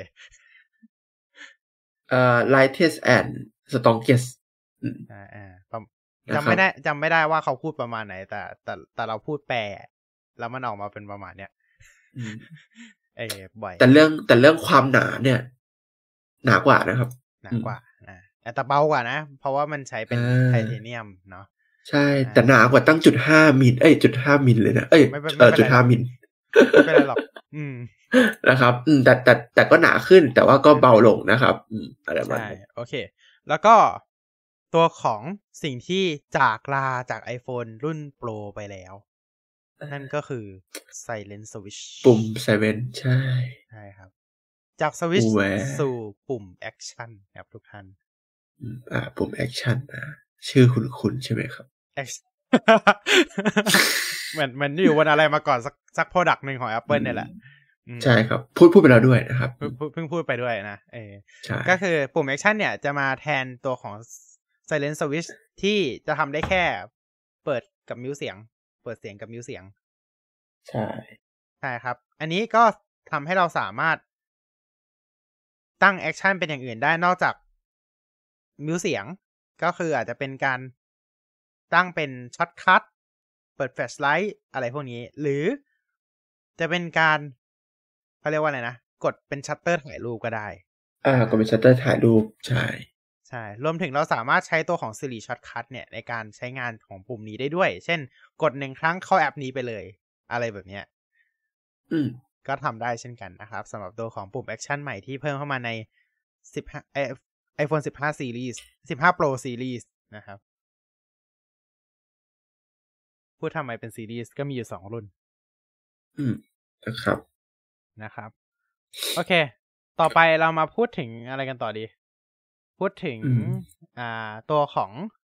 เอ่อ lightest and strongest อ่าอ่าจำไม่ได้จำไม่ได้ว่าเขาพูดประมาณไหนแต่แต่แต่เราพูดแปลแล้วมันออกมาเป็นประมาณเนี้ยเออบ่อยแต่เรื่องแต่เรื่องความหนาเนี่ยหนากว่านะครับหนากว่านะแต่เบากว่านะเพราะว่ามันใช้เป็นไทเทเนียมเนาะใช่แต่หนากว่าตั้งจุดห้ามิลเอ้ยจุดห้ามิลเลยนะเอ้ยเออจุดห้ามิลไม่เป็นไรหรอกอืมนะครับอืมแต่แต่แต่ก็หนาขึ้นแต่ว่าก็เบาลงนะครับอืมอะไรประมาณนี้โอเคแล้วก็ตัวของสิ่งที่จากลาจาก iPhone รุ่น Pro ไปแล้วนั่นก็คือ Silent Switch ปุ่ม Silent ใช่ใช่ครับจาก Switch สู่ปุ่ม Action ครับทุกท่านอ่าปุ่ม Action นะชื่อคุ้นๆใช่ไหมครับเหมือนเหมือนอยู่บนอะไรมาก่อนสักสัก product นึงของ Apple เนี่ยแหละใช่ครับพูดพูดไปแล้วด้วยนะครับเพิ่งพูดไปด้วยนะเออก็คือปุ่ม Action เนี่ยจะมาแทนตัวของ Silent Switch ที่จะทำได้แค่เปิดกับมิวเสียงเปิดเสียงกับมิวเสียงใช่ใช่ครับอันนี้ก็ทำให้เราสามารถตั้ง Action เป็นอย่างอื่นได้นอกจากมิวเสียงก็คืออาจจะเป็นการตั้งเป็นช็อตคัทเปิดแฟลชไลท์อะไรพวกนี้หรือจะเป็นการเขาเรียกว่าอะไรนะกดเป็นชัตเตอร์ถ่ายรูปก็ได้อ่ากดเป็นชัตเตอร์ถ่ายรูปใช่ใช่รวมถึงเราสามารถใช้ตัวของ Siri Shortcut เนี่ยในการใช้งานของปุ่มนี้ได้ด้วยเช่นกดหนึ่งครั้งเข้าแอปนี้ไปเลยอะไรแบบเนี้ยอืมก็ทำได้เช่นกันนะครับสำหรับตัวของปุ่ม Action ใหม่ที่เพิ่มเข้ามาในสิบห้า iPhone สิบห้า Series สิบห้า Pro Series นะครับพูดทำไมเป็นซีรีส์ก็มีอยู่สองรุ่นอืมนะครับนะครับโอเคต่อไปเรามาพูดถึงอะไรกันต่อดีพูดถึงอ่าตัวของ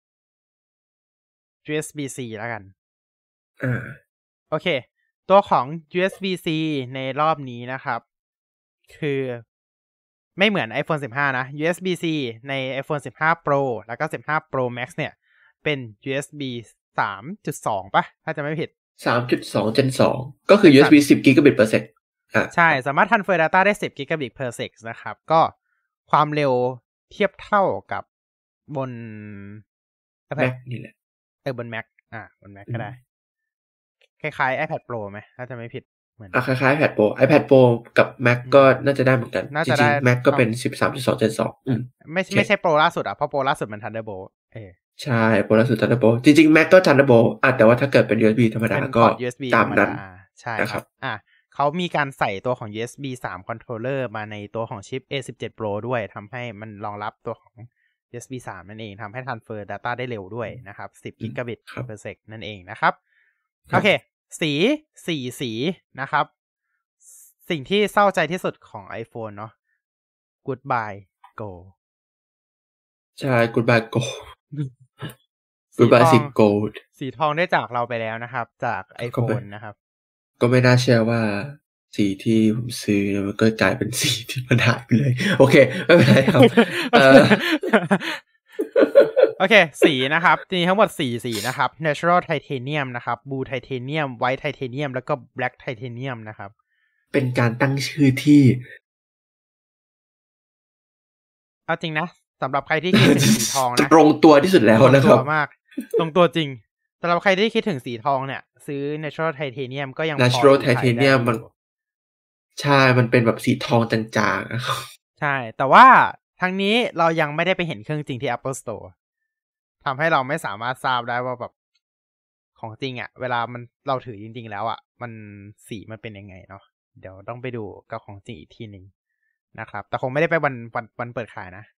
ยู เอส บี C แล้วกันอ่าโอเคตัวของ ยู เอส บี C ในรอบนี้นะครับคือไม่เหมือน iPhone สิบห้านะ ยู เอส บี C ใน iPhone สิบห้า Pro แล้วก็สิบห้า Pro Max เนี่ยเป็น ยู เอส บี สามจุดสอง ป่ะถ้าจะไม่ผิดสามจุดสอง Gen สองก็คือ ยู เอส บี สิบ Gigabit per sec อ่ะใช่สามารถ transfer data ได้สิบ Gigabit per sec นะครับก็ความเร็วเทียบเท่ากับบน Mac นี่แหละเออบน Mac อ่าบน Mac ก็ได้คล้ายๆ iPad Pro ไหมถ้าจะไม่ผิดเหมือนอ่ะคล้ายๆ iPad Pro iPad Pro กับ Mac ก็น่าจะได้เหมือนกันจริงๆ Mac ก็เป็น สิบสามจุดสอง Gen สองอืมไม่ไม่ใช่ Pro ล่าสุดอ่ะเพราะ Pro ล่าสุดมัน Thunderbolt เออใช่ Pro ล่าสุด Thunderbolt จริงๆ Mac ก็ Thunderbolt อ่ะแต่ว่าถ้าเกิดเป็น ยู เอส บี ธรรมดาก็ตามนั้นใช่ครับอ่ะเขามีการใส่ตัวของ ยู เอส บี สาม controller มาในตัวของชิป เอ สิบเจ็ด Pro ด้วยทำให้มันรองรับตัวของ ยู เอส บี สาม นั่นเองทำให้ transfer data ได้เร็วด้วยนะครับสิบ Gigabit per sec นั่นเองนะครับโอเคสีสี่สีนะครับสิ่งที่เศร้าใจที่สุดของ iPhone เนาะ Goodbye Go ใช่ Goodbye Go Goodbye สี Gold สีทองได้จากเราไปแล้วนะครับจาก iPhone นะครับก็ไม่น่าเชื่อว่าสีที่ผมซื้อมันก็กลายเป็นสีที่มันหายไปเลยโอเคไม่เป็นไรครับเออโอเคสีนะครับมีทั้งหมดสี่สีนะครับ natural titanium นะครับ blue titanium white titanium แล้วก็ black titanium นะครับเป็นการตั้งชื่อที่เอาจริงนะสำหรับใครที่คิดถึงสีทองนะตรงตัวที่สุดแล้วนะครับตรงตัวมากตรงตัวจริงสำหรับใครที่คิดถึงสีทองเนี่ยซื้อ natural titanium ก็ยังพอ natural titanium มันใช่มันเป็นแบบสีทองจางๆนะครับใช่แต่ว่าทั้งนี้เรายังไม่ได้ไปเห็นเครื่องจริงที่ Apple Store ทำให้เราไม่สามารถทราบได้ว่าแบบของจริงอ่ะเวลามันเราถือจริงๆแล้วอ่ะมันสีมันเป็นยังไงเนาะเดี๋ยวต้องไปดูกับของจริงอีกทีนึงนะครับแต่คงไม่ได้ไปวันวันวันเปิดขายนะ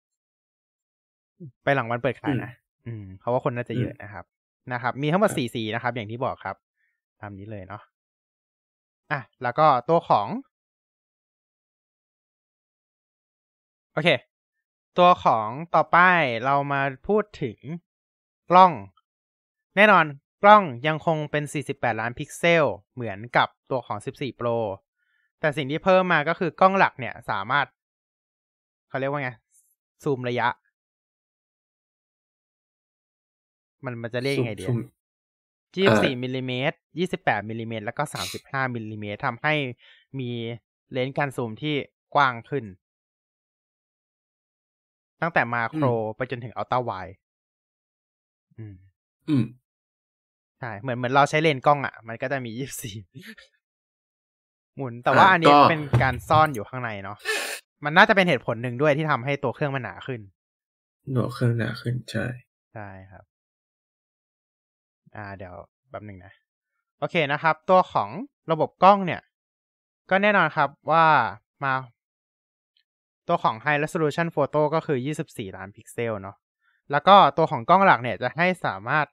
ไปหลังวันเปิดขายนะอืมเพราะว่าคนน่าจะเยอะนะครับนะครับมีทั้งหมดสี่สีนะครับอย่างที่บอกครับตามนี้เลยเนาะอ่ะแล้วก็ตัวของโอเคตัวของต่อไปเรามาพูดถึงกล้องแน่นอนกล้องยังคงเป็นสี่สิบแปดล้านพิกเซลเหมือนกับตัวของสิบสี่ Pro แต่สิ่งที่เพิ่มมาก็คือกล้องหลักเนี่ยสามารถเขาเรียกว่าไงซูมระยะมันมันจะเรียกยังไงดียี่สิบสี่มิลลิเมตรยี่สิบแปดมิลลิเมตรแล้วก็สามสิบห้ามิลลิเมตรทำให้มีเลนส์การซูมที่กว้างขึ้นตั้งแต่มาโครไปจนถึงอัลตร้าไวด์อืมอืมใช่เหมือนเหมือนเราใช้เลนส์กล้องอ่ะมันก็จะมียี่สิบสี่หมุนแต่ว่าอันนี้เป็นการซ่อนอยู่ข้างในเนาะมันน่าจะเป็นเหตุผลหนึ่งด้วยที่ทำให้ตัวเครื่องมันหนาขึ้นตัวเครื่องหนาขึ้นใช่ใช่ครับอ่าเดี๋ยวแป๊บนึงนะโอเคนะครับตัวของระบบกล้องเนี่ยก็แน่นอนครับว่ามาตัวของ High Resolution Photo ก็คือยี่สิบสี่ล้านพิกเซลเนาะแล้วก็ตัวของกล้องหลักเนี่ยจะให้สามารถ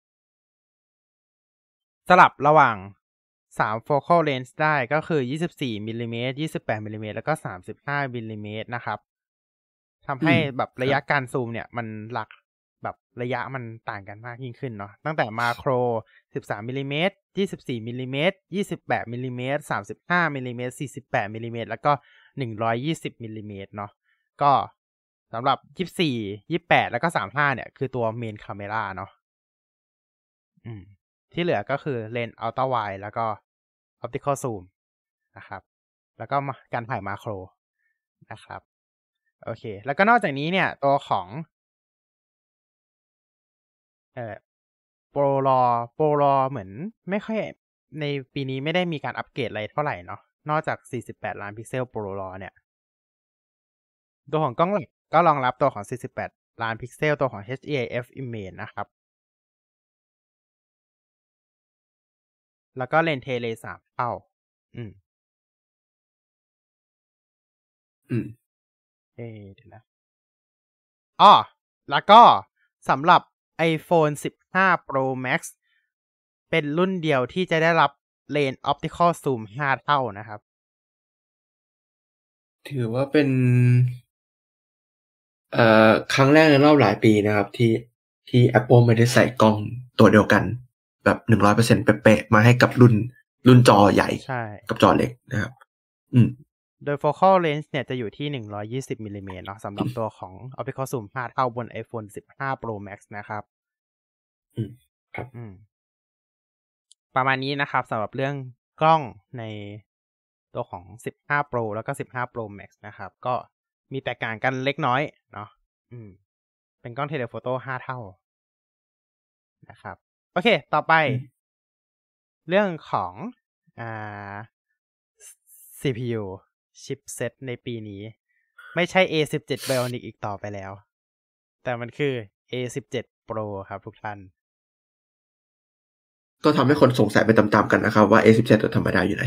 สลับระหว่างสาม focal length ได้ก็คือยี่สิบสี่มิลลิเมตรยี่สิบแปดมิลลิเมตรแล้วก็สามสิบห้ามิลลิเมตรนะครับทำให้แบบระยะการซูมเนี่ยมันหลักแบบระยะมันต่างกันมากยิ่งขึ้นเนาะตั้งแต่มาโครสิบสามมิลลิเมตรยี่สิบสี่มิลลิเมตรยี่สิบแปดมิลลิเมตรสามสิบห้ามิลลิเมตรสี่สิบแปดมิลลิเมตรแล้วก็หนึ่งร้อยยี่สิบมิลลิเมตรเนาะก็สำหรับยี่สิบสี่ ยี่สิบแปดแล้วก็สามสิบห้าเนี่ยคือตัวเมนคาเมราเนาะอืมที่เหลือก็คือเลนส์อัลตร้าไวด์แล้วก็ออปติคอลซูมนะครับแล้วก็การถ่ายมาโครนะครับโอเคแล้วก็นอกจากนี้เนี่ยตัวของเอ่อโปรลอโปรลอเหมือนไม่ค่อยในปีนี้ไม่ได้มีการอัปเกรดอะไรเท่าไหร่เนาะนอกจากสี่สิบแปดล้านพิกเซลโปรลอเนี่ยตัวของกล้องหลักก็รองรับตัวของสี่สิบแปดล้านพิกเซลตัวของ เอช อี เอฟ Image นะครับแล้วก็เลนส์เทเลสามเท่าอืมอืมเอ๊ะเดี๋ยวนะอ้อแล้วก็สำหรับ iPhone สิบห้า Pro Max เป็นรุ่นเดียวที่จะได้รับเลนส์ Optical Zoom ห้าเท่านะครับถือว่าเป็นเอ่อครั้งแรกในรอบหลายปีนะครับที่ที่ Apple ไม่ได้ใส่กล้องตัวเดียวกันแบบ หนึ่งร้อยเปอร์เซ็นต์ เป๊ะๆมาให้กับรุ่นรุ่นจอใหญ่กับจอเล็กนะครับอืมโดย focal length เนี่ยจะอยู่ที่หนึ่งร้อยยี่สิบมิลลิเมตรเนาะสำหรับตัวของ Optical Zoom ห้าเท่าบน iPhone สิบห้า Pro Max นะครับอืมครับอืมประมาณนี้นะครับสำหรับเรื่องกล้องในตัวของสิบห้า Pro แล้วก็สิบห้า Pro Max นะครับก็มีแตกต่างกันเล็กน้อยเนาะอืมเป็นกล้องเทเลโฟโต้ห้าเท่านะครับโอเคต่อไปเรื่องของอ่า ซี พี ยู chipset ในปีนี้ไม่ใช่ เอ สิบเจ็ด Bionic อีกต่อไปแล้วแต่มันคือ เอ สิบเจ็ด Pro ครับทุกท่านก็ทำให้คนสงสัยไปตามๆกันนะครับว่า เอ สิบเจ็ด ตัวธรรมดาอยู่ไหน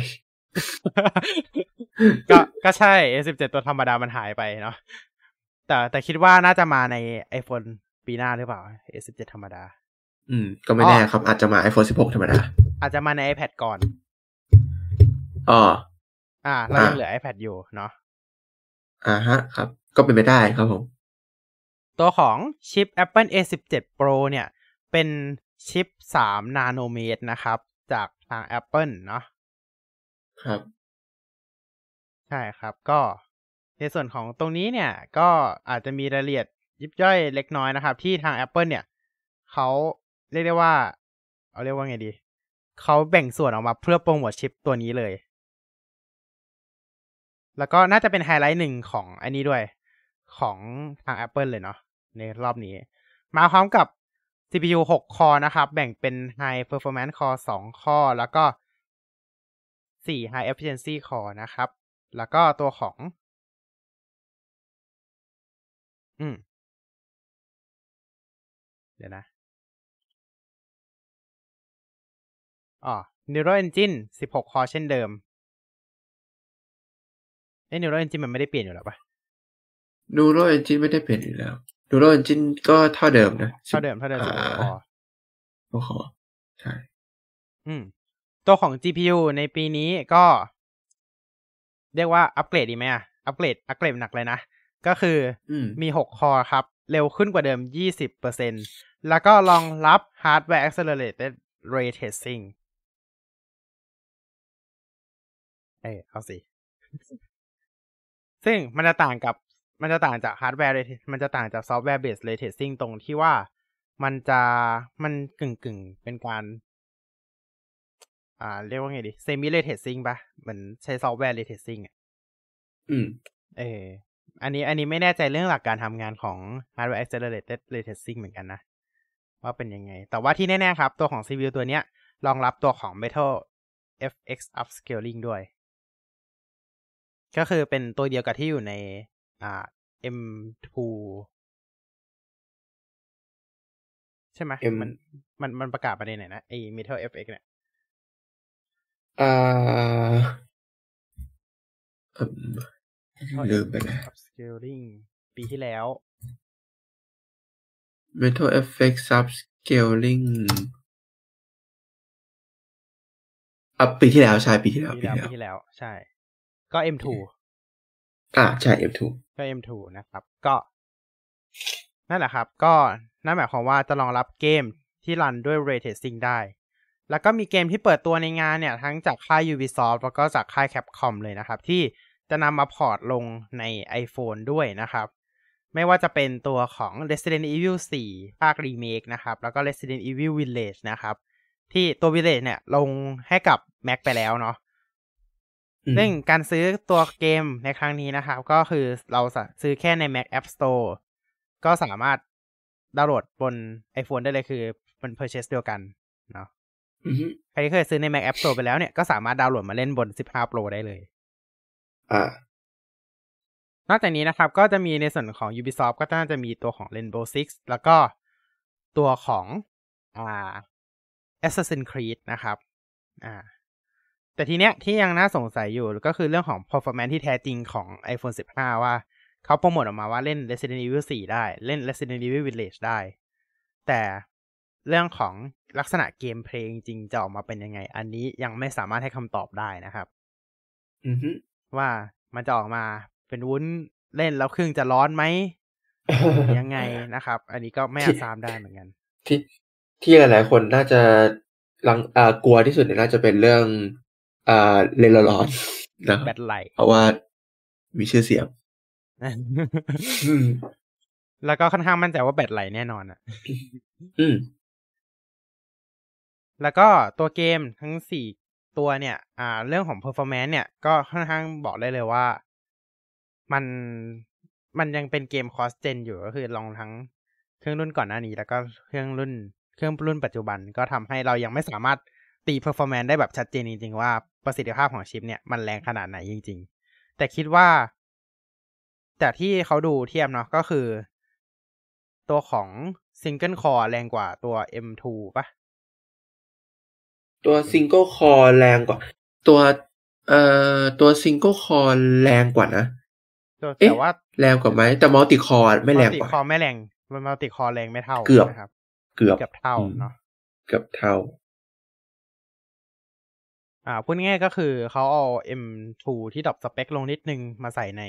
ก็ก็ใช่ เอ สิบเจ็ด ตัวธรรมดามันหายไปเนาะแต่แต่คิดว่าน่าจะมาใน iPhone ปีหน้าหรือเปล่า เอ สิบเจ็ด ธรรมดาอืมก็ไม่แน่ครับอาจจะมา iPhone สิบหก ธรรมดาอาจจะมาใน iPad ก่อนอ๋ออ่าเรายังเหลือ iPad อยู่เนาะอ่าฮะครับก็เป็นไปได้ครับผมตัวของชิป Apple เอ สิบเจ็ด Pro เนี่ยเป็นชิปสามนาโนเมตรนะครับจากทาง Apple เนาะครับใช่ครับก็ในส่วนของตรงนี้เนี่ยก็อาจจะมีรายละเอียดยิบย่อยเล็กน้อยนะครับที่ทาง Apple เนี่ยเขาเรียกได้ว่าเอาเรียกว่าไงดีเขาแบ่งส่วนออกมาเพื่อโปรโมทชิปตัวนี้เลยแล้วก็น่าจะเป็นไฮไลท์หนึ่งของอันนี้ด้วยของทาง Apple เลยเนาะในรอบนี้มาพร้อมกับ ซี พี ยู หก คอร์นะครับแบ่งเป็น High Performance Core สองข้อแล้วก็สี่ High Efficiency Core นะครับแล้วก็ตัวของอืมเดี๋ยวนะอ๋อ Neural Engine สิบหก คอร์เช่นเดิมเอ้ย Neural Engine มันไม่ได้เปลี่ยนอยู่แล้วปะ Neural Engine ไม่ได้เปลี่ยนอยู่แล้ว Neural Engine ก็เท่าเดิมนะเท่าเดิมเท่าเดิมสิบหก คอร์คอร์ใช่อืมตัวของ จี พี ยู ในปีนี้ก็เรียกว่าอัปเกรดดีไหมอ่ะอัปเกรดอัปเกรดหนักเลยนะก็คือมีหกคอร์ครับเร็วขึ้นกว่าเดิม ยี่สิบเปอร์เซ็นต์ แล้วก็รองรับ Hardware Accelerated Ray Tracing เอ้ยเอาสิ ซึ่งมันจะต่างกับมันจะต่างจาก Hardware Ray มันจะต่างจาก Software Based Ray Tracing ตรงที่ว่ามันจะมันกึ่งกึ่งเป็นการอ่าเรียกว่าไงดี Semi Ray Tracing ป่ะเหมือนใช้ Software Ray Tracing อ่ะอืมเอออันนี้อันนี้ไม่แน่ใจเรื่องหลักการทำงานของ Hardware Accelerated Ray Tracing เหมือนกันนะว่าเป็นยังไงแต่ว่าที่แน่ๆครับตัวของ ซี พี ยู ตัวเนี้ยรองรับตัวของ Metal เอฟ เอ็กซ์ Upscaling ด้วยก็คือเป็นตัวเดียวกับที่อยู่ในอ่า เอ็ม ทู ใช่ไหม M มันมันมันประกาศประเด็นไหนนะไอ้ Metal เอฟ เอ็กซ์ เนี่ยอ่าอืมลืมไปแล้ว Upscaling ปีที่แล้ว Metal Effect Subscaling อ่ะปีที่แล้วใช่ปีที่แล้วปีที่แล้วปีที่แล้วใช่ก็ เอ็ม ทูอ่าใช่ เอ็ม ทูก็ เอ็ม ทู นะครับก็นั่นแหละครับก็นั่นหมายความว่าจะรองรับเกมที่รันด้วย Ray Tracing ได้แล้วก็มีเกมที่เปิดตัวในงานเนี่ยทั้งจากค่าย Ubisoft แล้วก็จากค่าย Capcom เลยนะครับที่จะนำมาพอร์ตลงใน iPhone ด้วยนะครับไม่ว่าจะเป็นตัวของ Resident Evil สี่ ภาค Remake นะครับแล้วก็ Resident Evil Village นะครับที่ตัว Village เนี่ยลงให้กับ Mac ไปแล้วเนาะซึ่งการซื้อตัวเกมในครั้งนี้นะครับก็คือเราซื้อแค่ใน Mac App Store ก็สามารถดาวน์โหลดบน iPhone ได้เลยคือมัน purchase เดียวกันเนาะใครที่เคยซื้อใน Mac App Store ไปแล้วเนี่ยก็สามารถดาวน์โหลดมาเล่นบนสิบห้า Pro ได้เลยอ่านอกจากนี้นะครับก็จะมีในส่วนของ Ubisoft ก็น่าจะมีตัวของ Rainbow Six แล้วก็ตัวของอ่า Assassin's Creed นะครับอ่าแต่ทีเนี้ยที่ยังน่าสงสัยอยู่ก็คือเรื่องของ performance ที่แท้จริงของ iPhone สิบห้า ว่าเขาโปรโมทออกมาว่าเล่น Resident Evil สี่ ได้เล่น Resident Evil Village ได้แต่เรื่องของลักษณะเกมเพลงจริงจะออกมาเป็นยังไงอันนี้ยังไม่สามารถให้คำตอบได้นะครับอือฮึว่ามันจะออกมาเป็นวุ้นเล่นแล้วเครื่องจะร้อนไหมยังไงนะครับอันนี้ก็ไม่อาจทราบได้เหมือนกันที่ที่หลายๆคนน่าจะลังอ่ากลัวที่สุดเนี่ยน่าจะเป็นเรื่องอ่าเลนร้อนนะแบตไหลเพราะว่ามีชื่อเสียงแล้วก็ค่อนข้างมั่นใจว่าแบตไหลแน่นอนอ่ะอืมแล้วก็ตัวเกมทั้งสี่ตัวเนี่ยอ่าเรื่องของ performance เนี่ยก็ค่อนข้างบอกได้เลยว่ามันมันยังเป็นเกม cross gen อยู่ก็คือลองทั้งเครื่องรุ่นก่อนหน้านี้แล้วก็เครื่องรุ่นเครื่องรุ่นปัจจุบันก็ทำให้เรายังไม่สามารถตี performance ได้แบบชัดเจนจริงๆว่าประสิทธิภาพของชิปเนี่ยมันแรงขนาดไหนจริงๆแต่คิดว่าแต่ที่เขาดูเทียบเนาะก็คือตัวของ Single Core แรงกว่าตัว เอ็ม ทู ป่ะตัว Single Core แรงกว่าตัวเอ่อตัว Single Core แรงกว่านะแต่ว่าแรงกว่าไหมแต่ Multi Core ไม่แรงกว่า Multi Core ไม่แรงมัน Multi Core แรงไม่เท่าเกือบนะครับเกือบเกือบเท่าเนาะเกือบเท่าอ่าพูดง่ายๆก็คือเขาเอา เอ็ม ทู ที่ดรอปสเปคลงนิดนึงมาใส่ใน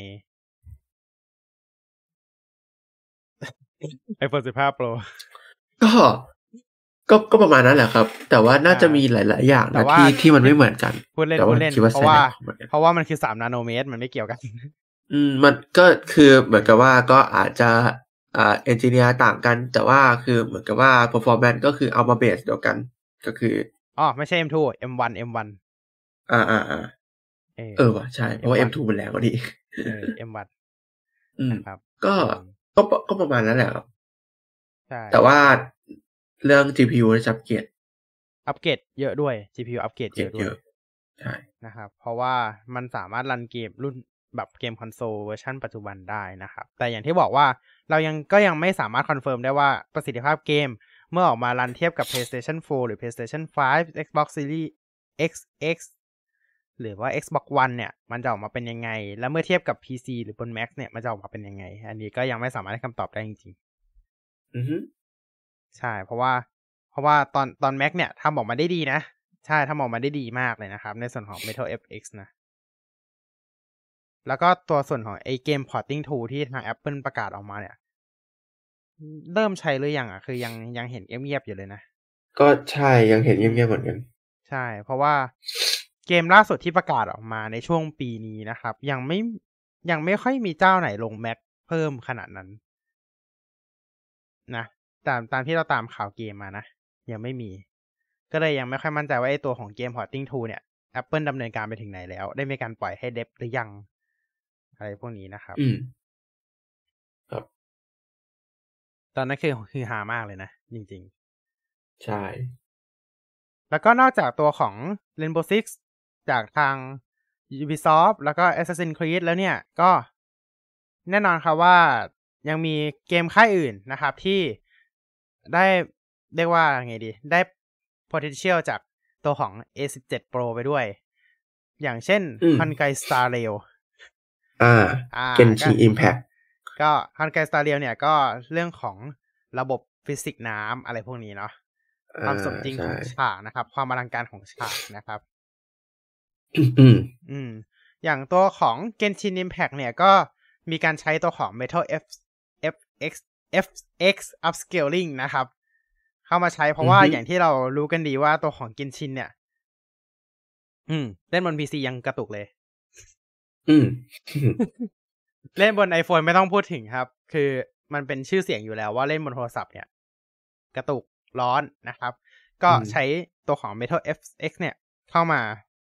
iPhone สิบห้า Pro ก็ก็ก็ประมาณนั้นแหละครับแต่ว่าน่าจะมีหลายๆอย่างนะที่ที่มันไม่เหมือนกันพูดเล่นแต่พูว่าดเล่นคิดว่าเพราะว่า Synapse เหมือนกันเพราะว่ามันคือสามนาโนเมตรมันไม่เกี่ยวกันอืมมันก็คือเหมือนกับว่าก็อาจจะอ่าเอนจิเนียร์ต่างกันแต่ว่าคือเหมือนกับว่า performance ก็คือเอามาเบสเดียวกันก็คืออ๋อไม่ใช่ เอ็ม ทู เอ็ม วัน เอ็ม วันอ่าอ่าอ่าเออเออว่ะใช่เพราะว่าเอ็เอ็มมวันทู มันแรงกว่านี้เออ เอ็ม วันอืมนะครับก็อืมก็ก็ประมาณนั้นแหละครับใช่แต่ว่าเรื่อง จี พี ยู จะอัปเกรดอัปเกรดเยอะด้วย จี พี ยู อัปเกรดเกรเยดอะด้เยวยอะใช่นะครับเพราะว่ามันสามารถรันเกมรุ่นแบบเกมคอนโซลเวอร์ชันปัจจุบันได้นะครับแต่อย่างที่บอกว่าเรายังก็ยังไม่สามารถคอนเฟิร์มได้ว่าประสิทธิภาพเกมเมื่อออกมารันเทียบกับ PlayStation โฟร์ หรือ PlayStation ไฟว์ Xbox Series X X หรือว่า Xbox One เนี่ยมันจะออกมาเป็นยังไงและเมื่อเทียบกับ พี ซี หรือบน Mac เนี่ยมันจะออกมาเป็นยังไงอันนี้ก็ยังไม่สามารถให้คำตอบได้จริงๆอือฮึใช่เพราะว่าเพราะว่าตอนตอน Mac เนี่ยทำออกมาได้ดีนะใช่ทำออกมาได้ดีมากเลยนะครับในส่วนของ Metal เอฟ เอ็กซ์ นะแล้วก็ตัวส่วนของไอ้เกม Porting Tool ที่ทาง Apple ประกาศออกมาเนี่ยเริ่มใช้หรือยังอ่ะคือยังยังเห็นเงียบๆอยู่เลยนะก็ใช่ยังเห็นเงียบๆเหมือนกันใช่เพราะว่าเกมล่าสุดที่ประกาศออกมาในช่วงปีนี้นะครับยังไม่ยังไม่ค่อยมีเจ้าไหนลง Mac เพิ่มขนาดนั้นนะตามตามที่เราตามข่าวเกมมานะยังไม่มีก็เลยยังไม่ค่อยมั่นใจว่าไอ้ตัวของเกม Porting Tool เนี่ย Apple ดำเนินการไปถึงไหนแล้วได้มีการปล่อยให้เดฟหรือยังอะไรพวกนี้นะครับอืมครับตอนนั้นคือคือฮามากเลยนะจริงๆใช่แล้วก็นอกจากตัวของ Rainbow Six จากทาง Ubisoft แล้วก็ Assassin's Creed แล้วเนี่ยก็แน่นอนครับว่ายังมีเกมค่ายอื่นนะครับที่ได้เรียกว่าไงดีได้ potential จากตัวของ เอ สิบเจ็ด Pro ไปด้วยอย่างเช่น Honkai Star Rail อ่า Genshin ก็ Impact ก็ Honkai Star Rail เนี่ยก็เรื่องของระบบฟิสิกส์น้ำอะไรพวกนี้เนาะความสมจริงของฉากนะครับความอลังการของฉากนะครับอืมอืมอย่างตัวของ Genshin Impact เนี่ยก็มีการใช้ตัวของ Metal F F X F X upscaling นะครับเข้ามาใช้เพราะว่าอย่างที่เรารู้กันดีว่าตัวของ Genshin เนี่ยอืมเล่นบน พี ซี ยังกระตุกเลยอืมเล่นบน iPhone ไม่ต้องพูดถึงครับคือมันเป็นชื่อเสียงอยู่แล้วว่าเล่นบนโทรศัพท์เนี่ยกระตุกร้อนนะครับก็ใช้ตัวของ Metal F X เนี่ยเข้ามา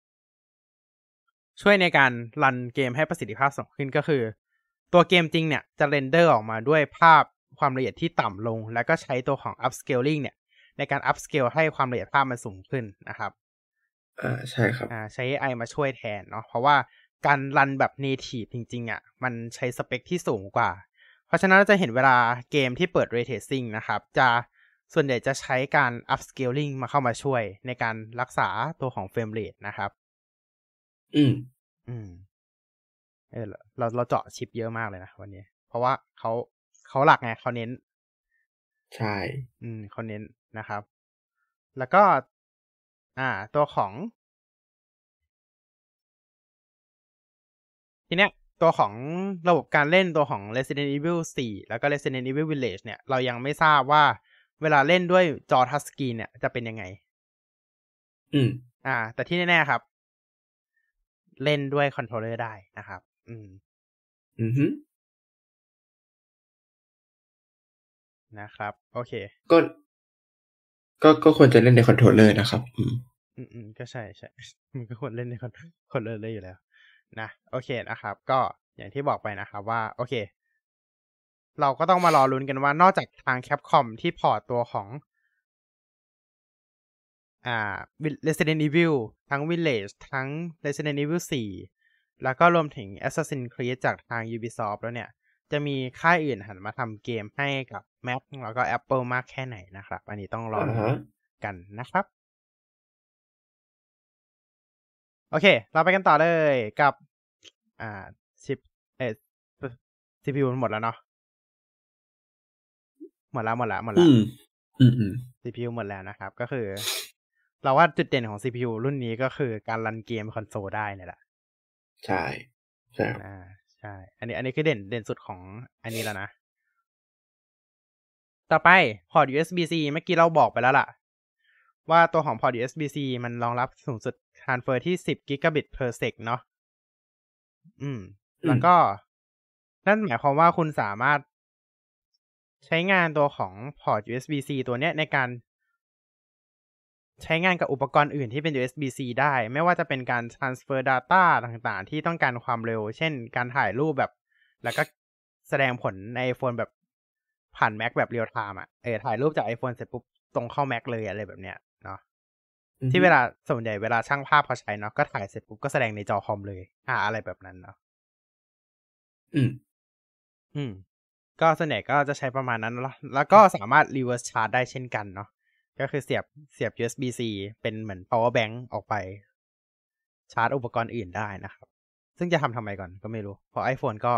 ช่วยในการรันเกมให้ประสิทธิภาพสูงขึ้นก็คือตัวเกมจริงเนี่ยจะเรนเดอร์ออกมาด้วยภาพความละเอียดที่ต่ำลงแล้วก็ใช้ตัวของ upscaling เนี่ยในการ upscale ให้ความละเอียดภาพมันสูงขึ้นนะครับอ่าใช่ครับอ่าใช้ เอ ไอ มาช่วยแทนเนาะเพราะว่าการรันแบบ native จริงๆอ่ะมันใช้สเปคที่สูงกว่าเพราะฉะนั้นเราจะเห็นเวลาเกมที่เปิด ray tracing นะครับจะส่วนใหญ่จะใช้การ upscaling มาเข้ามาช่วยในการรักษาตัวของ frame rate นะครับอืมอืมเออเราเราเจาะชิปเยอะมากเลยนะวันนี้เพราะว่าเขาเขาหลักไงเขาเน้นใช่อืมเขาเน้นนะครับแล้วก็อ่าตัวของทีเนี้ยตัวของระบบการเล่นตัวของ Resident Evil โฟร์ แล้วก็ Resident Evil Village เนี่ยเรายังไม่ทราบว่าเวลาเล่นด้วยจอทัชสกรีนเนี่ยจะเป็นยังไงอืมอ่าแต่ที่แน่ๆครับเล่นด้วยคอนโทรลเลอร์ได้นะครับอืมอือฮึนะครับโอเคก็ก็ก็ควรจะเล่นในคอนโทรลเลอร์นะครับอืมอืมอืมก็ใช่ใช่ มันก็ควรเล่นในคอนคอนโทรลเลอร์อยู่แล้วนะโอเคนะครับก็อย่างที่บอกไปนะครับว่าโอเคเราก็ต้องมารอลุ้นกันว่านอกจากทาง Capcom ที่พอร์ตตัวของอ่า Resident Evil ทั้ง Village ทั้ง Resident Evil โฟร์ แล้วก็รวมถึง Assassin's Creed จากทาง Ubisoft แล้วเนี่ยจะมีค่ายอื่นหันมาทำเกมให้กับ Mac แล้วก็ Apple มากแค่ไหนนะครับอันนี้ต้องรอดูกันนะครับโอเคเราไปกันต่อเลยกับอ่าชิปเออ ซี พี ยู หมดแล้วเนาะหมดแล้วหมดแล้วหมดแล้วอืมอืมอืมซี พี ยู หมดแล้วนะครับก็คือเราว่าจุดเด่นของ ซี พี ยู รุ่นนี้ก็คือการรันเกมคอนโซลได้เนี่ยแหละใช่ใช่อ่าใช่อันนี้อันนี้คือเด่นเด่นสุดของอันนี้แล้วนะต่อไปพอร์ต ยู เอส บี C เมื่อกี้เราบอกไปแล้วล่ะว่าตัวของ port ยู เอส บี ซี มันรองรับสูงสุด transfer ที่สิบ gigabit per sec เนาะอืมแล้วก็นั่นหมายความว่าคุณสามารถใช้งานตัวของ port ยู เอส บี ซี ตัวเนี้ยในการใช้งานกับอุปกรณ์อื่นที่เป็น ยู เอส บี ซี ได้ไม่ว่าจะเป็นการ transfer data ต่างๆที่ต้องการความเร็วเช่นการถ่ายรูปแบบแล้วก็แสดงผลใน iPhone แบบผ่าน Mac แบบ real time อ่ะเออถ่ายรูปจาก iPhone เสร็จปุ๊บตรงเข้า Mac เลยอะไรแบบเนี้ยเนาะที่เวลาส่วนใหญ่เวลาช่างภาพเขาใช้เนาะก็ถ่ายเสร็จปุ๊บก็แสดงในจอคอมเลยอ่าอะไรแบบนั้นเนาะอืมอืมก็ส่วนใหญ่ก็จะใช้ประมาณนั้นแล้วก็สามารถ reverse charge ได้เช่นกันเนาะก็คือเสียบเสียบ ยู เอส บี ซี เป็นเหมือน power bank ออกไปชาร์จอุปกรณ์อื่นได้นะครับซึ่งจะทำทำไมก่อนก็ไม่รู้เพราะ iPhone ก็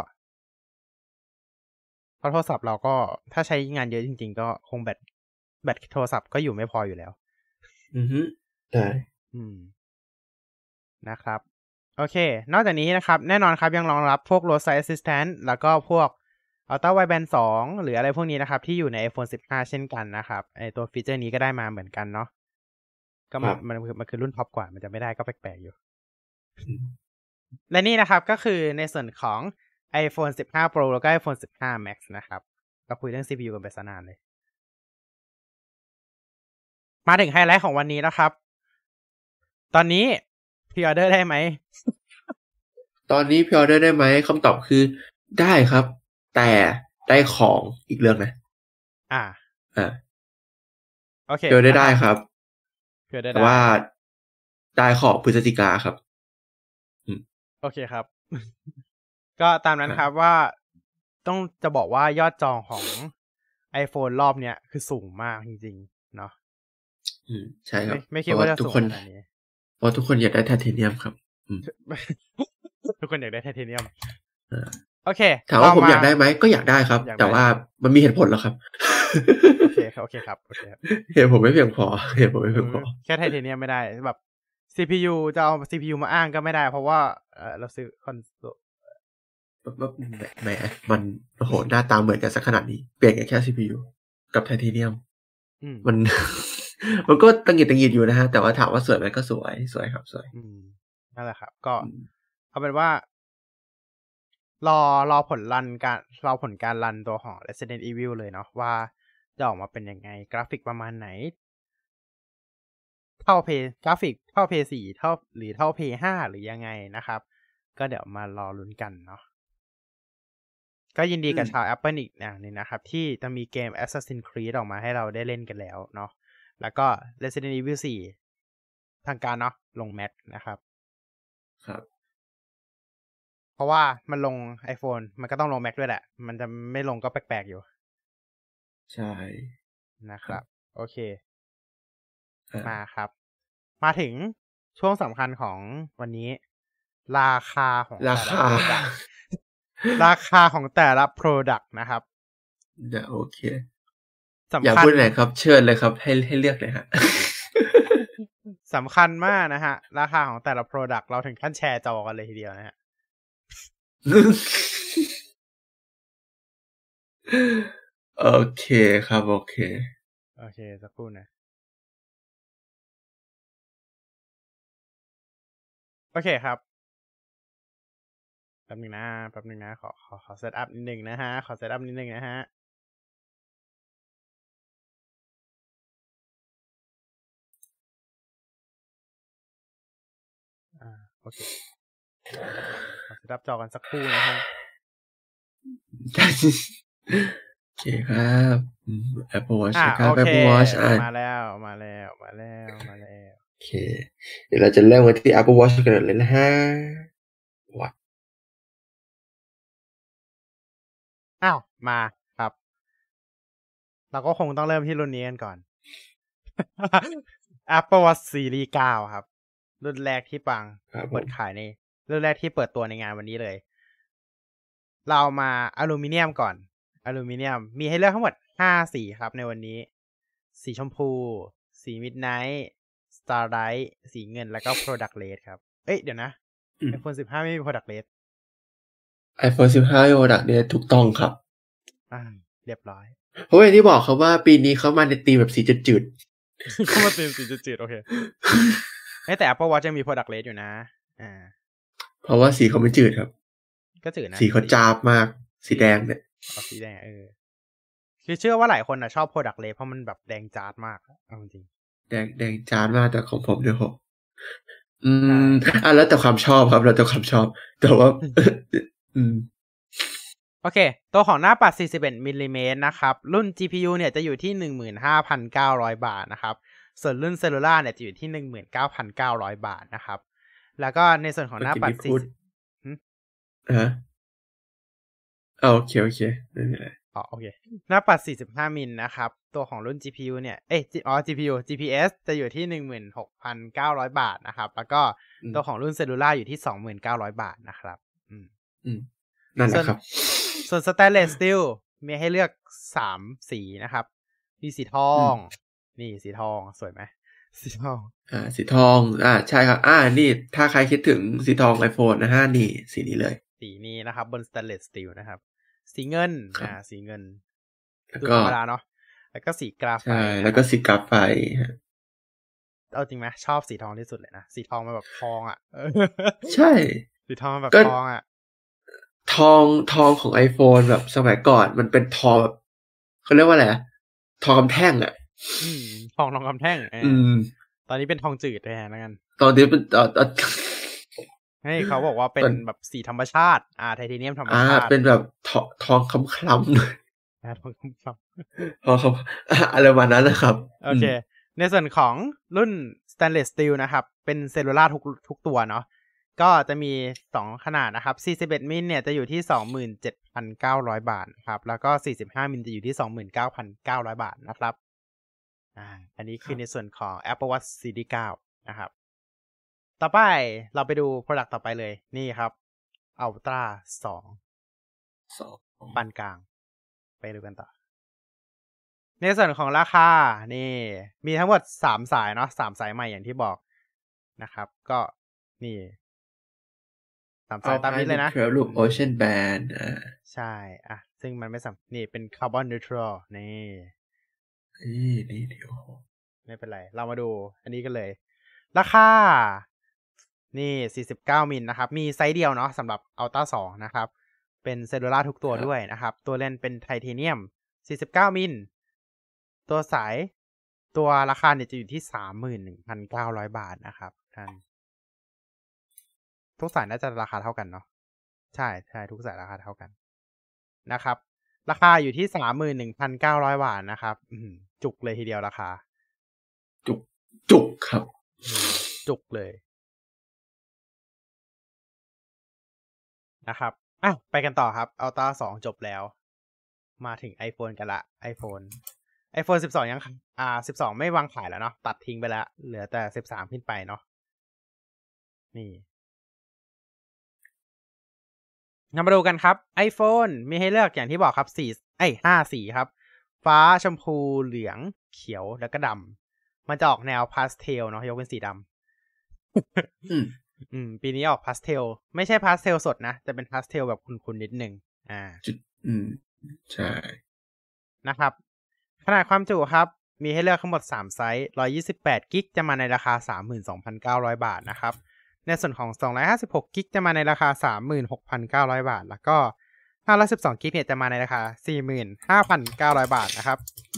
เพราะโทรศัพท์เราก็ถ้าใช้งานเยอะจริงๆก็คงแบตแบตโทรศัพท์ก็อยู่ไม่พออยู่แล้วอือฮึได้อืมนะครับโอเคนอกจากนี้นะครับแน่นอนครับยังรองรับพวก roadside assistant แล้วก็พวก Ultra Wideband สองหรืออะไรพวกนี้นะครับที่อยู่ใน iPhone สิบห้าเช่นกันนะครับไอตัวฟีเจอร์นี้ก็ได้มาเหมือนกันเนาะก็มันมันมันคือรุ่นท็อปกว่ามันจะไม่ได้ก็แปลกๆอยู่และนี่นะครับก็คือในส่วนของ iPhone สิบห้า Pro แล้วก็ iPhone สิบห้า Max นะครับก็คุยเรื่อง ซี พี ยู กันไปซะนานเลยมาถึงไฮไลท์ของวันนี้แล้วครับตอนนี้พรีออเดอร์ได้ไหมตอนนี้พรีออเดอร์ได้ไหมคำตอบคือได้ครับแต่ได้ของอีกเรื่องนะอ่าอ่าโอเคพรีออเดอร์ได้ครับแต่ว่าได้ของพฤศจิกาครับโอเคครับก็ตามนั้นครับว่าต้องจะบอกว่ายอดจองของ iPhone รอบเนี้ยคือสูงมากจริงๆเนาะอืมใช่ครับไม่คิดว่าจะสูงขนาดนี้เพราะทุกคนอยากได้ไทเทเนียมครับทุกคนอยากได้ไทเทเนียมโอเคถามว่าผมอยากได้ไหมก็อยากได้ครับแต่ว่ามันมีเหตุผลแล้วครับโอเคครับโอเคครับโอเคเหตุผลไม่เพียงพอเหตุผลไม่เพียงพอแค่ไทเทเนียมไม่ได้แบบ ซี พี ยู จะเอา ซี พี ยู มาอ้างก็ไม่ได้เพราะว่าเออเราซื้อคอนโซลแหมมันโอ้โหหน้าตาเหมือนกันสักขนาดนี้เปลี่ยนกันแค่ ซี พี ยู กับไทเทเนียมมันมันก็ตังหิดตังหิดอยู่นะฮะแต่ว่าถามว่าสวยไหมก็สวยสวยครับสวยนั่นแหละครับก็เอาเป็นว่ารอรอผลรันการรอผลการรันตัวของ Resident Evil เลยเนาะว่าจะออกมาเป็นยังไงกราฟิกประมาณไหนเท่าเพย์กราฟิกเท่าเพย์สี่เท่าหรือเท่าเพย์ห้าหรือยังไงนะครับก็เดี๋ยวมารอลุ้นกันเนาะก็ยินดีกับชาว Apple อีกอย่างนึงนะครับที่จะมีเกม Assassin's Creed ออกมาให้เราได้เล่นกันแล้วเนาะแล้วก็ Resident Evil สี่ทางการเนาะลง Mac นะครับครับเพราะว่ามันลง iPhone มันก็ต้องลง Mac ด้วยแหละมันจะไม่ลงก็แปลกๆอยู่ใช่นะครับโอเคมาครับมาถึงช่วงสำคัญของวันนี้ราคาของราคาราคาของแต่ละ product นะครับโอเคอยากพูดไหนครับเชิญเลยครับให้ให้เลือกเลยฮะสำคัญมากนะฮะราคาของแต่ละ product เราถึงขั้นแชร์จอกันเลยทีเดียวนะฮะโอเคครับโอเคโอเคสักครู่นะโอเคครับแป๊บนึงนะแป๊บนึงนะขอขอขอเซตอัพนิดนึงนะฮะขอเซตอัพนิดนึงนะฮะอ่าโอเคขอเซตอัพจอกันสักครู่นะฮะโอเคครับ Apple Watch นะครับ Apple Watch มาแล้วมาแล้วมาแล้วมาแล้วโอเคเดี๋ยวเราจะเริ่มกันที่ Apple Watch กันเลยนะฮะวัดอ้าวมาครับเราก็คงต้องเริ่มที่รุ่นนี้กันก่อน Apple Watch Series เก้าครับรุ่นแรกที่ปังเปิดขายในรุ่นแรกที่เปิดตัวในงานวันนี้เลยเรามาอลูมิเนียมก่อนอลูมิเนียมมีให้เลือกทั้งหมดห้าสีครับในวันนี้สีชมพูสี Midnight Starlight สีเงินแล้วก็ Product Red ครับเอ้ยเดี๋ยวนะ iPhone สิบห้าไม่มี Product Red iPhone สิบห้า Product Red ถูกต้องครับอ่าเรียบร้อยเพราะอย่างที่บอกครับว่าปีนี้เขามาในธีมแบบสีจืดเข้ามาตีมสีจืดๆโอเคแต่ Apple Watch ยังมี product red อยู่นะอ่าเพราะว่าสีเขาไม่จืดครับก็จืดนะสีเขาจ้าบมากสีแดงเนี่ยอ๋อสีแดงเออคือเชื่อว่าหลายคนน่ะชอบ product red เพราะมันแบบแดงจ้าดมากเอาจริงแดงแดงจ้าดมากแต่ของผมเนี่ยผมอืมอ่ะแล้วแต่ความชอบครับแล้วแต่ความชอบแต่ว่าอืมโอเคตัวของหน้าปัดสี่สิบเอ็ดมิลลิเมตรนะครับรุ่น จี พี ยู เนี่ยจะอยู่ที่ หนึ่งหมื่นห้าพันเก้าร้อย บาทนะครับส่วนรุ่นเซลลูล่าเนี่ยจะอยู่ที่ หนึ่งหมื่นเก้าพันเก้าร้อย บาทนะครับแล้วก็ในส่วนของหน้าปัดสี่สิบหึฮะโอเคโอเคไม่เป็นไรอ๋อโอเคหน้าปัดสี่สิบห้ามิลนะครับตัวของรุ่น จี พี ยู เนี่ยเอ้ยอ๋อ จี พี ยู จี พี เอส จะอยู่ที่ หนึ่งหมื่นหกพันเก้าร้อย บาทนะครับแล้วก็ตัวของรุ่นเซลลูล่าอยู่ที่ สองหมื่นเก้าร้อย บาทนะครับอืมอืมนั่นแหละครับส่วนสแตนเลสสตีลมีให้เลือกสามสีนะครับมีสีทองนี่สีทองสวยไหมสีทองอ่าสีทองอ่าใช่ครับอ่านี่ถ้าใครคิดถึงสีทอง iPhone นะฮะนี่สีนี้เลยสีนี้นะครับบนสแตนเลสสตีลนะครับสีเงินอ่าสีเงินแล้วก็ก็ธรรมดาเนาะแล้วก็สีกราไฟใช่แล้วก็สีกราไฟเอาจริงไหมชอบสีทองที่สุดเลยนะสีทองมันแบบทองอ่ะใช่สีทองแบบทองอ่ะทองทองของ iPhone แบบสมัยก่อนมันเป็นทองแบบเขาเรียกว่าอะไรทองคำแท่งอ่ะอืมทองทองคำแท่งอืมตอนนี้เป็นทองจืดแทนแล้วกันตอนนี้เป็นตอนตอนให้เขาบอกว่าเป็นแบบสีธรรมชาติอ่าไทเทเนียมธรรมชาติอ่าเป็นแบบทองทองคำคล้ำเลยทองคำคล้ำทองคำอะไรประมาณนั้นนะครับโอเคในส่วนของรุ่น Stainless Steel นะครับเป็นเซลลูล่าทุกทุกตัวเนาะก็จะมีสองขนาดนะครับสี่สิบเอ็ดมิลเนี่ยจะอยู่ที่ สองหมื่นเจ็ดพันเก้าร้อย บาทครับแล้วก็สี่สิบห้ามิลจะอยู่ที่ สองหมื่นเก้าพันเก้าร้อย บาทนะครับอ่าอันนี้คือในส่วนของ Apple Watch Series เก้านะครับต่อไปเราไปดู product ต่อไปเลยนี่ครับ Ultra สองสองปานกลางไปดูกันต่อในส่วนของราคานี่มีทั้งหมดสามสายเนาะสามสายใหม่อย่างที่บอกนะครับก็นี่สามสายตามนี้เลยนะรูป Ocean Band อ่าใช่อ่ะซึ่งมันไม่สัมนี่เป็นคาร์บอนนิวทรัลนี่นี่นี่เดี๋ยวไม่เป็นไรเรามาดูอันนี้กันเลยราคานี่สี่สิบเก้ามิลนะครับมีไซส์เดียวเนาะสำหรับ Ultra สองนะครับเป็นเซลลูล่าทุกตัวด้วยนะครับตัวเลนส์เป็นไทเทเนียมสี่สิบเก้ามิลตัวสายตัวราคาเนี่ยจะอยู่ที่ สามหมื่นหนึ่งพันเก้าร้อย บาทนะครับท่านทุกสายน่าจะราคาเท่ากันเนาะใช่ใช่ทุกสายราคาเท่ากันนะครับราคาอยู่ที่ สามหมื่นหนึ่งพันเก้าร้อย บาทนะครับจุกเลยทีเดียวราคาจุกจุกครับจุกเลยนะครับอ่ะไปกันต่อครับ Ultra สองจบแล้วมาถึง iPhone กันละ iPhone iPhone สิบสองยังอ่าสิบสองไม่วางขายแล้วเนาะตัดทิ้งไปแล้วเหลือแต่สิบสามขึ้นไปเนาะนี่มาดูกันครับ iPhone มีให้เลือกอย่างที่บอกครับสี่ไอ้ห้าสีครับฟ้าชมพูเหลืองเขียวแล้วก็ดำมันจะออกแนวพาสเทลเนาะยกเป็นสีดำอืมปีนี้ออกพาสเทลไม่ใช่พาสเทลสดนะจะเป็นพาสเทลแบบขุ่นๆนิดนึงอ่าอืมใช่นะครับขนาดความจุครับมีให้เลือกทั้งหมดสามไซส์หนึ่งร้อยยี่สิบแปดกิกจะมาในราคา สามหมื่นสองพันเก้าร้อย บาทนะครับในส่วนของสองร้อยห้าสิบหกกิกจะมาในราคา สามหมื่นหกพันเก้าร้อย บาทแล้วก็ห้าร้อยสิบสองกิกเนี่ยจะมาในราคา สี่หมื่นห้าพันเก้าร้อย บาทนะครับ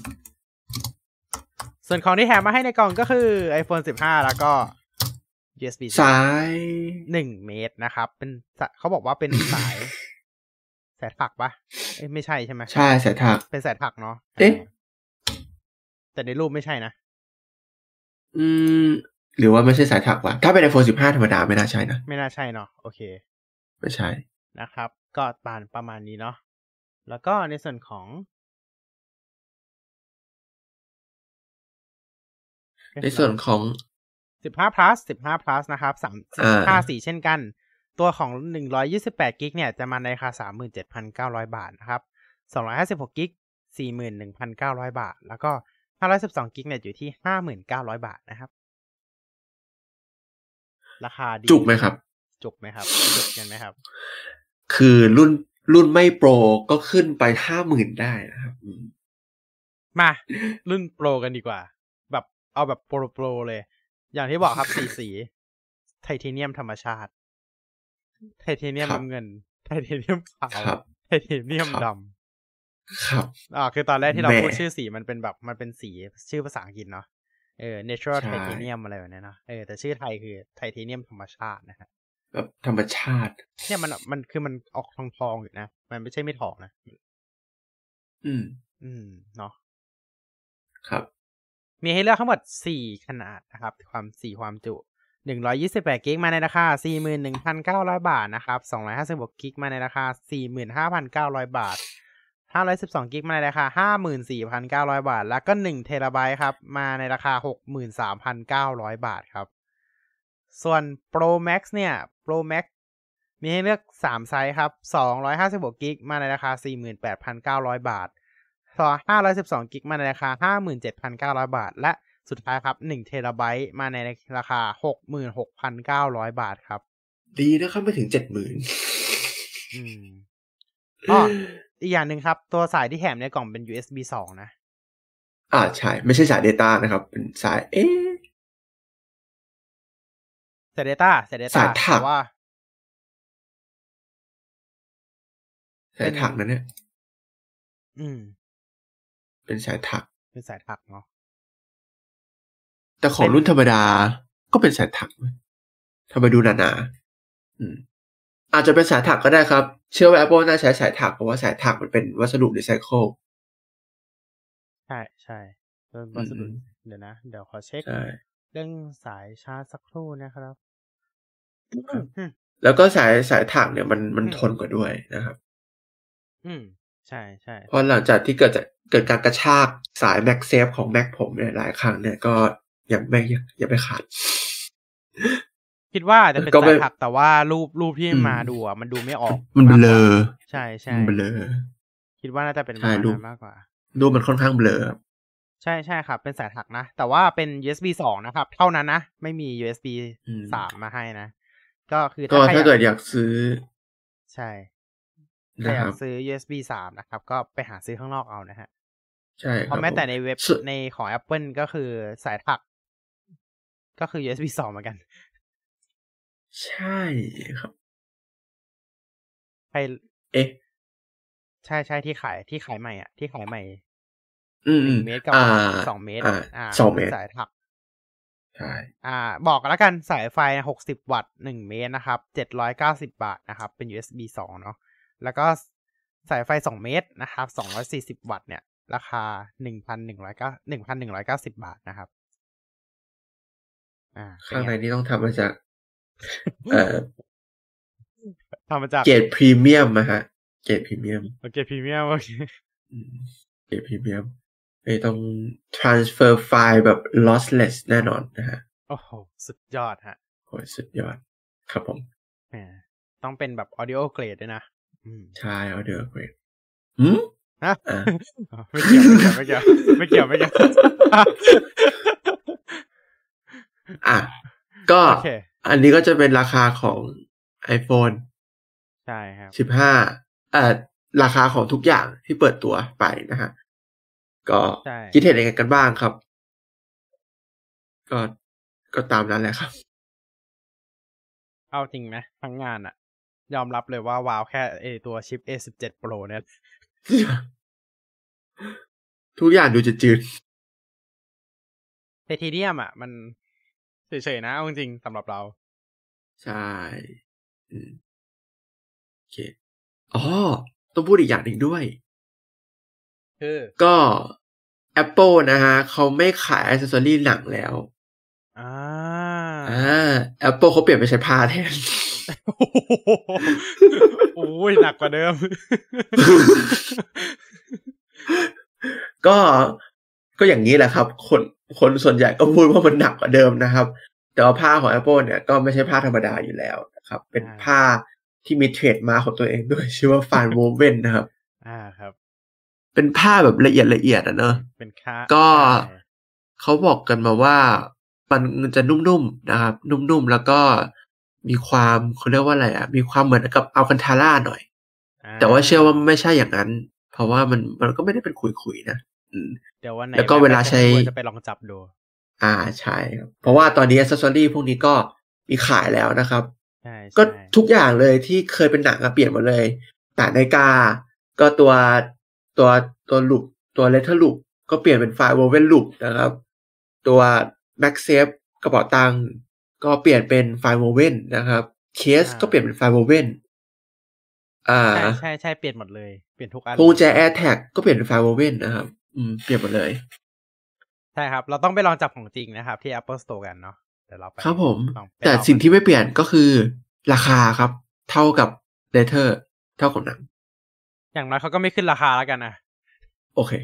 ส่วนของที่แถมมาให้ในกล่องก็คือ iPhone สิบห้าแล้วก็ ยู เอส บีสายหนึ่งเมตรนะครับเป็นเขาบอกว่าเป็นสายสายถักปะเอ้ยไม่ใช่ใช่ไหมใช่สายถักเป็นสายถักเนาะเอ๊ะแต่ในรูปไม่ใช่นะอืมหรือว่าไม่ใช่สายถักวะถ้าเป็น iPhone สิบห้าธรรมดาไม่น่าใช่นะไม่น่าใช่เนาะโอเคไม่ใช่นะครับก็ปานประมาณนี้เนาะแล้วก็ในส่วนของในส่วนของสิบห้า plus สิบห้า plus นะครับสามสิบห้าสีเช่นกันตัวของหนึ่งร้อยยี่สิบแปดกิกเนี่ยจะมาในราคา สามหมื่นเจ็ดพันเก้าร้อย บาทนะครับสองร้อยห้าสิบหกกิก สี่หมื่นหนึ่งพันเก้าร้อย บาทแล้วก็ห้าร้อยสิบสองกิกเนี่ยอยู่ที่ ห้าหมื่นเก้าร้อย บาทนะครับราคาดีจุกไหมครับจุกไหมครับจุกกันไหมครับคือรุ่นรุ่นไม่โปรก็ขึ้นไป ห้าหมื่น ได้นะครับมารุ่นโปรกันดีกว่าแบบเอาแบบโปรโปรเลยอย่างที่บอกครับ สีสีไทเทเนียมธรรมชาติไทเทเนียมน้ำเงินไทเทเนียมขาวไทเทเนียมดำครับอ่าคือตอนแรกที่เราพูดชื่อสีมันเป็นแบบมันเป็นสีชื่อภาษาอังกฤษเนาะเออ natural titanium อะไรแบบนี้เนาะเออแต่ชื่อไทยคือไทเทเนียมธรรมชาตินะฮะแบบธรรมชาติเนี่ยมันมันคือมันออกทองทองอยู่นะมันไม่ใช่ไม่ทองนะอืมอืมเนาะครับมีให้เลือกทั้งหมดสี่ขนาดนะครับความสี่ความจุหนึ่งร้อยยี่สิบแปดกิกมาในราคา สี่หมื่นหนึ่งพันเก้าร้อย บาทนะครับสองร้อยห้าสิบหกกิกมาในราคา สี่หมื่นห้าพันเก้าร้อย บาทห้าร้อยสิบสองกิกมาในราคา ห้าหมื่นสี่พันเก้าร้อย บาทแล้วก็หนึ่งเทราไบต์ครับมาในราคา หกหมื่นสามพันเก้าร้อย บาทครับส่วน Pro Max เนี่ย Pro Max มีให้เลือกสามไซส์ครับสองร้อยห้าสิบหกกิกมาในราคา สี่หมื่นแปดพันเก้าร้อย บาทต่อห้าร้อยสิบสองกิกมาในราคา ห้าหมื่นเจ็ดพันเก้าร้อย บาทและสุดท้ายครับหนึ่งเทราไบต์มาในราคา หกหมื่นหกพันเก้าร้อย บาทครับดีนะครับไม่ถึง เจ็ดหมื่นอืมอ๋ออีกอย่างหนึ่งครับตัวสายที่แถมในกล่องเป็น ยู เอส บี สองนะอ่าใช่ไม่ใช่สาย data นะครับเป็นสายเอ๊ะสาย data สาย data แต่ว่าสายถักนั่นเนี่ยอืมเป็นสายถักเป็นสายถักเนาะแต่ของรุ่นธรรมดาก็เป็นสายถักทำไมดูหนาๆอืมอาจจะเป็นสายถักก็ได้ครับเชื่อว่า Apple น่าใช้สายถักเพราะว่าสายถักมันเป็นวัสดุรีไซเคิลใช่ใช่เป็นวัสดุเดี๋ยวนะเดี๋ยวขอเช็คเรื่องสายชาร์จสักครู่นะครับแล้วก็สายสายถักเนี่ยมันมันทนกว่าด้วยนะครับอืมใช่ใช่เพราะหลังจากที่เกิดจากเกิดการกระชากสาย MagSafe ของ Mac ผมเนี่ยหลายครั้งเนี่ยก็ยังไม่ยังไม่ขาดคิดว่าจะเป็นสายถักแต่ว่ารูปรูปที่มาดูอ่ะมันดูไม่ออกมันเบลอใช่ใช่มันเบลอคิดว่าน่าจะเป็นประมาณนั้นมากกว่าดูมันค่อนข้างเบลอใช่ใช่ครับเป็นสายถักนะแต่ว่าเป็น ยู เอส บี สองนะครับเท่านั้นนะไม่มี ยู เอส บี สามมาให้นะก็คือถ้าถ้าเกิดอยากซื้อใช่ถ้าอยากซื้อ ยู เอส บี สามนะครับก็ไปหาซื้อข้างนอกเอานะฮะใช่เพราะแม้แต่ในเว็บในของ Apple ก็คือสายถักก็คือ ยู เอส บี สองเหมือนกันใช่ครับใช่เอ๊ะใช่ใช่ที่ขายที่ขายใหม่อ่ะที่ขายใหม่อืมหนึ่งเมตรกับสองเมตรอ่าสองเมตรสายถักใช่อ่าบอกกันแล้วกันสายไฟหกสิบวัตต์หนึ่งเมตรนะครับเจ็ดร้อยเก้าสิบบาทนะครับเป็น ยู เอส บี สองเนาะแล้วก็สายไฟสองเมตรนะครับสองร้อยสี่สิบวัตต์เนี่ยราคา หนึ่งพันหนึ่งร้อยเก้า หนึ่งพันหนึ่งร้อยเก้าสิบบาทนะครับอ่าข้างในนี้ต้องทำมาจากเอ่อทำมาจากเกรดพรีเมียมนะฮะเกรดพรีเมียมเกรดพรีเมียมโอเคเกรดพรีเมียมไอ้ต้อง transfer ไฟล์แบบ lossless แน่นอนนะฮะโอ้โหสุดยอดฮะโอ้ยสุดยอดครับผมแหมต้องเป็นแบบ audio grade ด้วยนะใช่ audio grade หืมฮะไม่เกี่ยวไม่เกี่ยวไม่เกี่ยวไม่เกี่ยวไม่เกี่ยวอ่ะก็อันนี้ก็จะเป็นราคาของ iPhone ใช่ครับสิบห้าเอ่อราคาของทุกอย่างที่เปิดตัวไปนะฮะก็คิดเห็นยังไงกันบ้างครับก็ก็ตามนั้นแหละครับเอาจริงไหมทั้งงานอะยอมรับเลยว่าว้าวแค่ไอตัวชิป เอ สิบเจ็ด Pro เนี่ยทุกอย่างดูจะจืดไทเทเนียมอะมันเฉยๆนะเอาจริงๆสำหรับเราใช่อืมโอเคอ๋อต้องพูดอีกอย่างหนึ่งด้วยคือก็ Apple นะฮะเขาไม่ขาย accessory หนังแล้วอ่าอ่า Apple เขาเปลี่ยนไปใช้ผ้าแทนโอ้ยหนักกว่าเดิมก็ก็อย่างนี้แหละครับคนคนส่วนใหญ่ก็พูดว่ามันหนักกว่าเดิมนะครับแต่ว่าผ้าของ Apple เนี่ยก็ไม่ใช่ผ้าธรรมดาอยู่แล้วนะครับเป็นผ้าที่มีเทรดมาร์คของตัวเองด้วยชื่อว่า Fine Woven นะครับอ่าครับเป็นผ้าแบบละเอียดละเอียดอ่ะเนอะเป็นค่าก็เขาบอกกันมาว่ามันจะนุ่มๆนะครับนุ่มๆแล้วก็มีความเขาเรียกว่าอะไรอ่ะมีความเหมือนกับอัลคันทาร่าหน่อยแต่ว่าเชื่อว่าไม่ใช่อย่างนั้นเพราะว่ามันมันก็ไม่ได้เป็นขุยๆนะเดี๋ยววันไหนแล้วก็เวลาใช้จะไปลองจับดูอ่าใช่ครับเพราะว่าตอนนี้ accessory พวกนี้ก็มีขายแล้วนะครับใช่ก็ใช่ทุกอย่างเลยที่เคยเป็นหนังอะเปลี่ยนหมดเลยหนังนาฬิกาก็ตัวตัวตัวลูปตัว letter loop ก็เปลี่ยนเป็นไฟล์ woven loop นะครับตัว MagSafe กระเป๋าตังค์ก็เปลี่ยนเป็นไฟล์ woven นะครับเคสอ่าก็เปลี่ยนเป็นไฟล์ woven อ่าใช่ใช่ใช่เปลี่ยนหมดเลยเปลี่ยนทุกอันพวงกุญแจเลย AirTag ก็เปลี่ยนเป็นไฟล์ woven นะครับอืมเปลี่ยนหมดเลยใช่ครับ เราต้องไปลองจับของจริงนะครับ ที่ Apple Store กันเนาะเดี๋ยวเราไปครับผมลองไปแต่ลองสิ่งกันที่ไม่เปลี่ยนก็คือราคาครับ เท่ากับ Letter เท่ากับหนังอย่างน้อยเขาก็ไม่ขึ้นราคาแล้วกันนะโอเค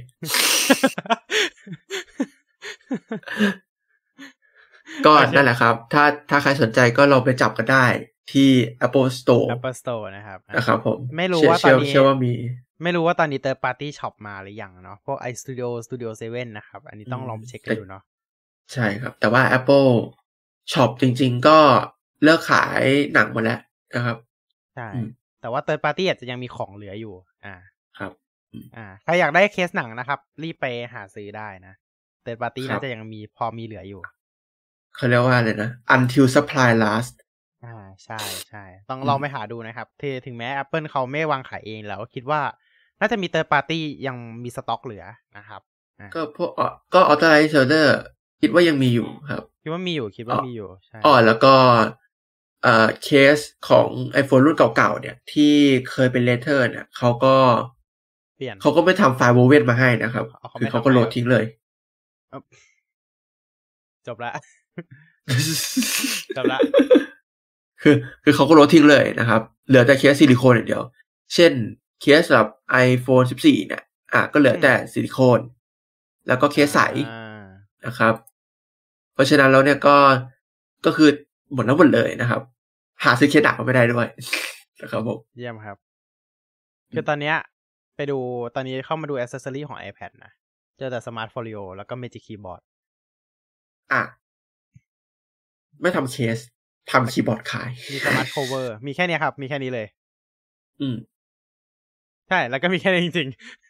ก็โอเคนั่นแหละครับ ถ้าถ้าใครสนใจก็ลองไปจับกันได้ที่ Apple Store Apple Store นะครับอ่ะนะครับผมไม่รู้เชื่อว่าตอเชื่นอนี้เชื่อว่ามีไม่รู้ว่าตอนนี้ Third Party Shop มาหรือยังเนาะพวก iStudio Studio เซเว่นนะครับ อันนี้ต้องลองไปเช็คกันดูเนาะใช่ครับ แต่ว่า Apple Shop จริง ๆ ก็เลิกขายหนังหมดแล้วนะครับใช่อืมแต่ว่า Third Party อาจจะยังมีของเหลืออยู่ อ่าครับอ่า ใครอยากได้เคสหนังนะครับ รีบไปหาซื้อได้นะ Third Party ครับน่าจะยังมีพอมีเหลืออยู่เขาเรียกว่าอะไรนะ until supply last อ่า ใช่ใช่ต้องอืมลองไปหาดูนะครับที่ถึงแม้ Apple เขาไม่วางขายเองแล้วคิดว่าน่าจะมี Third Party ยังมีสต็อกเหลือนะครับอ่าก็พวกอ่ะก็ authorized seller คิดว่ายังมีอยู่ครับคิดว่ามีอยู่คิดว่ามีอยู่ใช่อ๋อแล้วก็เอ่อเคสของ iPhone รุ่นเก่าๆเนี่ยที่เคยเป็นเลเทอร์เนี่ยเขาก็เปลี่ยนเขาก็ไม่ทำไฟล์ woven มาให้นะครับเอาเขาคืไม่อเขาก็ทำให้โหลดทิ้งเลยเอ้าจบละ จบละคือคือเขาก็โหลดทิ้งเลยนะครับ เหลือแต่เคสซิลิโคนอย่างเดียว เช่นเคสสำหรับ iPhone สิบสี่ เนี่ยอ่ะก็เหลือแต่ซิลิโคน แล้วก็เคสใสอ่านะครับ เพราะฉะนั้นแล้วเนี่ยก็ก็คือหมดแล้วหมดเลยนะครับ หาซื้อเคสหนักก็ไม่ได้ด้วย นะครับผมเยี่ยมครับ คือตอนเนี้ยไปดูตอนนี้เข้ามาดู accessory ของ iPad นะ เจอแต่ Smart Folio แล้วก็ Magic Keyboard อ่ะไม่ทำเคสทำคีย์บอร์ดขายมี Smart Cover มีแค่เนี้ยครับ มีแค่นี้เลยอืมใช่ แล้วก็มีแค่นี้จริง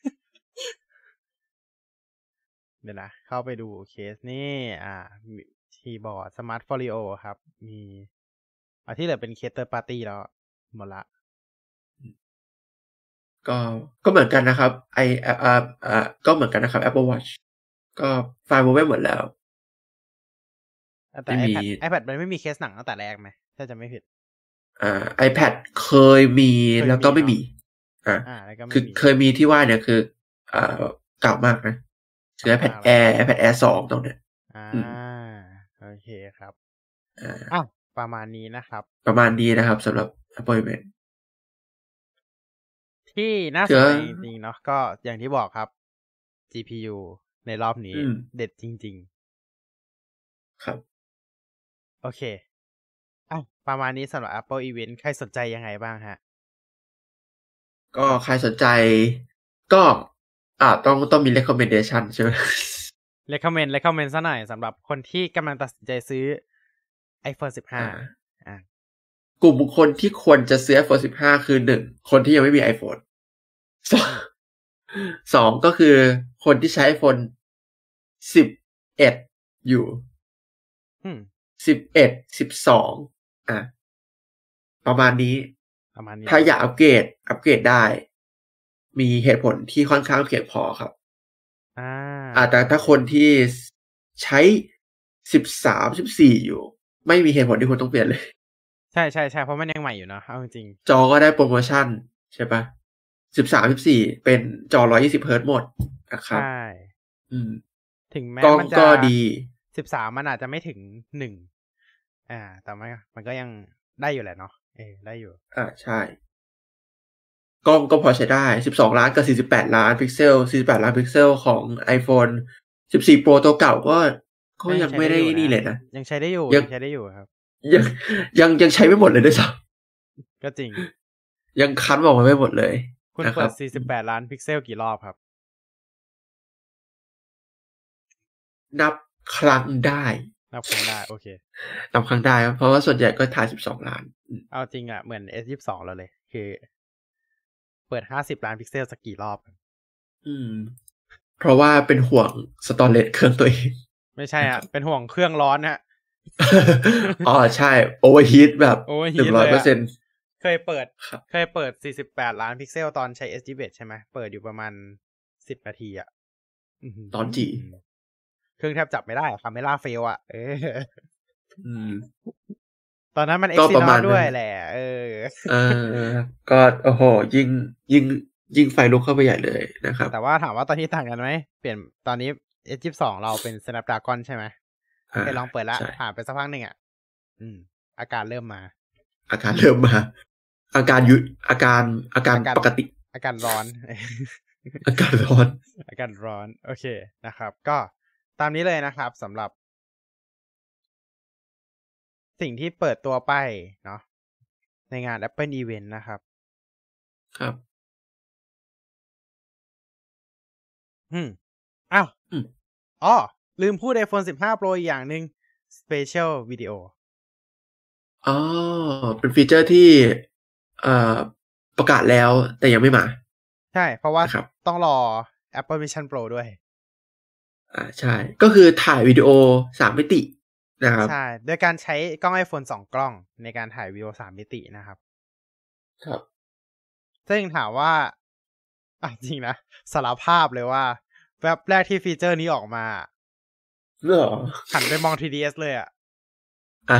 ๆ เดี๋ยวนะ เข้าไปดูเคสนี่ อ่าคีย์บอร์ด Smart Folio ครับ มีเอาที่เหลือเป็นเคส Third Party แล้วหมดละก็ก็เหมือนกันนะครับไอเอ่อเอ่อก็เหมือนกันนะครับ Apple Watch ก็ไฟล์โมเวไม่หมดแล้วแต่ไม่มี iPad iPad มันไม่มีเคสหนังตั้งแต่แรกไหมถ้าจะไม่ผิดอ่า iPad เคยมีเคยมีแล้วก็ไม่มีเนอะอ่าอ่าแล้วก็ไม่คือมีเคยมีที่ว่าเนี่ยคืออ่าเก่ามากนะคือเก่า iPad มากแล้ว Air iPad Air สองตรงเนี้ยอ่าอืมโอเคครับอ่าอ้าวประมาณนี้นะครับประมาณนี้นะครับสำหรับ Apple Event ที่น่าสนใจจริงๆเนาะก็อย่างที่บอกครับ จี พี ยู ในรอบนี้อืมเด็ดจริงครับๆ โอเคอ้าวประมาณนี้สำหรับ Apple Event ใครสนใจยังไงบ้างฮะก็ใครสนใจก็อ่าต้องต้องมี recommendation ใช่ไหม recommend recommend ซะหน่อยสำหรับคนที่กำลังตัดสินใจซื้อ iPhone สิบห้าอ่าอ่ากลุ่มบุคคลที่ควรจะซื้อ iPhone สิบห้า คือหนึ่งคนที่ยังไม่มี iPhone สองสองก็คือคนที่ใช้ iPhone สิบเอ็ดอยู่อืมสิบเอ็ด สิบสองอ่ะประมาณนี้ประมาณนี้ถ้าอยากอัปเกรดอัปเกรดได้ มีเหตุผลที่ค่อนข้างเพียงพอครับอ่าอ่าแต่ถ้าคนที่ใช้สิบสาม สิบสี่อยู่ ไม่มีเหตุผลที่คุณต้องเปลี่ยนเลยใช่ใช่ใช่เพราะมันยังใหม่อยู่เนาะเอาจริงจอก็ได้โปรโมชั่นใช่ปะสิบสาม สิบสี่เป็นจอหนึ่งร้อยยี่สิบเฮิร์ตซ์หมดนะครับใช่อืมถึงแม้กล้องมันจะก็ดีสิบสามมันอาจจะไม่ถึงหนึ่งอ่า แต่มันมันก็ยังได้อยู่แหละเนาะเออได้อยู่อ่าใช่ กล้องก็พอใช้ได้สิบสองล้านกับสี่สิบแปดล้านพิกเซลสี่สิบแปดล้านพิกเซลของ iPhone สิบสี่ Pro ตัวเก่าก็ก็ยังไม่ได้นี่เลยนะยังใช้ได้อยู่ยัยัง งใช้ได้อยู่ครับยังยังยังใช้ไม่หมดเลยด้วยซ้ก็จริงำยังคั้นออกมาไม่หมดเลยคุณนะเปิรัดบสี่สิบแปดล้านพิกเซลกี่รอบครับนับครั้งได้นับครั้งได้โอเคนับครั้งได้ครับเพราะว่าส่วนใหญ่ก็ถ่ายสิบสองล้านอืมเอาจริงอ่ะเหมือน เอส ยี่สิบสอง เราเลย คือ เปิดห้าสิบล้านพิกเซลสักกี่รอบอืม เพราะว่าเป็นห่วงสตอเรจเครื่องตัวเองไม่ไม่ใช่อ่ะ เป็นห่วงเครื่องร้อนฮะอ๋อใช่โอเวอร์ฮีทแบบโอเวอร์หฮีนึ่ทงร้อยเลยเปอร์อะเซ็นต์เคยเปิดครับเคยเปิดสี่สิบแปดล้านพิกเซลตอนใช้ เอส จี เอส ใช่ไหมเปิดอยู่ประมาณสิบนาทีอ่ะตอนจีเครื่องแทบจับไม่ได้คาเมล่าเฟลอ่ะเอออืมตอนนั้นมันก็ประมาณ Exynos ด้วยนั้นแหละ เออเออก็โอ้โหยิ่งยิ่งยิ่งไฟลุกเข้าไปใหญ่เลยนะครับแต่ว่าถามว่าตอนนี้ต่างกันไหมเปลี่ยนตอนนี้ เอส ยี่สิบสอง เราเป็น Snapdragon ใช่ไหมอ่าเคยลองเปิดแล้วใช่ผ่านไปสักพักหนึ่งอ่ะ อืม อาการเริ่มมาอาการเริ่มมา อาการยุอาการอาการอาการปกติอาการร้อนอาการร้อนอาการร้อน โอเคนะครับ ก็ตามนี้เลยนะครับสำหรับ สิ่งที่เปิดตัวไปเนาะในงาน Apple Event นะครับครับอืมอ้าวอืมอ๋อลืมพูด iPhone สิบห้า Pro อีกอย่างหนึ่ง Spatial Video อ๋อเป็นฟีเจอร์ที่เอ่อประกาศแล้วแต่ยังไม่มาใช่ เพราะว่านะครับต้องรอ Apple Vision Pro ด้วยอ่าใช่ ก็คือถ่ายวิดีโอสามมิตินะครับใช่ โดยการใช้กล้อง iPhone สองกล้องในการถ่ายวิดีโอสามมิตินะครับครับซึ่งถามว่าอ่ะจริงนะสารภาพเลยว่าแว็บแรกที่ฟีเจอร์นี้ออกมาเหรอหันไปมอง ที ดี เอส เลยอ่ะอ่า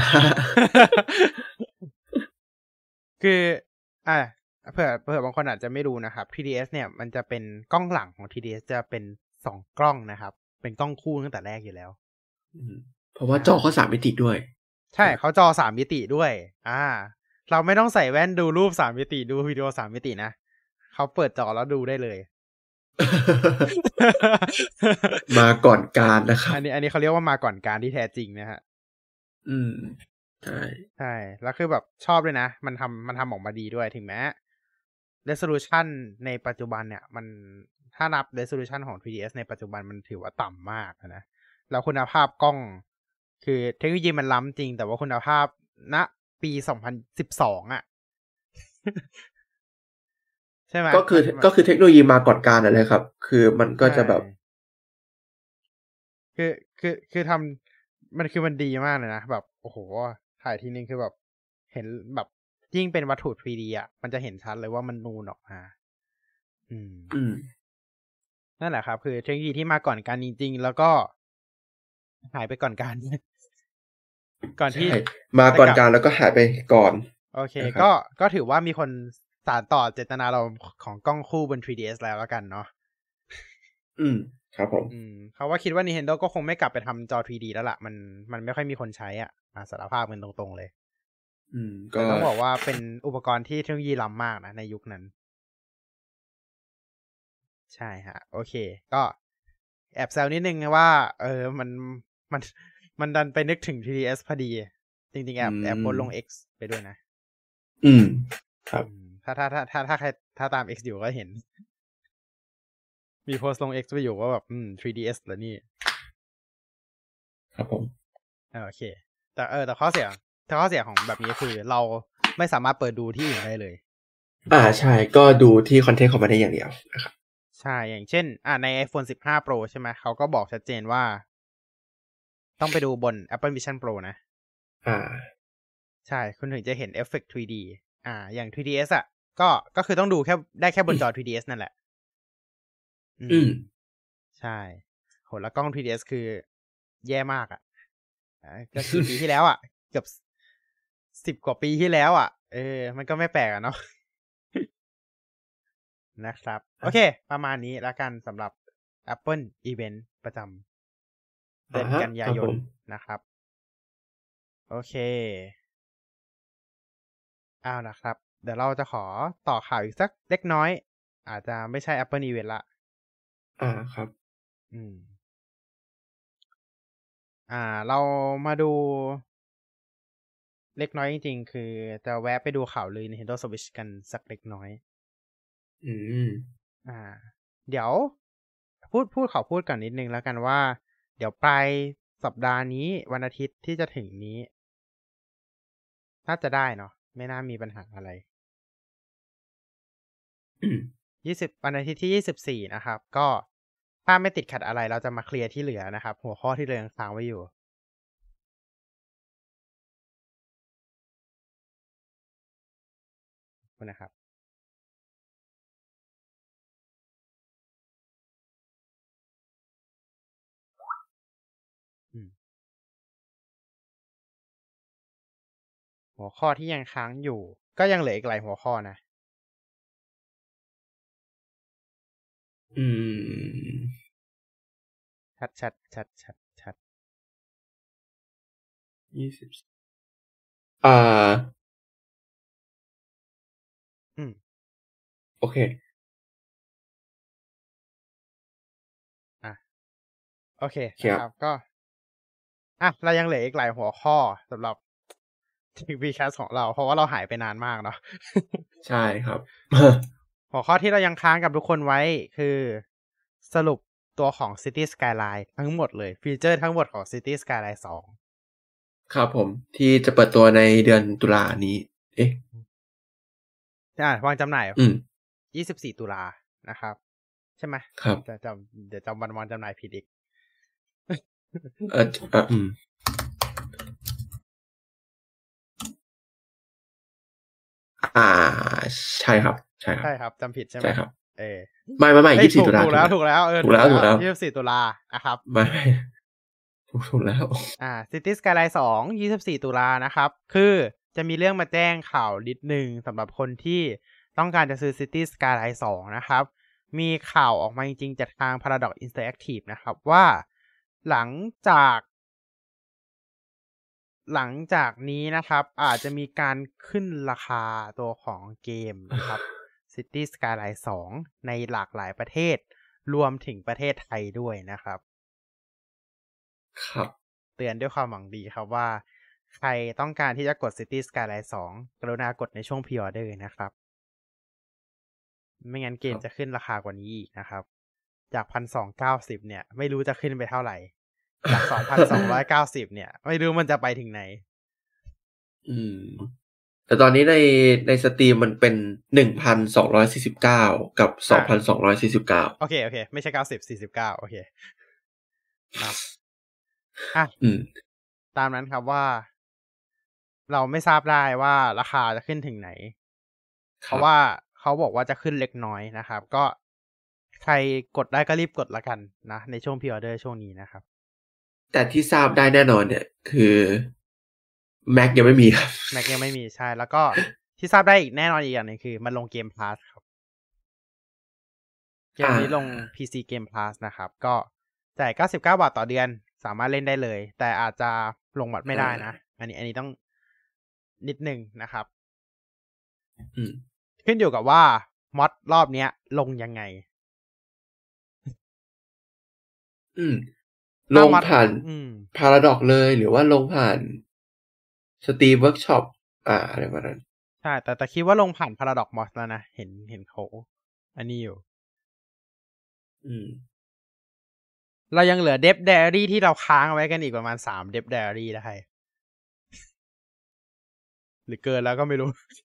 คืออ่ะเผื่อเผื่อบางคนอาจจะไม่รู้นะครับ ที ดี เอส เนี่ยมันจะเป็นกล้องหลังของ ที ดี เอส จะเป็นสองกล้องนะครับเป็นกล้องคู่ตั้งแต่แรกอยู่แล้วเพราะว่าจอเขาสามมิติด้วยใช่เขาจอสามมิติด้วย อ่า เราไม่ต้องใส่แว่นดูรูปสามมิติดูวิดีโอสามมิตินะเขาเปิดจอแล้วดูได้เลยมาก่อนการนะครับอันนี้อันนี้เขาเรียกว่ามาก่อนการที่แท้จริงนะฮะอืมใช่ใช่แล้วคือแบบชอบเลยนะมันทำมันทำออกมาดีด้วยถึงแม้ resolution ในปัจจุบันเนี่ยมันถ้านับ resolution ของ ที ดี เอส ในปัจจุบันมันถือว่าต่ำมากนะแล้วคุณภาพกล้องคือเทคโนโลยีมันล้ำจริงแต่ว่าคุณภาพณปีสองพันสิบสองอ่ะ ใช่ไหมก็คือก็คือเทคโนโลยีมาก่อนการอะไรครับ คือมันก็จะแบบคือคือคือทำมันคือมันดีมากเลยนะแบบโอ้โหถ่ายทีนึงคือแบบเห็นแบบยิ่งเป็นวัตถุ ทรี ดี อ่ะมันจะเห็นชัดเลยว่ามันนูนออกมาอืมอืมนั่นแหละครับคือเทคโนโลยีที่มาก่อนการจริงๆแล้วก็หายไปก่อนการ ก่อนที่มาก่อนการแล้วก็หายไปก่อนโอเคก็ก็ถือว่ามีคนสานต่อเจตนาเราของกล้องคู่บน ทรี ดี เอส แล้วแล้วกันเนาะอืมครับผมอืมเขาว่าคิดว่า Nintendo ก็คงไม่กลับไปทำจอ ทรี ดี แล้วล่ะมันมันไม่ค่อยมีคนใช้อ่ะมาสารภาพกันตรงๆเลยอืมก็แต่ต้องบอกว่าเป็นอุปกรณ์ที่เทคโนโลยีล้ำมากนะในยุคนั้นใช่ฮะโอเคก็แอบแซวนิดนึงว่าเออมันมันมันดันไปนึกถึง ที ดี เอส พอดีจริงๆแอบแอบโพสลง X ไปด้วยนะอืมครับถ้าถ้าถ้าถ้าถ้าใครถ้าตาม X อยู่ก็เห็นมีโพสต์ลง X ไปอยู่ว่าแบบอืม ทรี ดี เอส เหรอนี่ครับผมโอเคแต่เออแต่ข้อเสียแต่ข้อเสียของแบบนี้คือเราไม่สามารถเปิดดูที่อื่นได้เลยอ่าใช่ก็ดูที่คอนเทนต์ของมันได้อย่างเดียวนะครับใช่อย่างเช่นอ่าใน iPhone สิบห้า Pro ใช่ไหมเขาก็บอกชัดเจนว่าต้องไปดูบน Apple Vision Pro นะอ่าใช่คุณถึงจะเห็นเอฟเฟกต์ ทรี ดี อ่าอย่าง ทรี ดี เอส อ่ะก็ก็คือต้องดูแค่ได้แค่บนจอ ทรี ดี เอส นั่นแหละอืมใช่โหแล้วกล้อง ทรี ดี เอส คือแย่มากอ่ะก็กี่ปีที่แล้วอ่ะเกือบสิบกว่าปีที่แล้วอ่ะเออมันก็ไม่แปลกอ่ะเนาะ นะครับโอเคประมาณนี้แล้วกันสำหรับ Apple Event ประจำเดือนกันยายนนะครับโอเคเอานะครับเดี๋ยวเราจะขอต่อข่าวอีกสักเล็กน้อยอาจจะไม่ใช่ Apple Event ละอ่าครับอืมอ่าเรามาดูเล็กน้อยจริงๆคือจะแวะไปดูข่าวลือ Nintendo Switch กันสักเล็กน้อยอืมอ่าเดี๋ยวพูดพูดขอพูดก่อนนิดนึงแล้วกันว่าเดี๋ยวปลายสัปดาห์นี้วันอาทิตย์ที่จะถึงนี้น่าจะได้เนาะไม่น่ามีปัญหาอะไรยี่สิบวันอาทิตย์ที่ยี่สิบสี่นะครับก็ภถ้าไม่ติดขัดอะไรเราจะมาเคลียร์ที่เหลือนะครับ หัวข้อที่เรายังค้างไว้อยู่นะครับ อืม หัวข้อที่ยังค้างอยู่ ก็ยังเหลืออีกหลายหัวข้อนะอืมชัดชัดชัดชัดชัดยี่สิบ อ่าอืมโอเคอ่ะ โอเคครันะครับ ก็ อ่ะ เรายังเหลืออีกหลายหัวข้อสำหรับ ที วี Cast ของเรา เพราะว่าเราหายไปนานมากเนาะใช่ครับหัวข้อที่เรายังค้างกับทุกคนไว้คือสรุปตัวของ City Skyline ทั้งหมดเลย ฟีเจอร์ทั้งหมดของ City Skyline สองครับผม ที่จะเปิดตัวในเดือนตุลานี้ เอ๊ะอ่ะวางจำหน่ายอืมยี่สิบสี่ ตุลานะครับ ใช่ไหมครับจะจำเดี๋ยวจำวันวางจำหน่ายผิดอีกเออเอออืม อ่า ใช่ครับ ใช่ครับใช่ครับจำผิดใช่ไหมใช่ครับเออไม่ไม่ไม่ยี่สิบสี่ถูกตุลาถูกแล้วถูกแล้วเออถูกแล้วถูกแล้วยี่สิบสี่ ตุลานะครับไม่ถูกถูกแล้วอ่า City Skyline สอง ยี่สิบสี่ ตุลานะครับ คือจะมีเรื่องมาแจ้งข่าวนิดนึงสำหรับคนที่ต้องการจะซื้อ City Skyline สอง นะครับ มีข่าวออกมาจริงๆจากทาง Paradox Interactive นะครับว่าหลังจาก หลังจากนี้นะครับ อาจจะมีการขึ้นราคาตัวของเกมนะครับ City Skyline สอง ในหลากหลายประเทศ รวมถึงประเทศไทยด้วยนะครับครับเตือนด้วยความหวังดีครับว่า ใครต้องการที่จะกด City Skyline สอง กรุณากดในช่วง Pre-order นะครับ ไม่งั้นเกมจะขึ้นราคากว่านี้อีกนะครับ จาก หนึ่งพันสองร้อยเก้าสิบ เนี่ย ไม่รู้จะขึ้นไปเท่าไหร่ จาก สองพันสองร้อยเก้าสิบ เนี่ย ไม่รู้มันจะไปถึงไหนอืม แต่ตอนนี้ในในสตรีมมันเป็น หนึ่งพันสองร้อยสี่สิบเก้า กับ สองพันสองร้อยสี่สิบเก้าโอเค โอเค ไม่ใช่เก้าสิบ สี่สิบเก้า โอเคนะอ่ะอืมตามนั้นครับว่า เราไม่ทราบได้ว่าราคาจะขึ้นถึงไหน เพราะว่าเขาบอกว่าจะขึ้นเล็กน้อยนะครับ ก็ใครกดได้ก็รีบกดละกันนะ ในช่วง Pre-order ช่วงนี้นะครับแต่ที่ทราบได้แน่นอนเนี่ย คือ Mac ยังไม่มีครับ Mac ยังไม่มีใช่ แล้วก็ที่ทราบได้อีกแน่นอนอีกอย่างหนึงคือมันลง Game Pass ครับ เกมนี้ลง พี ซี Game Pass นะครับ ก็จ่ายเก้าสิบเก้าบาทต่อเดือนสามารถเล่นได้เลย แต่อาจจะลงมอดไม่ได้นะ อันนี้อันนี้ต้องนิดนึงนะครับอืมขึ้นอยู่กับว่ามอดรอบเนี้ยลงยังไงอืม ลงผ่านอืม Paradox เลยหรือว่าลงผ่าน Steam Workshop อ่าอะไรประมาณนั้นใช่ แต่แต่คิดว่าลงผ่าน Paradox Mod แล้วนะ เห็นเห็นเขาอันนี้อยู่อืมเรายังเหลือ Dev Diary ที่เราค้างไว้กันอีกประมาณสาม Dev Diary ได้ หรือเกินแล้วก็ไม่รู้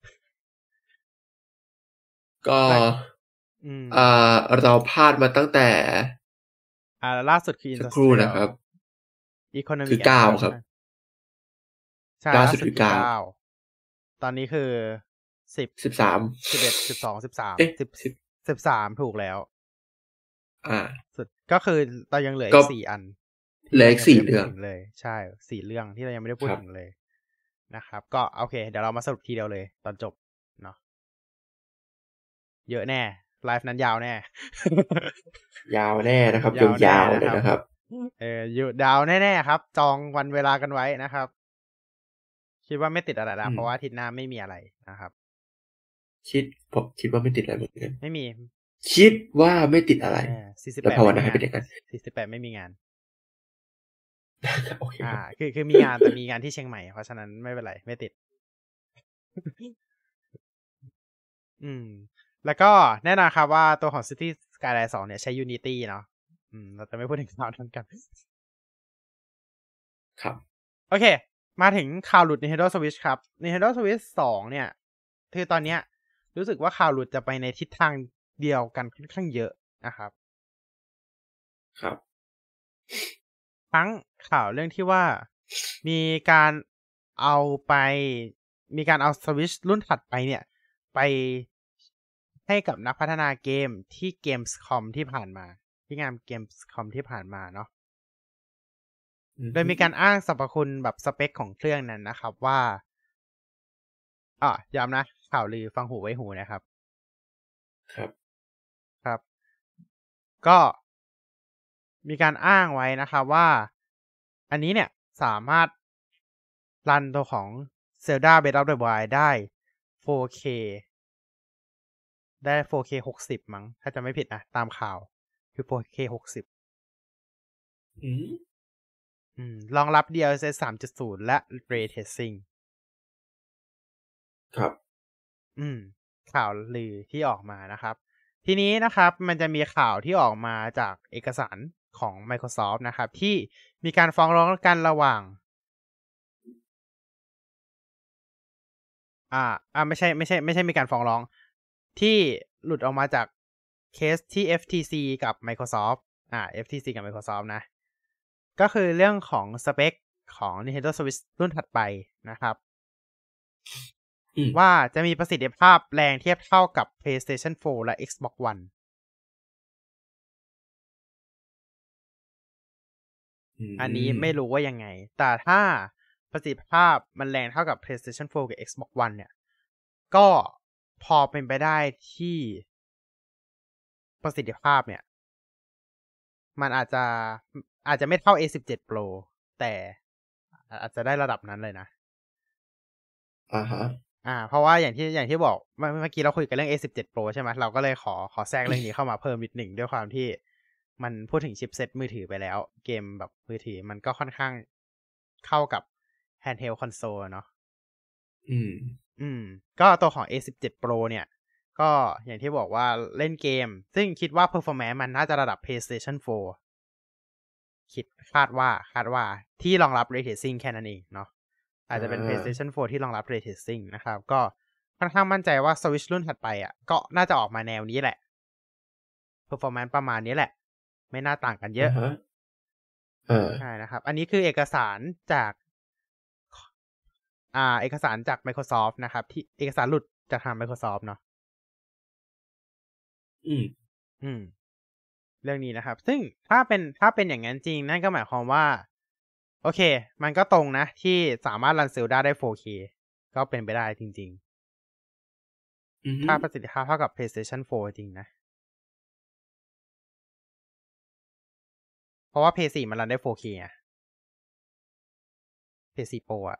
ก็อืมอ่า เราพลาดมาตั้งแต่อ่าล่าสุดคือสักครู่ Industrial นะครับ Economic คือเก้า Expansion ครับใช่ล่าล่าสุสุดดคืคือ อเก้าเก้า ตอนนี้คือสิบสิบสามสิบเอ็ด สิบสอง สิบสามเอ๊ะสิบสิบสิบสามถูกแล้วอ่าสุดก็คือเรายังเหลือก็อีกสี่อันเหลืออีกสี่ที่เรื่องยังไม่ได้พูดถึเลย ใช่สี่เรื่องที่เรายังไม่ได้พูดครับถึงเลยนะครับ ก็โอเค เดี๋ยวเรามาสรุปทีเดียวเลยตอนจบเนาะเยอะแน่ไลฟ์นั้นยาวแน่ยาวแน่นะครับยาวแน่ยาวๆเลยนะครับนะครับเอออยู่ดาวแน่ๆครับ จองวันเวลากันไว้นะครับ คิดว่าไม่ติดอะไรแล้วอืมเพราะว่าอาทิตย์หน้าไม่มีอะไรนะครับคิดผมคิดว่าไม่ติดอะไรเหมือนกันไม่มีคิดว่าไม่ติดอะไรสี่สิบแล้แปวดภาวนาให้เป็นอย่างนั้นสี่สิบแปดไม่มีงานโอเคอ่าครับคือคือมีงานแต่มีงานที่เชียงใหม่ เพราะฉะนั้นไม่เป็นไรไม่ติด อืม แล้วก็แน่นอนครับว่าตัวของ City Skyline สองเนี่ยใช้ Unity เนาะอืม เราจะไม่พูดถึงข่าวนั้นกันครับโอเค มาถึงข่าวหลุด Nintendo Switch ครับ Nintendo Switch สองเนี่ย คือตอนเนี้ยรู้สึกว่าข่าวหลุดจะไปในทิศทางเดียวกันค่อนข้างเยอะนะครับครับทั้งข่าวเรื่องที่ว่ามีการเอาไปมีการเอา Switch รุ่นถัดไปเนี่ยไปให้กับนักพัฒนาเกมที่ Gamescom ที่ผ่านมาที่งาน Gamescom ที่ผ่านมาเนาะโดยมีการอ้างสรรพคุณแบบสเปคของเครื่องนั้นนะครับว่าอ่ะย้ำนะข่าวลือฟังหูไว้หูนะครับครับครับก็มีการอ้างไว้นะครับว่าอันนี้เนี่ยสามารถรันตัวของ Zelda Breath of the Wild ได้ โฟร์เค ได้ โฟร์เค หกสิบมั้งถ้าจะไม่ผิดนะตามข่าวคือ โฟร์เค หกสิบอืมอืมรองรับ ดี แอล เอส สามจุดศูนย์ และ Ray Tracing ครับอืมข่าวลือที่ออกมานะครับทีนี้นะครับมันจะมีข่าวที่ออกมาจากเอกสารของ Microsoft นะครับที่มีการฟ้องร้องกันระหว่างอ่าอ่าไม่ใช่ไม่ใช่ไม่ใช่มีการฟ้องร้องที่หลุดออกมาจากเคสที่ เอฟ ที ซี กับ Microsoft อ่า เอฟ ที ซี กับ Microsoft นะก็คือเรื่องของสเปคของ Nintendo Switch รุ่นถัดไปนะครับว่าจะมีประสิทธิภาพแรงเทียบเท่ากับ PlayStation โฟร์ และ Xbox One อันนี้ไม่รู้ว่ายังไงแต่ถ้าประสิทธิภาพมันแรงเท่ากับ PlayStation โฟร์ กับ Xbox One เนี่ยก็พอเป็นไปได้ที่ประสิทธิภาพเนี่ยมันอาจจะอาจจะไม่เท่า เอ สิบเจ็ด Pro แต่อาจจะได้ระดับนั้นเลยนะอ่าฮะอ่าเพราะว่าอย่างที่อย่างที่บอกเมื่อกี้เราคุยกันเรื่อง เอ สิบเจ็ด Pro ใช่ไหมเราก็เลยขอขอแทรกเรื่องนี้เข้ามาเพิ่มนิดหนึ่งด้วยความที่มันพูดถึงชิปเซ็ตมือถือไปแล้วเกมแบบมือถือมันก็ค่อนข้างเข้ากับ handheld console เนาะอืมอืมก็ตัวของ เอ สิบเจ็ด Pro เนี่ยก็อย่างที่บอกว่าเล่นเกมซึ่งคิดว่า performance มันน่าจะระดับ PlayStation โฟร์ คิดคาดว่าคาดว่าที่รองรับ Ray Tracing แค่นั้นเองเนาะอาจจะเป็น PlayStation โฟร์ ที่รองรับ Ray Tracing นะครับก็ค่อนข้างมั่นใจว่า Switch รุ่นถัดไปอ่ะก็น่าจะออกมาแนวนี้แหละ performance ประมาณนี้แหละไม่น่าต่างกันเยอะใช่นะครับอันนี้คือเอกสารจากอ่าเอกสารจาก Microsoft นะครับที่เอกสารหลุดจากทาง Microsoft เนาะอืมอืมเรื่องนี้นะครับซึ่งถ้าเป็นถ้าเป็นอย่างนั้นจริงนั่นก็หมายความว่าโอเคมันก็ตรงนะที่สามารถรัน Zelda ได้ โฟร์เค ก็เป็นไปได้จริงๆถ้าประสิทธิภาพเท่ากับ PlayStation โฟร์ จริงนะเพราะว่า พี โฟร์ มันรันได้ โฟร์เค อ่ะ พี โฟร์ Pro อ่ะ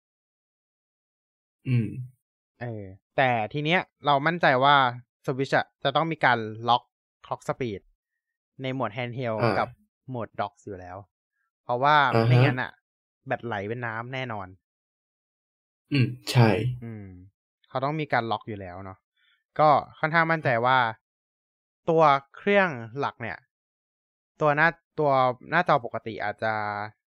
อืมเออแต่ทีเนี้ยเรามั่นใจว่า Switch อ่ะจะต้องมีการล็อก clock speed ในโหมด handheld กับโหมด dock อยู่แล้วเพราะว่าไม่งั้นอ่ะแบตไหลเป็นน้ำแน่นอนอืมใช่อืมเขาต้องมีการล็อกอยู่แล้วเนาะก็ค่อนข้างมั่นใจว่าตัวเครื่องหลักเนี่ยตัวหน้าตัวหน้าจอปกติอาจจะ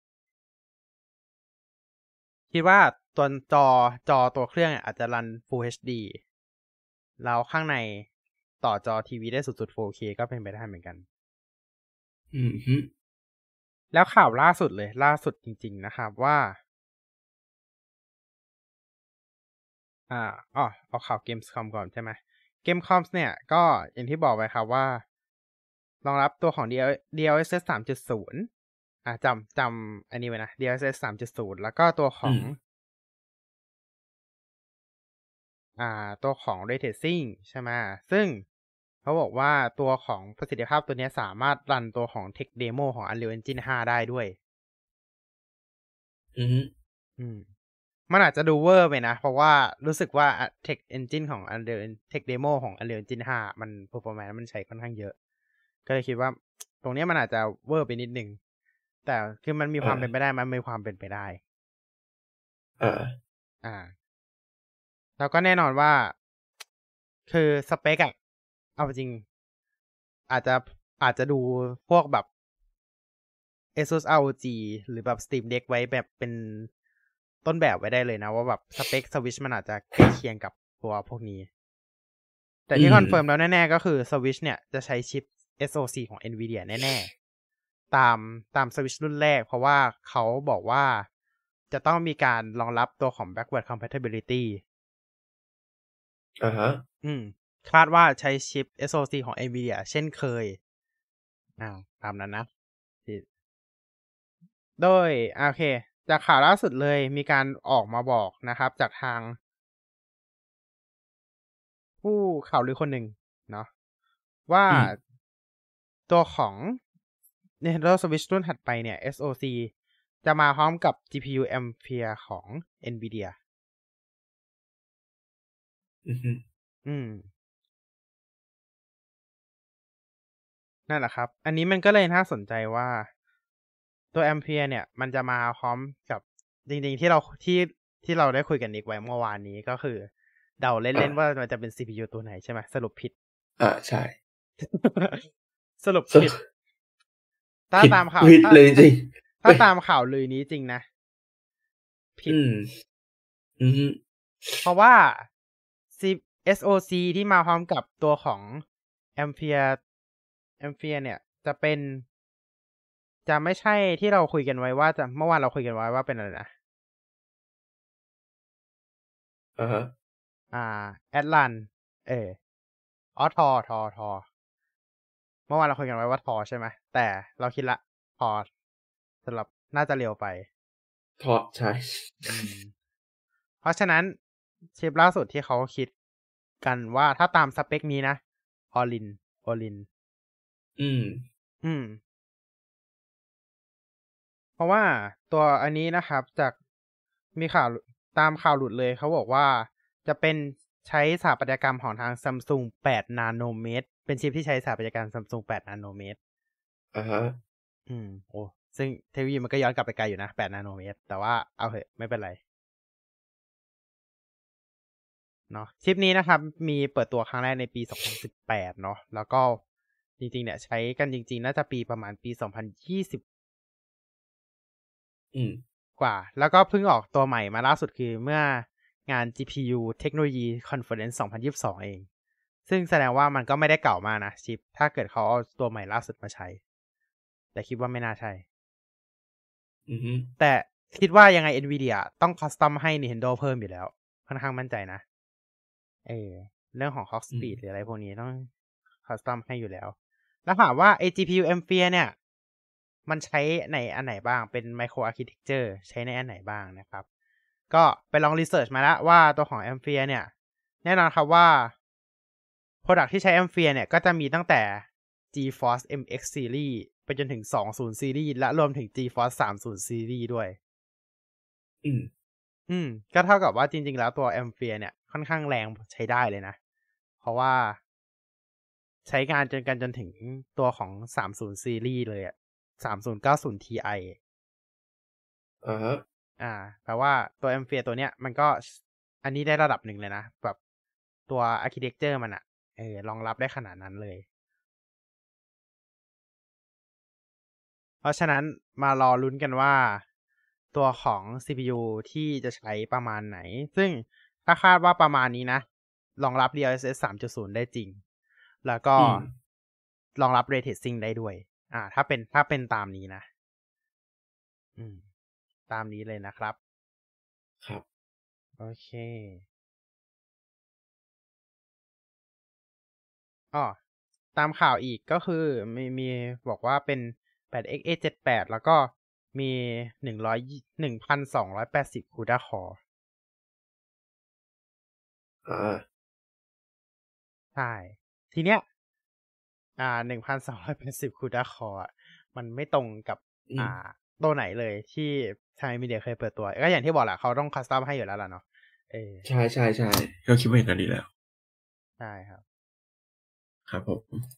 คิดว่าตัวจอจอตัวเครื่องอาจจะรัน Full เอช ดี แล้วข้างในต่อจอทีวีได้สุดๆ โฟร์เค ก็เป็นไปได้เหมือนกันอืมฮึแล้วข่าวล่าสุดเลยล่าสุดจริงๆนะครับว่าอ่าอ๋อเอาข่าว Gamescom ก่อนใช่ไหม Gamescom เนี่ยก็อย่างที่บอกไปครับว่ารองรับตัวของ ดี แอล เอส เอส สามจุดศูนย์ อ่าจำจำอันนี้ไว้นะ ดี แอล เอส เอส สามจุดศูนย์ แล้วก็ตัวของอ่าตัวของ Ray Tracing ใช่ไหมซึ่งเขาบอกว่าตัวของประสิทธิภาพตัวนี้สามารถรันตัวของ Tech Demo ของ Unreal Engine ไฟว์ ได้ด้วยอืมอืมมันอาจจะดูเวอร์ไปนะเพราะว่ารู้สึกว่า Tech Engine ของ Unreal Tech Demo ของ Unreal Engine ไฟว์ มัน performance มันใช้ค่อนข้างเยอะก็เลยคิดว่าตรงนี้มันอาจจะเวอร์ไปนิดนึงแต่คือมันมีความเป็นไปได้มันมีความเป็นไปได้อ่าอ่าแล้วก็แน่นอนว่าคือสเปคอะเอาจริงอาจจะอาจจะดูพวกแบบ ASUS อาร์ โอ จี หรือแบบ Steam Deck ไว้แบบเป็นต้นแบบไว้ได้เลยนะว่าแบบสเปค Switch มันอาจจะใกล้เคียงกับตัวพวกนี้แต่ที่คอนเฟิร์มแล้วแน่ๆก็คือ Switch เนี่ยจะใช้ชิป เอส โอ ซี ของ Nvidia แน่ตามตาม Switch รุ่นแรกเพราะว่าเขาบอกว่าจะต้องมีการรองรับตัวของ backward compatibility อ่าฮะอืมคาดว่าใช้ชิป เอส โอ ซี ของ Nvidia เช่นเคยอ่าตามนั้นนะโดยโอเคจากข่าวล่าสุดเลยมีการออกมาบอกนะครับจากทางผู้ข่าวลือคนหนึ่งเนาะว่าตัวของ Nintendo Switch รุ่นถัดไปเนี่ย เอส โอ ซี จะมาพร้อมกับ จี พี ยู Ampere ของ Nvidia อืมอืมนั่นแหละครับอันนี้มันก็เลยน่าสนใจว่าตัว Ampere เนี่ยมันจะมาพร้อมกับจริงๆที่เราที่ที่เราได้คุยกันอีกไว้เมื่อวานนี้ก็คือเดาเล่นๆว่ามันจะเป็น ซี พี ยู ตัวไหนใช่ไหมสรุปผิดอ่าใช่สรุปผิดถ้าตามข่าวผิดเลยจริงถ้าตามข่าวลือนี้จริงนะผิดอืมอืมเพราะว่า เอส โอ ซี ที่มาพร้อมกับตัวของ Ampere Ampere เนี่ยจะเป็นจะไม่ใช่ที่เราคุยกันไว้ว่าจะเมื่อวานเราคุยกันไว้ว่าเป็นอะไรนะอ่าฮะอ่า Atlan เอออ๋อทอทอทอเมื่อวานเราคุยกันไว้ว่าทอใช่ไหมแต่เราคิดละทอสำหรับน่าจะเร็วไปทอใช่เพราะฉะนั้นชิปล่าสุดที่เขาคิดกันว่าถ้าตามสเปคนี้นะออลินออลินอืมอืมเพราะว่าตัวอันนี้นะครับจากมีข่าวตามข่าวหลุดเลยเขาบอกว่าจะเป็นใช้สถาปัตยกรรมของทาง Samsung แปดนาโนเมตรเป็นชิปที่ใช้สถาปัตยกรรม Samsung แปดนาโนเมตรอ่าฮะอืมโอ้ซึ่งเทคโนโลยีมันก็ย้อนกลับไปไกลอยู่นะแปดนาโนเมตรแต่ว่าเอาเหอะไม่เป็นไรเนาะชิปนี้นะครับมีเปิดตัวครั้งแรกในปีสองพันสิบแปดเนาะแล้วก็จริงๆเนี่ยใช้กันจริงๆน่าจะปีประมาณปีสองพันยี่สิบอืมกว่าแล้วก็เพิ่งออกตัวใหม่มาล่าสุดคือเมื่องาน จี พี ยู Technology Conference สองพันยี่สิบสองเองซึ่งแสดงว่ามันก็ไม่ได้เก่ามากนะชิปถ้าเกิดเขาเอาตัวใหม่ล่าสุดมาใช้แต่คิดว่าไม่น่าใช่อืมแต่คิดว่ายังไง Nvidia ต้องคัสตอมให้ Nintendo เพิ่มอยู่แล้วค่อนข้างมั่นใจนะเออเรื่องของ clock speed หรืออะไรพวกนี้ต้องคัสตอมให้อยู่แล้วแล้วถามว่าไอ้ จี พี ยู Ampere เนี่ยมันใช้ในอันไหนบ้างเป็น micro architecture ใช้ในอันไหนบ้างนะครับก็ไปลองรีเสิร์ชมาแล้วว่าตัวของ Ampere เนี่ยแน่นอนครับว่า product ที่ใช้ Ampere เนี่ยก็จะมีตั้งแต่ GeForce เอ็ม เอ็กซ์ Series ไปจนถึงยี่สิบ Series และรวมถึง GeForce สามสิบ Series ด้วยอืมอืมก็เท่ากับว่าจริงๆแล้วตัว Ampere เนี่ยค่อนข้างแรงใช้ได้เลยนะเพราะว่าใช้งานจนกันจนถึงตัวของสามสิบ Series เลยอะสามสิบเก้าสิบ ที ไออ่าฮะอ่าแปลว่าตัว Ampere ตัวเนี้ยมันก็อันนี้ได้ระดับหนึ่งเลยนะแบบตัว architecture มันอะเออรองรับได้ขนาดนั้นเลยเพราะฉะนั้นมารอลุ้นกันว่าตัวของ ซี พี ยู ที่จะใช้ประมาณไหนซึ่งถ้าคาดว่าประมาณนี้นะรองรับ ดี แอล เอส เอส สามจุดศูนย์ ได้จริงแล้วก็รองรับ Ray Tracing ได้ด้วยอ่าถ้าเป็นถ้าเป็นตามนี้นะอืมตามนี้เลยนะครับครับโอเคอ้อตามข่าวอีกก็คือมีมีบอกว่าเป็น แปด เอ็กซ์ เอ เจ็ดสิบแปด แล้วก็มีหนึ่งร้อย หนึ่งพันสองร้อยแปดสิบ CUDA Core อ่าใช่ทีเนี้ยอ่า หนึ่งพันสองร้อยแปดสิบ CUDA Core อ่ะมันไม่ตรงกับอ่าตัวไหนเลยที่ทาง Nvidia เคยเปิดตัวก็อย่างที่บอกแหละเขาต้องคัสตอมให้อยู่แล้วล่ะเนาะเออใช่ใช่ใช่ก็คิดว่าอย่างนั้นดีแล้วใช่ครับครับผม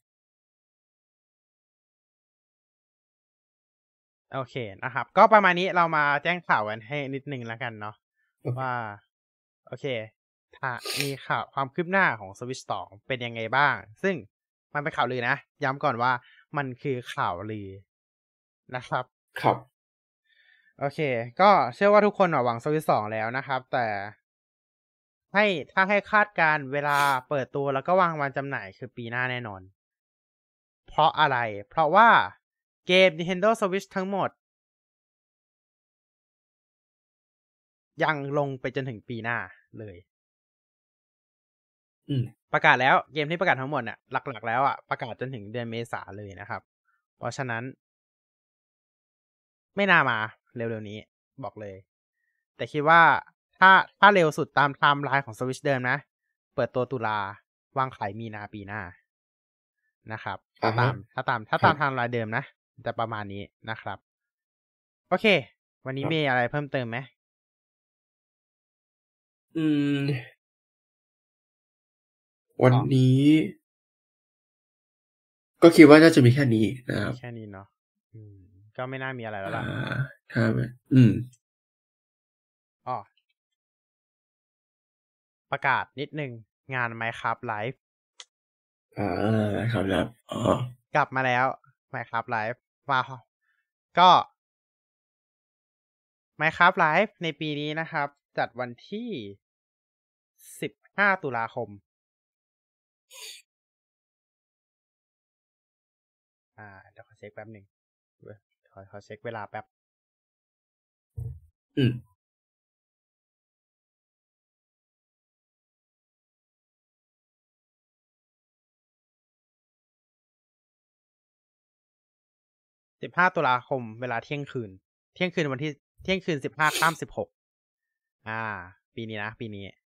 โอเคนะครับก็ประมาณนี้เรามาแจ้งข่าวกันให้นิดนึงแล้วกันเนาะว่าโอเคถ้ามีข่าวความคืบหน้าของ Switch สองเป็นยังไงบ้างซึ่งมันเป็นข่าวลือนะย้ำก่อนว่ามันคือข่าวลือนะครับครับโอเคก็เชื่อว่าทุกคนหวัง Switch สองแล้วนะครับแต่ให้ถ้าให้คาดการเวลาเปิดตัวแล้วก็วางวันจำหน่ายคือปีหน้าแน่นอนเพราะอะไรเพราะว่าเกม Nintendo Switch ทั้งหมดยังลงไปจนถึงปีหน้าเลยอืมประกาศแล้วเกมที่ประกาศทั้งหมดเนี่ยหลักๆแล้วอ่ะประกาศจนถึงเดือนเมษาเลยนะครับเพราะฉะนั้นไม่น่ามาเร็วๆนี้บอกเลยแต่คิดว่าถ้าถ้าเร็วสุดตามไทม์ไลน์ของ Switch เดิมนะเปิดตัวตุลาวางขายมีนาปีหน้านะครับถ้าตามถ้าตามถ้าตามไทม์ไลน์เดิมนะจะประมาณนี้นะครับโอเควันนี้มีอะไรเพิ่มเติมไหมอืมวันนี้ ก็คิดว่าน่าจะมีแค่นี้นะครับแค่นี้เนาะอืมก็ไม่น่ามีอะไรแล้วล่ะอ่าถ้าอืมอ๋อประกาศนิดนึงงาน Minecraft Live อ่าครับแล้วอ๋อกลับมาแล้ว Minecraft Live ว้าวก็ Minecraft Live ในปีนี้นะครับจัดวันที่สิบห้าตุลาคมอ่าเดี๋ยวขอเช็คแป๊บหนึ่งขอขอเช็คเวลาแป๊บอืมสิบห้าตุลาคมเวลาเที่ยงคืนเที่ยงคืนวันที่เที่ยงคืนสิบห้าข้ามสิบหกอ่าปีนี้นะปีนี้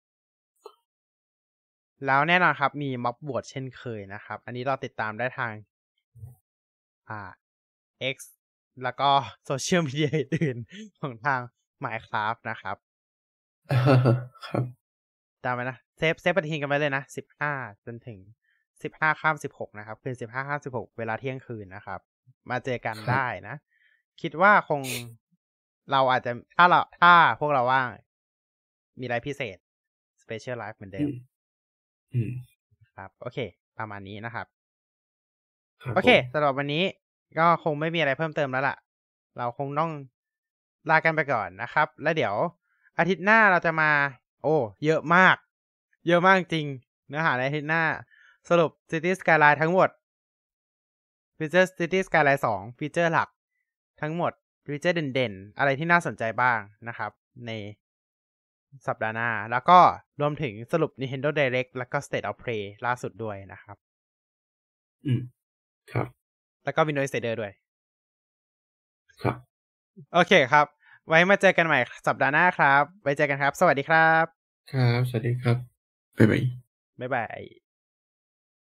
แล้วแน่นอนครับมีม็อบบวชเช่นเคยนะครับอันนี้เราติดตามได้ทางอ่า X แล้วก็โซเชียลมีเดียอื่นของทาง Minecraft นะครับครับจำไว้นะเซฟเซฟปฏิทินกันไว้เลยนะสิบห้าจนถึงสิบห้าข้ามสิบหกนะครับคืนสิบห้าข้ามสิบหกเวลาเที่ยงคืนนะครับมาเจอกันได้นะคิดว่าคงเราอาจจะถ้าเราถ้าพวกเราว่างมีไลฟ์พิเศษ Special Live เหมือนเดิมอืมครับโอเคประมาณนี้นะครับครับโอเคสำหรับวันนี้ก็คงไม่มีอะไรเพิ่มเติมแล้วล่ะเราคงต้องลากันไปก่อนนะครับแล้วเดี๋ยวอาทิตย์หน้าเราจะมาโอ้เยอะมากเยอะมากจริงเนื้อหาในอาทิตย์หน้าสรุป City Skyline ทั้งหมดฟีเจอร์ City Skyline สองฟีเจอร์หลักทั้งหมดฟีเจอร์เด่นๆอะไรที่น่าสนใจบ้างนะครับในสัปดาห์หน้าแล้วก็รวมถึงสรุป Nintendo Direct แล้วก็ State of Play ล่าสุดด้วยนะครับอืมครับแล้วก็ Windows Insider ด้วยครับโอเคครับไว้มาเจอกันใหม่สัปดาห์หน้าครับไว้เจอกันครับสวัสดีครับครับสวัสดีครับบ๊ายบายบ๊ายบาย